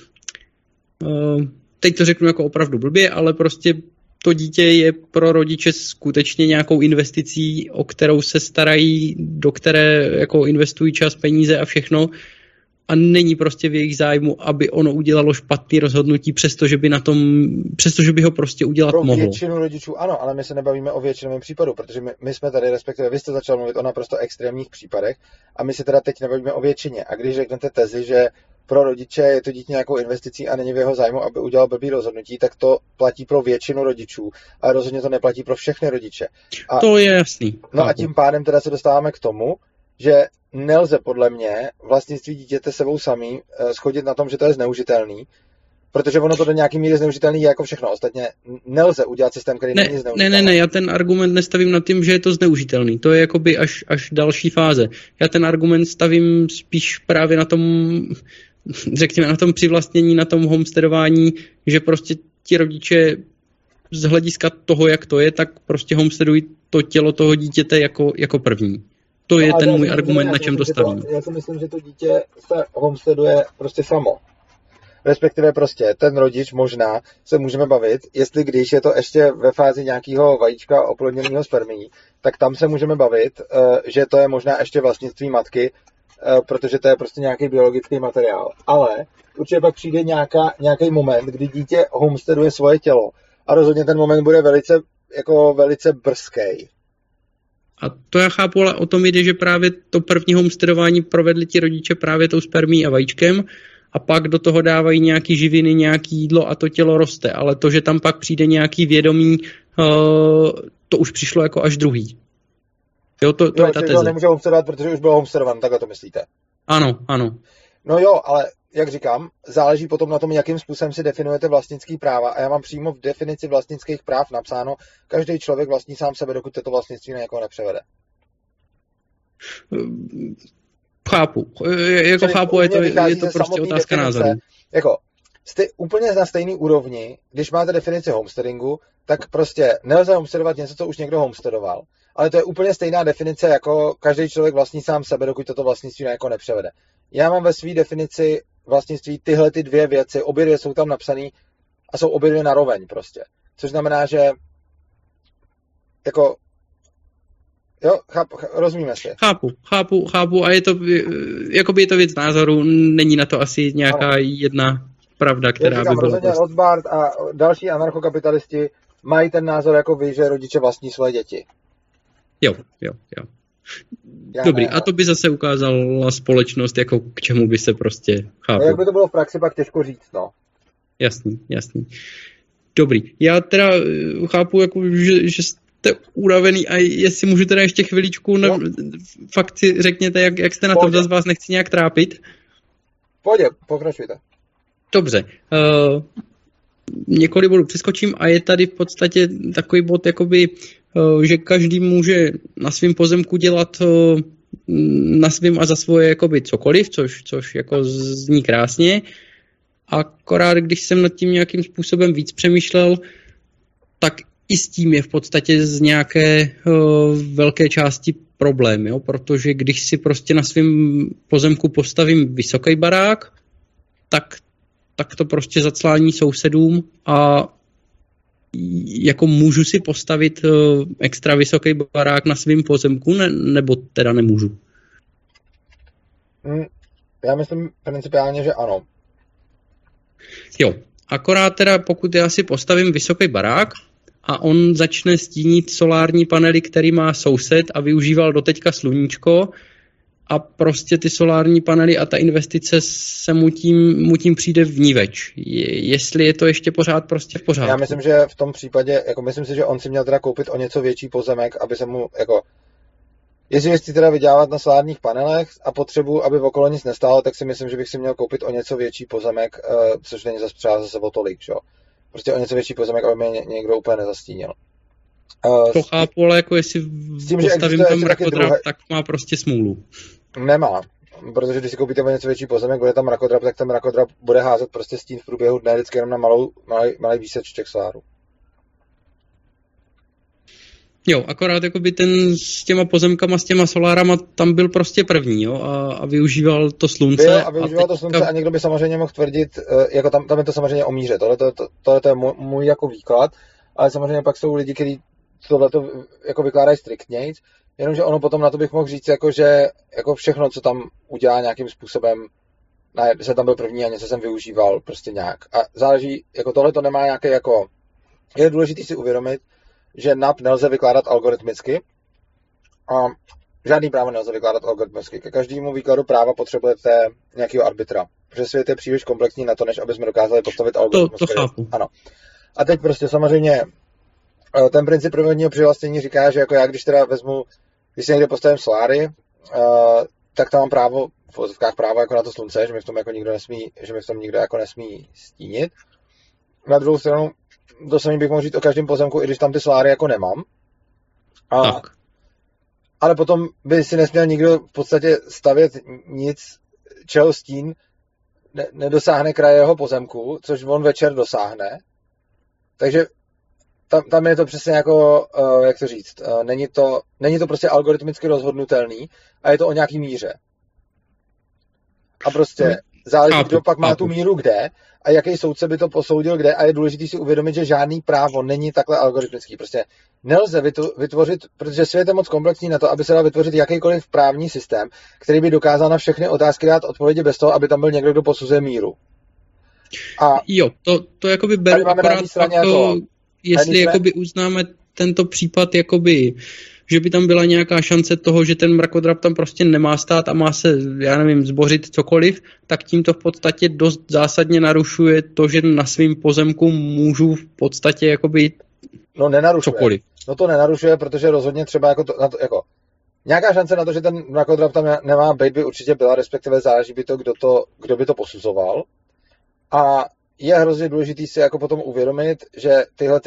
teď to řeknu jako opravdu blbě, ale prostě to dítě je pro rodiče skutečně nějakou investicí, o kterou se starají, do které jako investují čas, peníze a všechno a není prostě v jejich zájmu, aby ono udělalo špatný rozhodnutí, přestože by ho prostě udělat mohlo. Pro většinu rodičů ano, ale my se nebavíme o většinovém případu, protože my jsme tady, respektive vy jste začal mluvit o naprosto extrémních případech a my se teda teď nebavíme o většině. A když řeknete tezi, že pro rodiče je to dítě nějakou investicí a není v jeho zájmu, aby udělal blbý rozhodnutí, tak to platí pro většinu rodičů, ale rozhodně to neplatí pro všechny rodiče. To je jasný. No a tím pádem teda se dostáváme k tomu, že nelze podle mě vlastnictví dítěte sebou samý shodit na tom, že to je zneužitelný, protože ono to do nějaký míry zneužitelný je jako všechno. Ostatně nelze udělat systém, který není zneužitelný. Ne, já ten argument nestavím na tím, že je to zneužitelný. To je jakoby až další fáze. Já ten argument stavím spíš právě na tom, řekněme, na tom přivlastnění, na tom homesteadování, že prostě ti rodiče z hlediska toho, jak to je, tak prostě homesteadují to tělo toho dítěte jako první. To je ten můj argument, na čem to stavím. Já si myslím, že to dítě se homesteaduje prostě samo. Respektive prostě ten rodič možná se můžeme bavit, jestli když je to ještě ve fázi nějakého vajíčka oplodněného spermií, tak tam se můžeme bavit, že to je možná ještě vlastnictví matky, protože to je prostě nějaký biologický materiál. Ale určitě pak přijde nějaký moment, kdy dítě homesteaduje svoje tělo a rozhodně ten moment bude velice jako velice brzký. A to já chápu, ale o tom jde, že právě to první homesteadování provedli ti rodiče právě tou spermí a vajíčkem a pak do toho dávají nějaký živiny, nějaký jídlo a to tělo roste. Ale to, že tam pak přijde nějaký vědomí, to už přišlo jako až druhý. Jo, to je ta teze. To nemůže homesteadovat, protože už bylo homesteadovan, takhle to myslíte? Ano, ano. No jo, ale jak říkám, záleží potom na tom, jakým způsobem si definujete vlastnický práva. A já mám přímo v definici vlastnických práv napsáno, každý člověk vlastní sám sebe, dokud to vlastnictví na někoho nepřevede. Chápu. Chápu, je to prostě otázka názoru. Jako, jste úplně na stejný úrovni, když máte definici homesteadingu, tak prostě nelze homesteadovat něco, co už někdo homesteadoval. Ale to je úplně stejná definice, jako každý člověk vlastní sám sebe, dokud toto vlastnictví na někoho nepřevede. Já mám ve své definici vlastnictví tyhle ty dvě věci, obě dvě jsou tam napsané a jsou obě dvě naroveň prostě. Což znamená, že jako jo, rozumíme si. Chápu a je to, jakoby je to věc názoru, není na to asi nějaká jedna pravda, která by byla. Rozhodně Rothbard a další anarchokapitalisti mají ten názor jako vy, že rodiče vlastní své děti. Jo. Dobrý, a to by zase ukázala společnost, jako k čemu by se prostě chápu. No, jak by to bylo v praxi, pak těžko říct, no. Jasný. Dobrý, já teda chápu, jako, že jste uravený a jestli můžu teda ještě chviličku, fakt si řekněte, jak jste na tom, zase vás nechci nějak trápit. Pojď, pokračujte. Dobře. Několik bodů přeskočím a je tady v podstatě takový bod, jakoby, že každý může na svém pozemku dělat na svém a za svoje jakoby cokoliv, což jako zní krásně. Akorát, když jsem nad tím nějakým způsobem víc přemýšlel, tak i s tím je v podstatě z nějaké velké části problém, jo? Protože když si prostě na svém pozemku postavím vysoký barák, tak to prostě zaclání sousedům a jako můžu si postavit extra vysoký barák na svém pozemku, nebo teda nemůžu? Já myslím principiálně, že ano. Jo, akorát teda pokud já si postavím vysoký barák a on začne stínit solární panely, který má soused a využíval doteďka sluníčko a prostě ty solární panely a ta investice se mu tím přijde vníveč. Jestli je to ještě pořád prostě v pořádku. Já myslím, že v tom případě, jako myslím si, že on si měl teda koupit o něco větší pozemek, aby se mu, jako, jestli chci teda vydělávat na solárních panelech a potřebu, aby okolo nic nestálo, tak si myslím, že bych si měl koupit o něco větší pozemek, což není zase o tolik, jo. Prostě o něco větší pozemek, aby mě někdo úplně nezastínil. To chápu, ale jako jestli postavím tam mrakodrap, tak má prostě smůlu. Nemá, protože když si koupíte o něco větší pozemek, bude tam mrakodrap, tak ten mrakodrap bude házet prostě stín v průběhu dne vždycky jenom na malý výseč těch solárů. Jo, akorát jakoby ten s těma pozemkama, s těma solárama tam byl prostě první, jo, a využíval to slunce. Byl a využíval to slunce a někdo by samozřejmě mohl tvrdit, jako tam je to samozřejmě o míře, tohle je můj jako výklad, ale samozřejmě pak jsou lidi, kteří tohleto jako vykládají striktnějc, jenomže ono potom na to bych mohl říct, jako, že jako všechno, co tam udělá nějakým způsobem, jsem tam byl první a něco jsem využíval prostě nějak. A záleží, jako tohle to nemá nějaké jako, je důležité si uvědomit, že NAP nelze vykládat algoritmicky a žádný právo nelze vykládat algoritmicky. Ke každému výkladu práva potřebujete nějakého arbitra, protože svět je příliš komplexní na to, než aby jsme dokázali postavit algoritmus. To chápu. Ano. A teď prostě samozřejmě ten princip prvotního přivlastnění říká, že jako já, když teda vezmu, když si někde postavím soláry, tak tam mám právo, v vozovkách právo jako na to slunce, že mi v tom jako nikdo jako nesmí stínit. Na druhou stranu, to samý bych mohl říct o každém pozemku, i když tam ty soláry jako nemám. Ale potom by si nesměl nikdo v podstatě stavět nic, čeho stín nedosáhne kraje jeho pozemku, což on večer dosáhne. Takže tam je to přesně jako, jak to říct, není to prostě algoritmicky rozhodnutelný a je to o nějaký míře. A prostě záleží, kdo pak má tu míru kde a jaký soudce by to posoudil kde a je důležité si uvědomit, že žádný právo není takhle algoritmický. Prostě nelze vytvořit, protože svět je moc komplexní na to, aby se dal vytvořit jakýkoliv právní systém, který by dokázal na všechny otázky dát odpovědi bez toho, aby tam byl někdo, kdo posuzuje míru. A jo, to jakoby beru akorát to, jestli jakoby uznáme tento případ jakoby, že by tam byla nějaká šance toho, že ten mrakodrap tam prostě nemá stát a má se, já nevím, zbořit cokoliv, tak tím to v podstatě dost zásadně narušuje to, že na svým pozemku můžu v podstatě jakoby cokoliv. No to nenarušuje, protože rozhodně třeba jako nějaká šance na to, že ten mrakodrap tam nemá být, by určitě byla, respektive záleží by to, kdo by to posuzoval. A je hrozně důležitý si jako potom uvědomit, že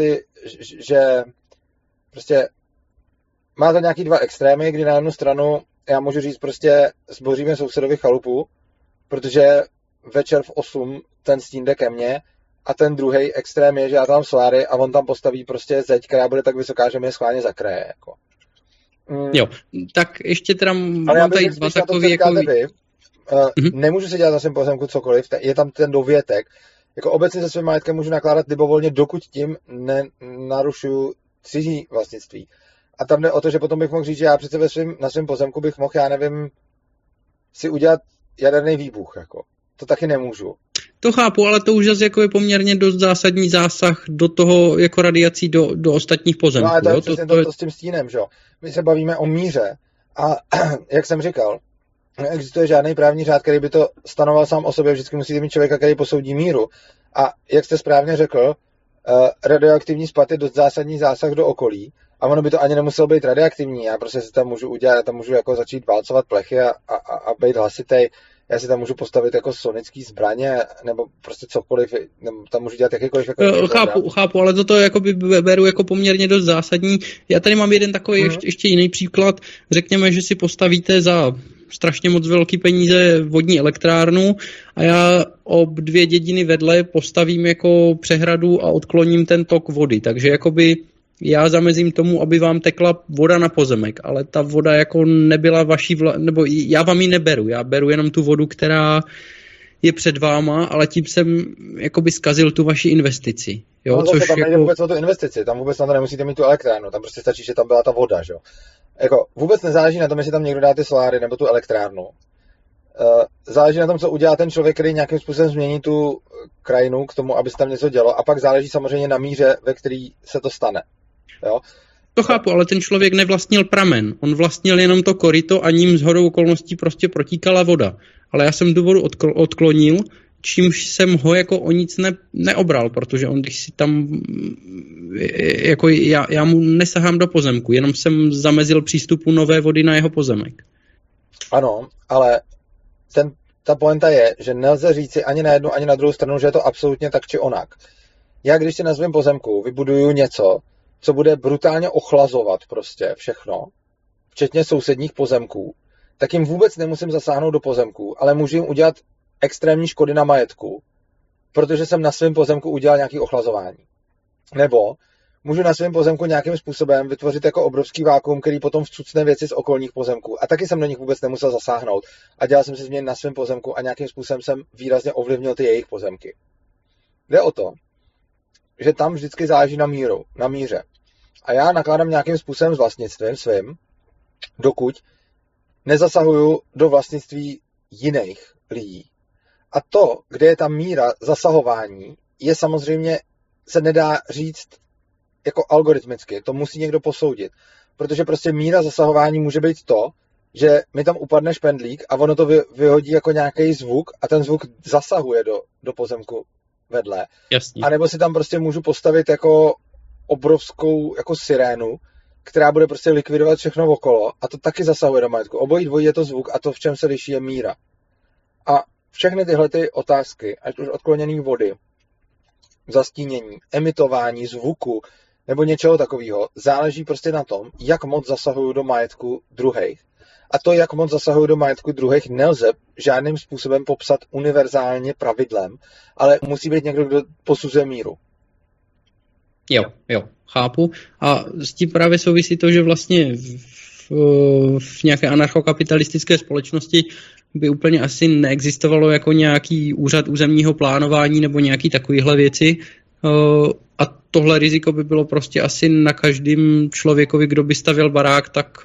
že prostě má to nějaký dva extrémy, kdy na jednu stranu já můžu říct prostě zboříme sousedovi chalupu, protože večer v 8 ten stín jde ke mně, a ten druhý extrém je, že já tam mám soláry a on tam postaví prostě zeď, která bude tak vysoká, že mě schválně zakraje. Jako. Jo, tak ještě teda ale mám tady dva takový jako... Nemůžu si dělat na svém pozemku cokoliv, je tam ten dovětek. Jako obecně se svým majetkem můžu nakládat libovolně, dokud tím nenarušuju cizí vlastnictví. A tam jde o to, že potom bych mohl říct, že já přece na svém pozemku bych mohl, já nevím, si udělat jaderný výbuch. Jako. To taky nemůžu. To chápu, ale to už zase jako je poměrně dost zásadní zásah do toho jako radiací do ostatních pozemků. No ale to je přesně to s tím stínem, že jo. My se bavíme o míře a jak jsem říkal, neexistuje žádný právní řád, který by to stanoval sám o sobě, vždycky musíte mít člověka, který posoudí míru. A jak jste správně řekl, radioaktivní spad je dost zásadní zásah do okolí a ono by to ani nemuselo být radioaktivní. Já prostě si tam můžu udělat, já tam můžu jako začít válcovat plechy a být hlasitej. Já si tam můžu postavit jako sonický zbraně, nebo prostě cokoliv, nebo tam můžu dělat jakýkoliv... Jako chápu, ale toto jakoby beru jako poměrně dost zásadní. Já tady mám jeden takový ještě jiný příklad. Řekněme, že si postavíte za strašně moc velký peníze vodní elektrárnu a já o 2 dědiny vedle postavím jako přehradu a odkloním ten tok vody. Takže jakoby já zamezím tomu, aby vám tekla voda na pozemek, ale ta voda jako nebyla vaší nebo já vám ji neberu, já beru jenom tu vodu, která je před váma, ale tím jsem jakoby zkazil tu vaši investici. Jo? No zase tam nejde vůbec o tu investici, tam vůbec na to nemusíte mít tu elektrárnu, tam prostě stačí, že tam byla ta voda, že jo. Jako vůbec nezáleží na tom, jestli tam někdo dá ty soláry nebo tu elektrárnu. Záleží na tom, co udělá ten člověk, který nějakým způsobem změní tu krajinu k tomu, aby se tam něco dělo, a pak záleží samozřejmě na míře, ve který se to stane. Jo? To chápu, ale ten člověk nevlastnil pramen. On vlastnil jenom to koryto a ním shodou okolností prostě protíkala voda. Ale já jsem tu vodu odklonil, čímž jsem ho jako o nic neobral, protože on, když si tam, jako já mu nesahám do pozemku, jenom jsem zamezil přístupu nové vody na jeho pozemek. Ano, ale ta pointa je, že nelze říci ani na jednu, ani na druhou stranu, že je to absolutně tak či onak. Já když si na svém pozemku vybuduju něco, co bude brutálně ochlazovat prostě všechno, včetně sousedních pozemků, tak jim vůbec nemusím zasáhnout do pozemků, ale můžu jim udělat extrémní škody na majetku, protože jsem na svém pozemku udělal nějaké ochlazování. Nebo můžu na svém pozemku nějakým způsobem vytvořit jako obrovský vákuum, který potom vcucne věci z okolních pozemků. A taky jsem do nich vůbec nemusel zasáhnout. A dělal jsem si změny na svém pozemku a nějakým způsobem jsem výrazně ovlivnil ty jejich pozemky. Jde o to, že tam vždycky záleží na míře. A já nakládám nějakým způsobem s vlastnictvím svým, dokud nezasahuju do vlastnictví jiných lidí. A to, kde je ta míra zasahování, je samozřejmě, se nedá říct jako algoritmicky, to musí někdo posoudit. Protože prostě míra zasahování může být to, že mi tam upadne špendlík a ono to vyhodí jako nějaký zvuk a ten zvuk zasahuje do pozemku vedle. Jasně. A nebo si tam prostě můžu postavit jako obrovskou jako sirénu, která bude prostě likvidovat všechno okolo a to taky zasahuje do majetku. Obojí dvojí je to zvuk a to, v čem se liší, je míra. A všechny tyhle ty otázky, ať už odklonění vody, zastínění, emitování zvuku nebo něčeho takového, záleží prostě na tom, jak moc zasahují do majetku druhých. A to, jak moc zasahují do majetku druhých, nelze žádným způsobem popsat univerzálně pravidlem, ale musí být někdo, kdo posuzuje míru. Jo, chápu. A s tím právě souvisí to, že vlastně v nějaké anarchokapitalistické společnosti by úplně asi neexistovalo jako nějaký úřad územního plánování nebo nějaký takovýhle věci. A tohle riziko by bylo prostě asi na každém člověkovi, kdo by stavěl barák,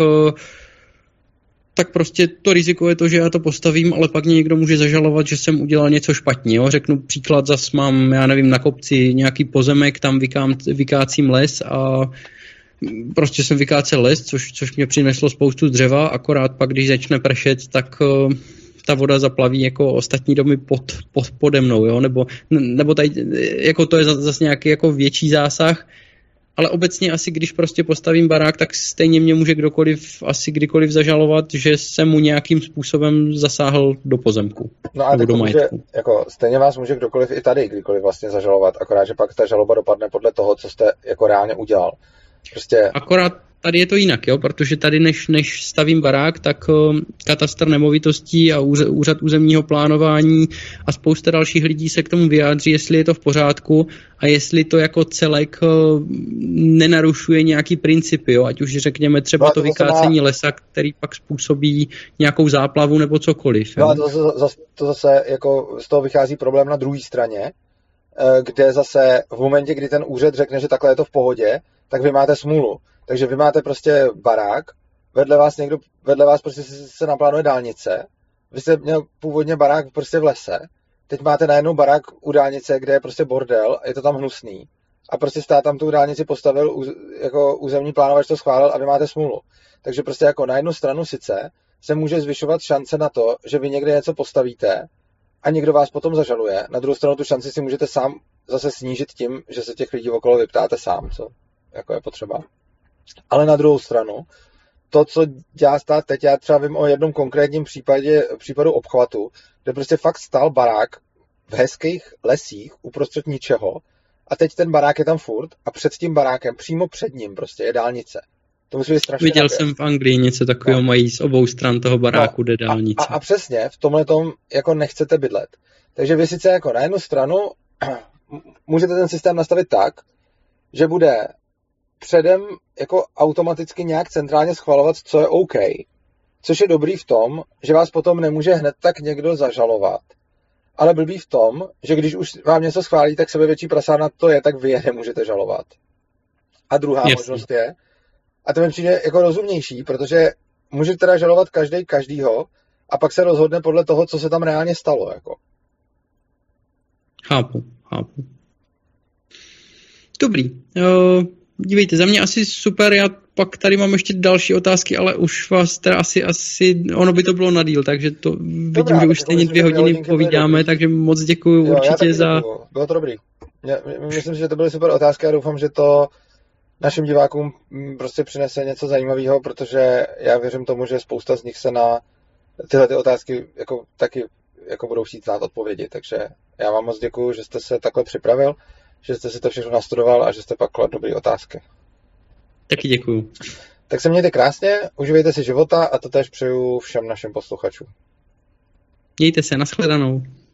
tak prostě to riziko je to, že já to postavím, ale pak mě někdo může zažalovat, že jsem udělal něco špatně. Jo? Řeknu příklad, zas mám, já nevím, na kopci nějaký pozemek, tam vykácím les a prostě jsem vykácel les, což mě přineslo spoustu dřeva, akorát pak, když začne pršet, tak ta voda zaplaví jako ostatní domy pode mnou, jo? Nebo tady, jako to je zase nějaký jako větší zásah, ale obecně asi, když prostě postavím barák, tak stejně mě může kdokoliv asi kdykoliv zažalovat, že jsem mu nějakým způsobem zasáhl do pozemku. No a tak může, jako stejně vás může kdokoliv i tady kdykoliv vlastně zažalovat, akorát, že pak ta žaloba dopadne podle toho, co jste jako reálně udělal. Prostě... Akorát tady je to jinak, jo? Protože tady než stavím barák, tak katastr nemovitostí a úřad územního plánování a spousta dalších lidí se k tomu vyjádří, jestli je to v pořádku a jestli to jako celek nenarušuje nějaký principy, jo? Ať už řekněme třeba to vykácení lesa, který pak způsobí nějakou záplavu nebo cokoliv. Jo? No a to zase jako z toho vychází problém na druhé straně, kde zase v momentě, kdy ten úřad řekne, že takhle je to v pohodě, tak vy máte smůlu. Takže vy máte prostě barák, vedle vás prostě se naplánuje dálnice, vy jste měl původně barák prostě v lese, teď máte najednou barák u dálnice, kde je prostě bordel a je to tam hnusný. A prostě stát tam tu dálnici postavil, jako územní plánovač to schválil a vy máte smůlu. Takže prostě jako na jednu stranu sice se může zvyšovat šance na to, že vy někde něco postavíte a někdo vás potom zažaluje. Na druhou stranu tu šanci si můžete sám zase snížit tím, že se těch lidí okolo vyptáte sám, co jako je potřeba. Ale na druhou stranu, to, co dělá stát teď, já třeba vím o jednom konkrétním případu obchvatu, kde prostě fakt stál barák v hezkých lesích uprostřed ničeho a teď ten barák je tam furt a před tím barákem, přímo před ním prostě je dálnice. To musí být strašně Viděl jsem v Anglii něco takového, mají z obou stran toho baráku, jde dálnice. A přesně v tomhletom jako nechcete bydlet. Takže vy sice jako na jednu stranu můžete ten systém nastavit tak, že bude předem jako automaticky nějak centrálně schvalovat, co je OK. Což je dobrý v tom, že vás potom nemůže hned tak někdo zažalovat. Ale blbý v tom, že když už vám něco schválí, tak sebevětší prasárna to je, tak vy je nemůžete žalovat. A druhá možnost je, a to mi přijde jako rozumnější, protože může teda žalovat každýho a pak se rozhodne podle toho, co se tam reálně stalo. Jako. Chápu. Dobrý. Dívejte, za mě asi super, já pak tady mám ještě další otázky, ale už vás teda asi ono by to bylo na díl, takže to vidím, že už stejně 2 hodiny povídáme, takže moc děkuju určitě za... Bylo to dobrý. Myslím, že to byly super otázky a doufám, že to našim divákům prostě přinese něco zajímavého, protože já věřím tomu, že spousta z nich se na tyhle ty otázky jako taky jako budou chtít znát odpovědi, takže já vám moc děkuju, že jste se takhle připravil, že jste si to všechno nastudoval a že jste pak kladl dobré otázky. Taky děkuju. Tak se mějte krásně, užívejte si života a to též přeju všem našim posluchačům. Mějte se, nashledanou.